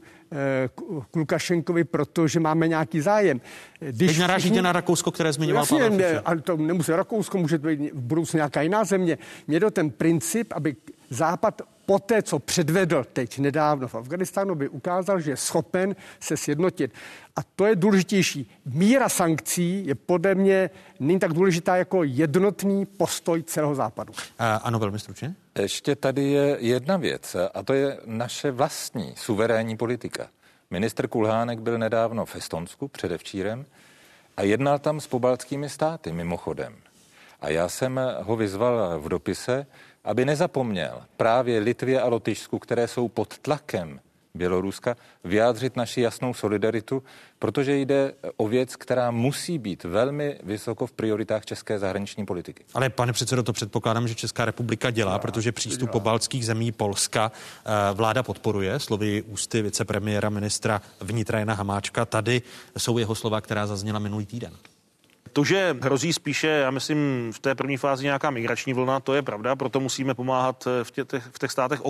k Lukašenkovi, protože máme nějaký zájem. Teď narážíte na Rakousko, které zmiňoval Pavel Fischer. Ale to nemusí Rakousko, může být v budoucnu nějaká jiná země. Mě jde ten princip, aby Západ poté, co předvedl teď nedávno v Afghánistánu, by ukázal, že je schopen se sjednotit. A to je důležitější. Míra sankcí je podle mě není tak důležitá jako jednotný postoj celého Západu. Ano, velmi stručně. Ještě tady je jedna věc a to je naše vlastní suverénní politika. Ministr Kulhánek byl nedávno v Estonsku, předevčírem, a jednal tam s pobaltskými státy mimochodem. A já jsem ho vyzval v dopise, aby nezapomněl právě Litvě a Lotyšsku, které jsou pod tlakem Běloruska, vyjádřit naši jasnou solidaritu, protože jde o věc, která musí být velmi vysoko v prioritách české zahraniční politiky. Ale pane předsedo, to předpokládám, že Česká republika dělá, protože přístup pobaltských zemí Polska vláda podporuje, slovy ústy vicepremiéra ministra vnitra Jana Hamáčka. Tady jsou jeho slova, která zazněla minulý týden. To, že hrozí spíše, já myslím, v té první fázi nějaká migrační vlna, to je pravda, proto musíme pomáhat v těch státech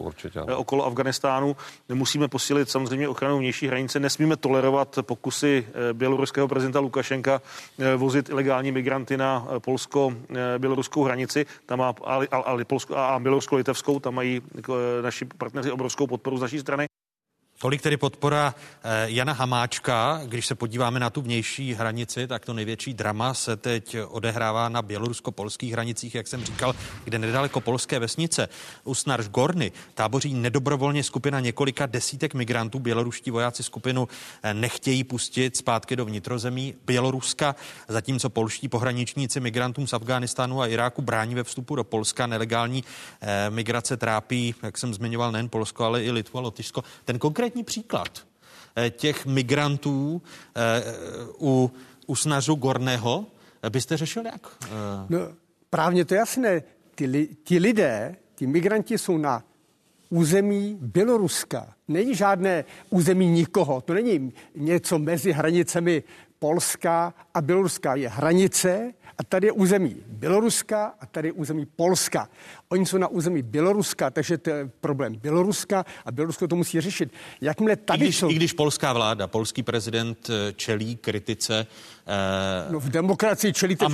okolo Afghánistánu. Musíme posílit samozřejmě ochranu vnější hranice, nesmíme tolerovat pokusy běloruského prezidenta Lukašenka vozit ilegální migranty na polsko-běloruskou hranici. Tam má Polsko a bělorusko-litevskou, tam mají naši partneři obrovskou podporu z naší strany. Tolik tedy podpora Jana Hamáčka. Když se podíváme na tu vnější hranici, tak to největší drama se teď odehrává na bělorusko-polských hranicích, jak jsem říkal, kde nedaleko polské vesnice Usnarž Gorny táboří nedobrovolně skupina několika desítek migrantů. Běloruští vojáci skupinu nechtějí pustit zpátky do vnitrozemí Běloruska, zatímco polští pohraničníci migrantům z Afghánistánu a Iráku brání ve vstupu do Polska. Nelegální migrace trápí, jak jsem zmiňoval, nejen Polsko, ale i Litvu a Lotyšsko. Ten konkrétní příklad těch migrantů u Usnařu Gorného byste řešil jak? No, právně to je jasné. Ti lidé, ti migranti jsou na území Běloruska. Není žádné území nikoho. To není něco mezi hranicemi Polska a Běloruska. Je hranice a tady je území Běloruska a tady je území Polska. Oni jsou na území Běloruska, takže to je problém Běloruska a Bělorusko to musí řešit. Jakmile tady I když polská vláda, polský prezident čelí kritice no v demokracii čelíte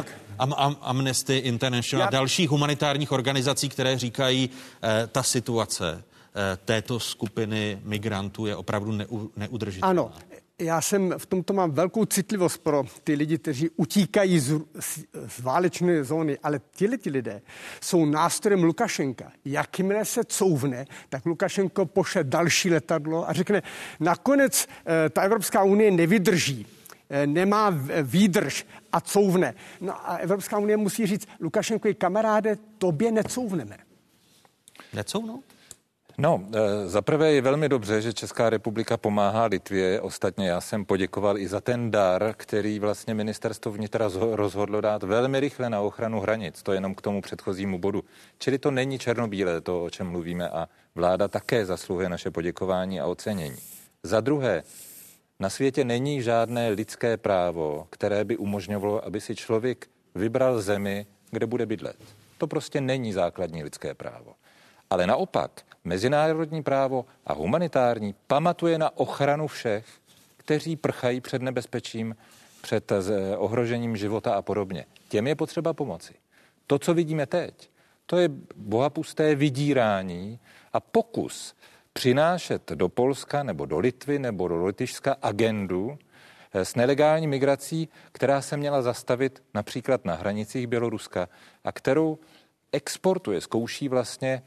Amnesty International a dalších humanitárních organizací, které říkají, ta situace této skupiny migrantů je opravdu neudržitelná. Ano. Já v tomto mám velkou citlivost pro ty lidi, kteří utíkají z válečné zóny, ale ti lidé jsou nástrojem Lukašenka. Jakmile se couvne, tak Lukašenko pošle další letadlo a řekne, nakonec ta Evropská unie nevydrží, nemá výdrž a couvne. No a Evropská unie musí říct, Lukašenkovi kamaráde, tobě necouvneme. Necouvnou? No, zaprvé je velmi dobře, že Česká republika pomáhá Litvě. Ostatně já jsem poděkoval i za ten dar, který vlastně ministerstvo vnitra rozhodlo dát velmi rychle na ochranu hranic. To jenom k tomu předchozímu bodu. Čili to není černobílé, to, o čem mluvíme, a vláda také zasluhuje naše poděkování a ocenění. Za druhé, na světě není žádné lidské právo, které by umožňovalo, aby si člověk vybral zemi, kde bude bydlet. To prostě není základní lidské právo. Ale naopak, mezinárodní právo a humanitární pamatuje na ochranu všech, kteří prchají před nebezpečím, před ohrožením života a podobně. Těm je potřeba pomoci. To, co vidíme teď, to je bohapusté vydírání a pokus přinášet do Polska nebo do Litvy nebo do Lotyšska agendu s nelegální migrací, která se měla zastavit například na hranicích Běloruska a kterou exportuje, zkouší vlastně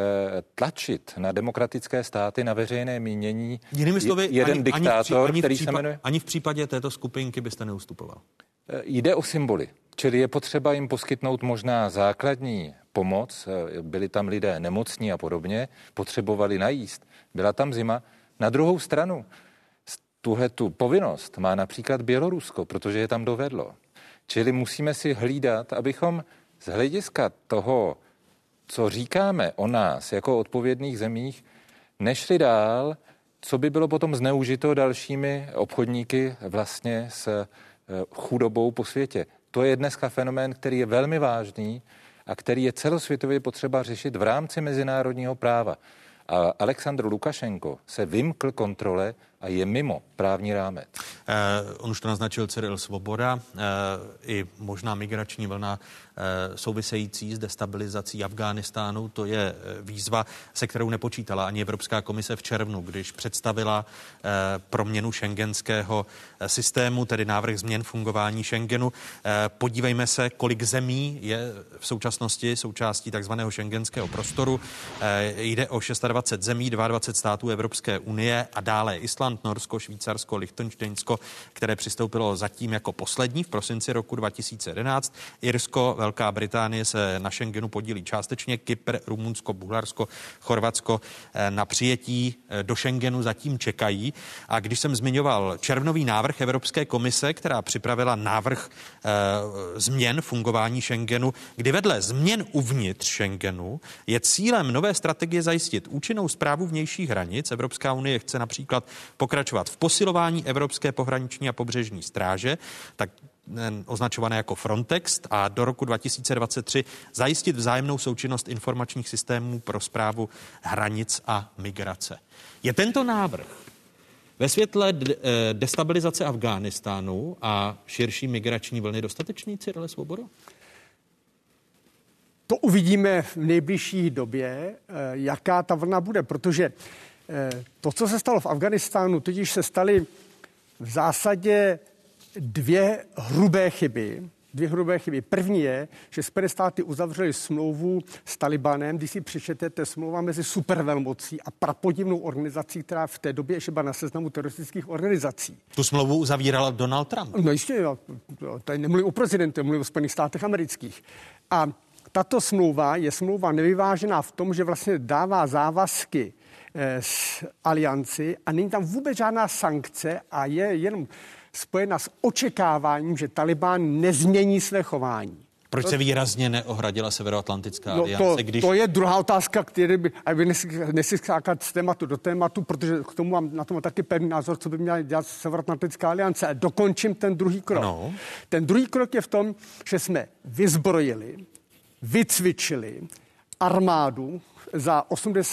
tlačit na demokratické státy, na veřejné mínění. Jinými slovy, jeden diktátor, který se jmenuje... Ani v případě této skupinky byste neustupoval. Jde o symboly, čili je potřeba jim poskytnout možná základní pomoc. Byli tam lidé nemocní a podobně, potřebovali najíst. Byla tam zima. Na druhou stranu, tuhletu povinnost má například Bělorusko, protože je tam dovedlo. Čili musíme si hlídat, abychom z hlediska toho, co říkáme o nás jako odpovědných zemích, nešli dál, co by bylo potom zneužito dalšími obchodníky vlastně s chudobou po světě. To je dneska fenomén, který je velmi vážný a který je celosvětově potřeba řešit v rámci mezinárodního práva. A Alexandr Lukašenko se vymkl kontrole a je mimo právní rámec. On už to naznačil Cyril Svoboda, i možná migrační vlna související s destabilizací Afghánistánu. To je výzva, se kterou nepočítala ani Evropská komise v červnu, když představila proměnu šengenského systému, tedy návrh změn fungování Schengenu. Podívejme se, kolik zemí je v současnosti součástí takzvaného šengenského prostoru. Jde o 26 zemí, 22 států Evropské unie a dále Island, Norsko, Švýcarsko, Lichtenštejnsko, které přistoupilo zatím jako poslední v prosinci roku 2011. Irsko, Velká Británie se na Schengenu podílí částečně, Kypr, Rumunsko, Bulharsko, Chorvatsko na přijetí do Schengenu zatím čekají. A když jsem zmiňoval červnový návrh Evropské komise, která připravila návrh změn fungování Schengenu, kdy vedle změn uvnitř Schengenu je cílem nové strategie zajistit účinnou správu vnějších hranic. Evropská unie chce například pokračovat v posilování Evropské pohraniční a pobřežní stráže, tak označované jako Frontex, a do roku 2023 zajistit vzájemnou součinnost informačních systémů pro správu hranic a migrace. Je tento návrh ve světle destabilizace Afghánistánu a širší migrační vlny dostatečný, Cyrile Svobodo? To uvidíme v nejbližší době, jaká ta vlna bude, protože to, co se stalo v Afghánistánu, totiž se staly v zásadě dvě hrubé chyby. První je, že Spojené státy uzavřely smlouvu s Talibanem. Když si přečtete, smlouva mezi supervelmocí a prapodivnou organizací, která v té době ještě byla na seznamu teroristických organizací. Tu smlouvu uzavíral Donald Trump. No jistě, jo. Tady nemluvím o prezidentu, mluvím o Spojených státech amerických. A tato smlouva je smlouva nevyvážená v tom, že vlastně dává závazky s alianci a není tam vůbec žádná sankce a je jenom spojena s očekáváním, že Taliban nezmění své chování. Proč se výrazně neohradila Severoatlantická aliance? To je druhá otázka, který by nechci skákat z tématu do tématu, protože k tomu na tom taky pevný názor, co by měla dělat Severoatlantická aliance. A dokončím ten druhý krok. No. Ten druhý krok je v tom, že jsme vyzbrojili, vycvičili armádu za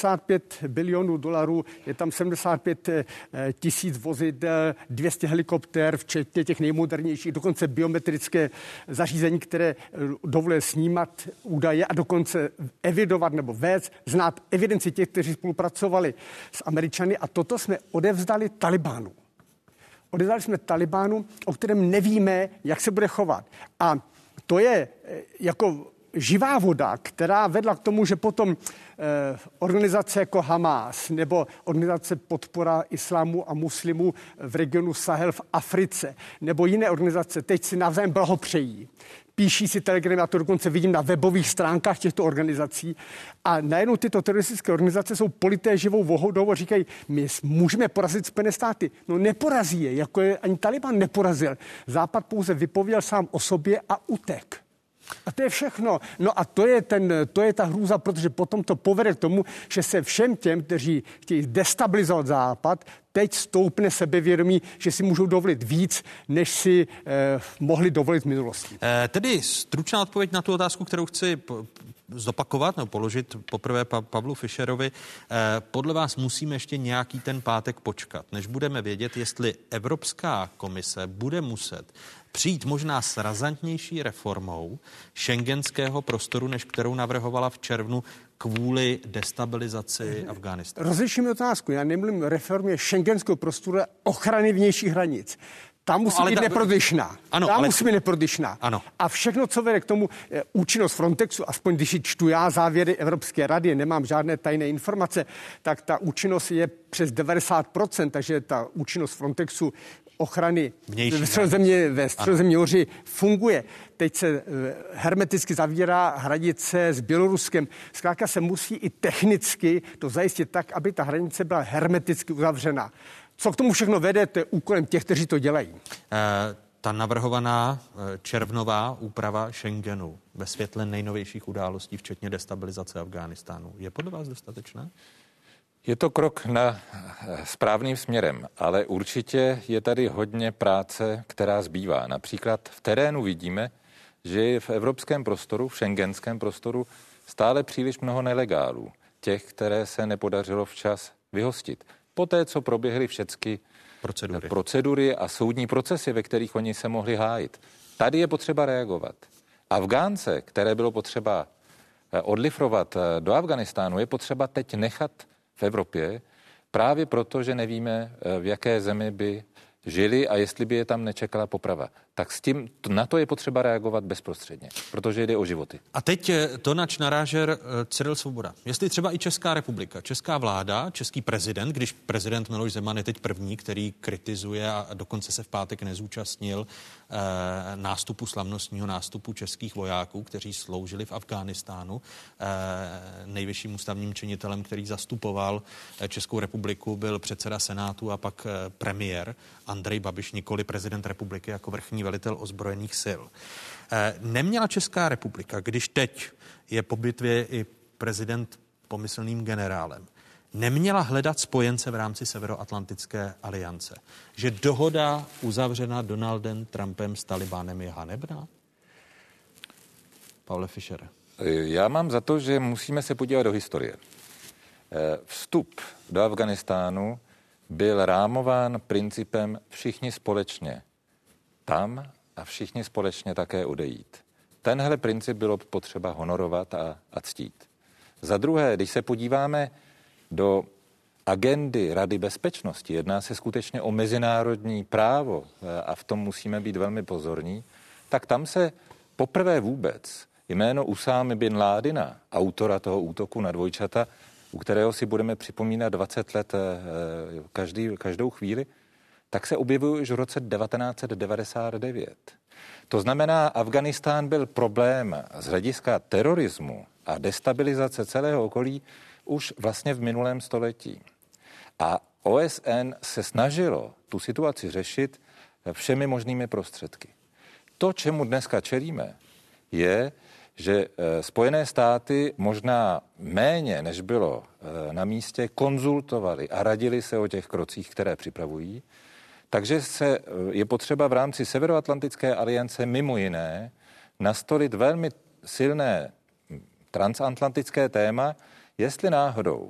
85 bilionů dolarů, je tam 75 tisíc vozidel, 200 helikoptér, včetně těch nejmodernějších, dokonce biometrické zařízení, které dovoluje snímat údaje a dokonce evidovat nebo vést, znát evidenci těch, kteří spolupracovali s Američany, a toto jsme odevzdali Talibánu. Odevzdali jsme Talibánu, o kterém nevíme, jak se bude chovat. A to je jako živá voda, která vedla k tomu, že potom organizace jako Hamas nebo organizace podpora islámu a muslimů v regionu Sahel v Africe nebo jiné organizace teď si navzájem blahopřejí. Píší si telegramy, já to dokonce vidím na webových stránkách těchto organizací, a najednou tyto teroristické organizace jsou polité živou vohodou a říkají, my můžeme porazit Spojené státy. No neporazí je, jako je ani Taliban neporazil. Západ pouze vypověděl sám o sobě a utek. A to je všechno. No a to je ta hrůza, protože potom to povede k tomu, že se všem těm, kteří chtějí destabilizovat Západ, teď stoupne sebevědomí, že si můžou dovolit víc, než si mohli dovolit v minulosti. Tedy stručná odpověď na tu otázku, kterou chci zopakovat nebo položit poprvé Pavlu Fischerovi. Podle vás musíme ještě nějaký ten pátek počkat, než budeme vědět, jestli Evropská komise bude muset přijít možná s razantnější reformou šengenského prostoru, než kterou navrhovala v červnu kvůli destabilizaci Afghánistánu. Rozliším otázku. Já nemluvím o reformě šengenského prostoru, ochrany vnějších hranic. Tam musí být neprodyšná. Musí být neprodyšná. Ano. A všechno, co vede k tomu, účinnost Frontexu, aspoň když čtu já závěry Evropské rady, nemám žádné tajné informace, tak ta účinnost je přes 90%, takže ta účinnost Frontexu ochrany ve Středozemní moři funguje. Teď se hermeticky zavírá hranice s Běloruskem. Zkrátka se musí i technicky to zajistit tak, aby ta hranice byla hermeticky uzavřena. Co k tomu všechno vede, to je úkolem těch, kteří to dělají. Ta navrhovaná červnová úprava Schengenu ve světle nejnovějších událostí, včetně destabilizace Afghánistánu, je podle vás dostatečná? Je to krok na správným směrem, ale určitě je tady hodně práce, která zbývá. Například v terénu vidíme, že je v evropském prostoru, v schengenském prostoru stále příliš mnoho nelegálů. Těch, které se nepodařilo včas vyhostit. Poté, co proběhly všechny procedury a soudní procesy, ve kterých oni se mohli hájit. Tady je potřeba reagovat. Afgánce, které bylo potřeba odlifrovat do Afganistánu, je potřeba teď nechat v Evropě, právě proto, že nevíme, v jaké zemi by žili a jestli by je tam nečekala poprava. Tak s tím, na to je potřeba reagovat bezprostředně, protože jde o životy. A teď to, nač narážer Cyril Svoboda. Jestli třeba i Česká republika, česká vláda, český prezident, když prezident Miloš Zeman je teď první, který kritizuje a dokonce se v pátek nezúčastnil slavnostního nástupu českých vojáků, kteří sloužili v Afghánistánu. Nejvyšším ústavním činitelem, který zastupoval Českou republiku, byl předseda Senátu a pak premiér Andrej Babiš, nikoli prezident republiky jako vrchní velitel ozbrojených sil. Neměla Česká republika, když teď je po bitvě i prezident pomyslným generálem, neměla hledat spojence v rámci Severoatlantické aliance? Že dohoda uzavřená Donaldem Trumpem s Talibánem je hanebná? Pavle Fischere. Já mám za to, že musíme se podívat do historie. Vstup do Afganistánu byl rámován principem všichni společně tam a všichni společně také odejít. Tenhle princip bylo potřeba honorovat a ctít. Za druhé, když se podíváme do agendy Rady bezpečnosti, jedná se skutečně o mezinárodní právo a v tom musíme být velmi pozorní, tak tam se poprvé vůbec jméno Usámy bin Ládina, autora toho útoku na dvojčata, u kterého si budeme připomínat 20 let každou chvíli, tak se objevuje už v roce 1999. To znamená, Afganistán byl problém z hlediska terorismu a destabilizace celého okolí už vlastně v minulém století. A OSN se snažilo tu situaci řešit všemi možnými prostředky. To, čemu dneska čelíme, je, že Spojené státy možná méně, než bylo na místě, konzultovali a radili se o těch krocích, které připravují. Takže je potřeba v rámci Severoatlantické aliance mimo jiné nastolit velmi silné transatlantické téma, jestli náhodou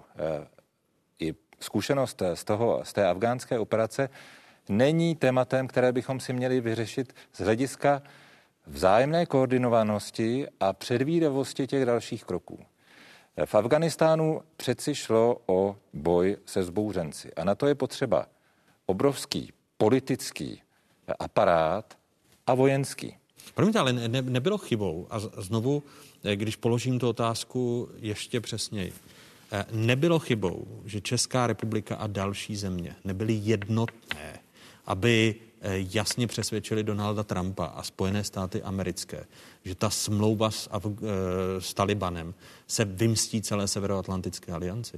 i zkušenost z té afgánské operace není tématem, které bychom si měli vyřešit z hlediska vzájemné koordinovanosti a předvídavosti těch dalších kroků. V Afganistánu přeci šlo o boj se vzbouřenci a na to je potřeba obrovský politický aparát a vojenský. Promiňte, ale nebylo chybou, a znovu, když položím tu otázku ještě přesněji, nebylo chybou, že Česká republika a další země nebyly jednotné, aby jasně přesvědčili Donalda Trumpa a Spojené státy americké, že ta smlouva s Talibanem se vymstí celé Severoatlantické alianci?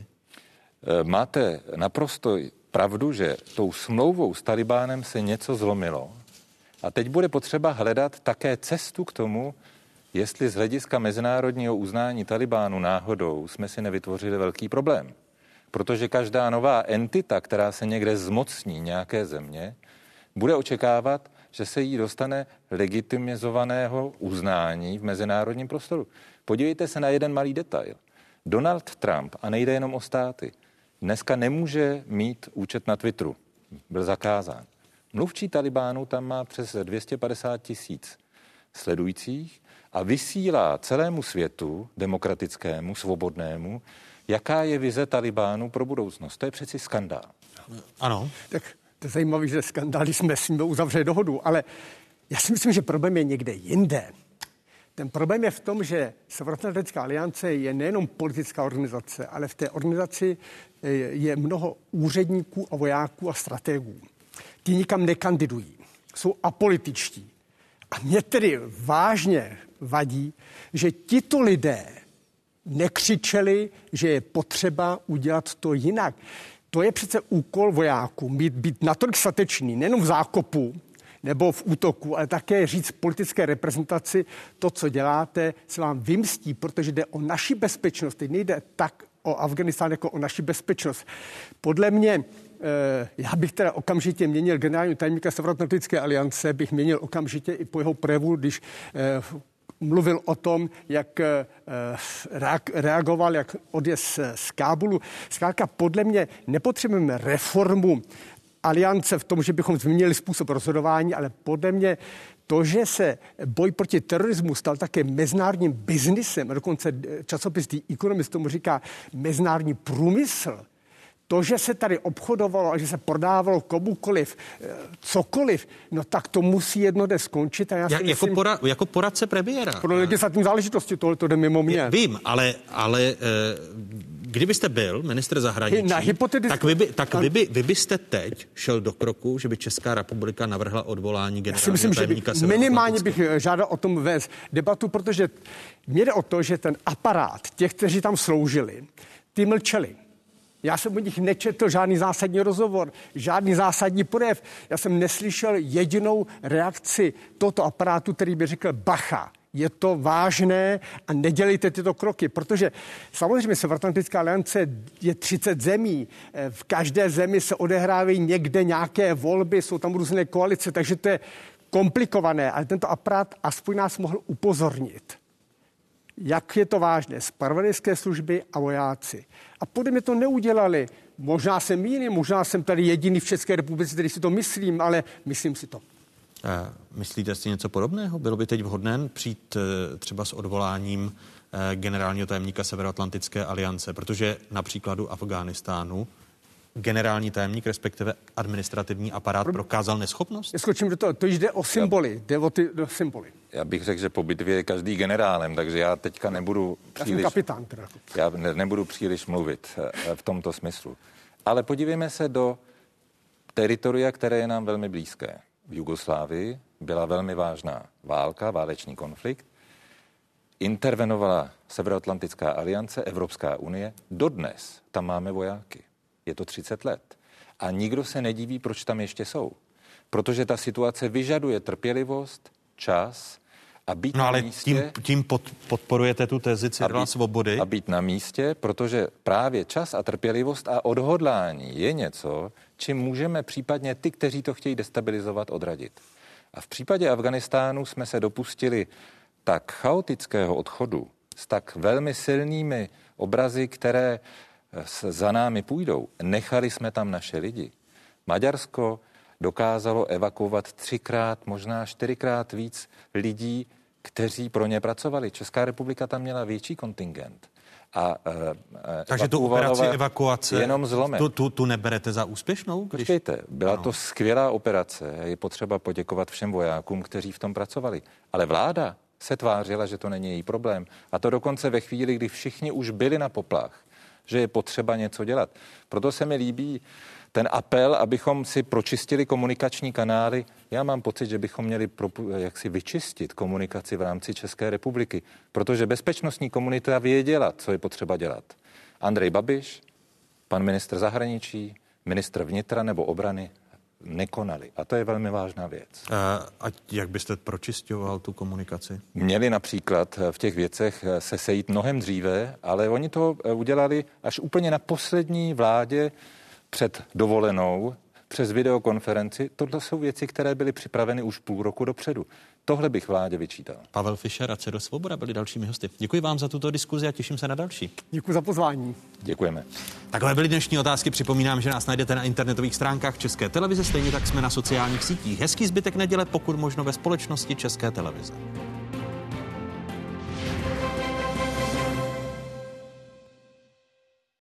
Máte naprosto pravdu, že tou smlouvou s Talibánem se něco zlomilo a teď bude potřeba hledat také cestu k tomu, jestli z hlediska mezinárodního uznání Talibánu náhodou jsme si nevytvořili velký problém. Protože každá nová entita, která se někde zmocní nějaké země, bude očekávat, že se jí dostane legitimizovaného uznání v mezinárodním prostoru. Podívejte se na jeden malý detail. Donald Trump, a nejde jenom o státy, dneska nemůže mít účet na Twitteru. Byl zakázán. Mluvčí Talibánu tam má přes 250 000 sledujících a vysílá celému světu, demokratickému, svobodnému, jaká je vize Talibánu pro budoucnost. To je přeci skandál. Ano. Tak to je zajímavé, že skandály jsme s ním uzavřeli dohodu, ale já si myslím, že problém je někde jinde. Ten problém je v tom, že Severoatlantická aliance je nejenom politická organizace, ale v té organizaci je mnoho úředníků a vojáků a strategů. Ti nikam nekandidují, jsou apolitičtí. A mě tedy vážně vadí, že tito lidé nekřičeli, že je potřeba udělat to jinak. To je přece úkol vojáků, být natolik statečný, nejenom v zákopu nebo v útoku, ale také říct politické reprezentaci, to, co děláte, se vám vymstí, protože jde o naši bezpečnost. Teď nejde tak o Afghánistán jako o naši bezpečnost. Podle mě, já bych teda okamžitě měnil generálního tajemníka Severoatlantické aliance, bych měnil okamžitě i po jeho projevu, když mluvil o tom, jak reagoval, jak odjezd z Kábulu. Zkrátka, podle mě nepotřebujeme reformu aliance v tom, že bychom změnili způsob rozhodování, ale podle mě to, že se boj proti terorismu stal také mezinárodním biznisem, a dokonce časopis The Economist tomu říká mezinárodní průmysl, to, že se tady obchodovalo a že se prodávalo komukoliv, cokoliv, no tak to musí jednodenně skončit. A já si myslím, jako poradce premiéra. Pro legislativní záležitosti to jde mimo mě. Vím, ale kdybyste byl ministr zahraničí, vy byste teď šel do kroku, že by Česká republika navrhla odvolání generálního tajemníka Severoatlantického. Minimálně bych žádal o tom vést debatu, protože mě jde o to, že ten aparát těch, kteří tam sloužili, ty mlčeli. Já jsem od nich nečetl žádný zásadní rozhovor, žádný zásadní projev. Já jsem neslyšel jedinou reakci tohoto aparátu, který by řekl bacha, je to vážné a nedělejte tyto kroky, protože samozřejmě Severoatlantická aliance je 30 zemí, v každé zemi se odehrávají někde nějaké volby, jsou tam různé koalice, takže to je komplikované, ale tento aparát aspoň nás mohl upozornit. Jak je to vážné, zpravodajské služby a vojáci. A podle mě to neudělali. Možná jsem mýlím, možná jsem tady jediný v České republice, který si to myslím, ale myslím si to. Myslíte si něco podobného? Bylo by teď vhodné přijít třeba s odvoláním generálního tajemníka Severoatlantické aliance, protože na příkladu Afghánistánu generální tajemník, respektive administrativní aparát prokázal neschopnost? Já skočím do toho, to jde o symboly, jde o ty symboly. Já bych řekl, že po bitvě je každý generálem, takže já teďka nebudu příliš... kapitán teda. Já nebudu příliš mluvit v tomto smyslu. Ale podívejme se do teritoria, které je nám velmi blízké. V Jugoslávii byla velmi vážná válka, válečný konflikt. Intervenovala Severoatlantická aliance, Evropská unie. Dodnes tam máme vojáky. Je to 30 let. A nikdo se nediví, proč tam ještě jsou. Protože ta situace vyžaduje trpělivost, čas a být na místě. No ale tím podporujete tu tezi Cyrila Svobody. A být na místě, protože právě čas a trpělivost a odhodlání je něco, čím můžeme případně ty, kteří to chtějí destabilizovat, odradit. A v případě Afghánistánu jsme se dopustili tak chaotického odchodu s tak velmi silnými obrazy, které za námi půjdou. Nechali jsme tam naše lidi. Maďarsko dokázalo evakuovat 3x, možná 4x víc lidí, kteří pro ně pracovali. Česká republika tam měla větší kontingent. Takže tu operaci evakuace jenom zlomek. Tu neberete za úspěšnou? Počkejte, byla to skvělá operace. Je potřeba poděkovat všem vojákům, kteří v tom pracovali. Ale vláda se tvářila, že to není její problém. A to dokonce ve chvíli, kdy všichni už byli na poplach, že je potřeba něco dělat. Proto se mi líbí ten apel, abychom si pročistili komunikační kanály. Já mám pocit, že bychom měli jaksi vyčistit komunikaci v rámci České republiky, protože bezpečnostní komunita věděla, co je potřeba dělat. Andrej Babiš, pan ministr zahraničí, ministr vnitra nebo obrany nekonali. A to je velmi vážná věc. A jak byste pročišťoval tu komunikaci? Měli například v těch věcech se sejít mnohem dříve, ale oni to udělali až úplně na poslední vládě před dovolenou, přes videokonferenci. Tohle jsou věci, které byly připraveny už půl roku dopředu. Tohle bych vládě vyčítal. Pavel Fischer a Cyril Svoboda byli dalšími hosty. Děkuji vám za tuto diskuzi a těším se na další. Děkuji za pozvání. Děkujeme. Takové byly dnešní otázky. Připomínám, že nás najdete na internetových stránkách České televize, stejně tak jsme na sociálních sítích. Hezký zbytek neděle, pokud možno ve společnosti České televize.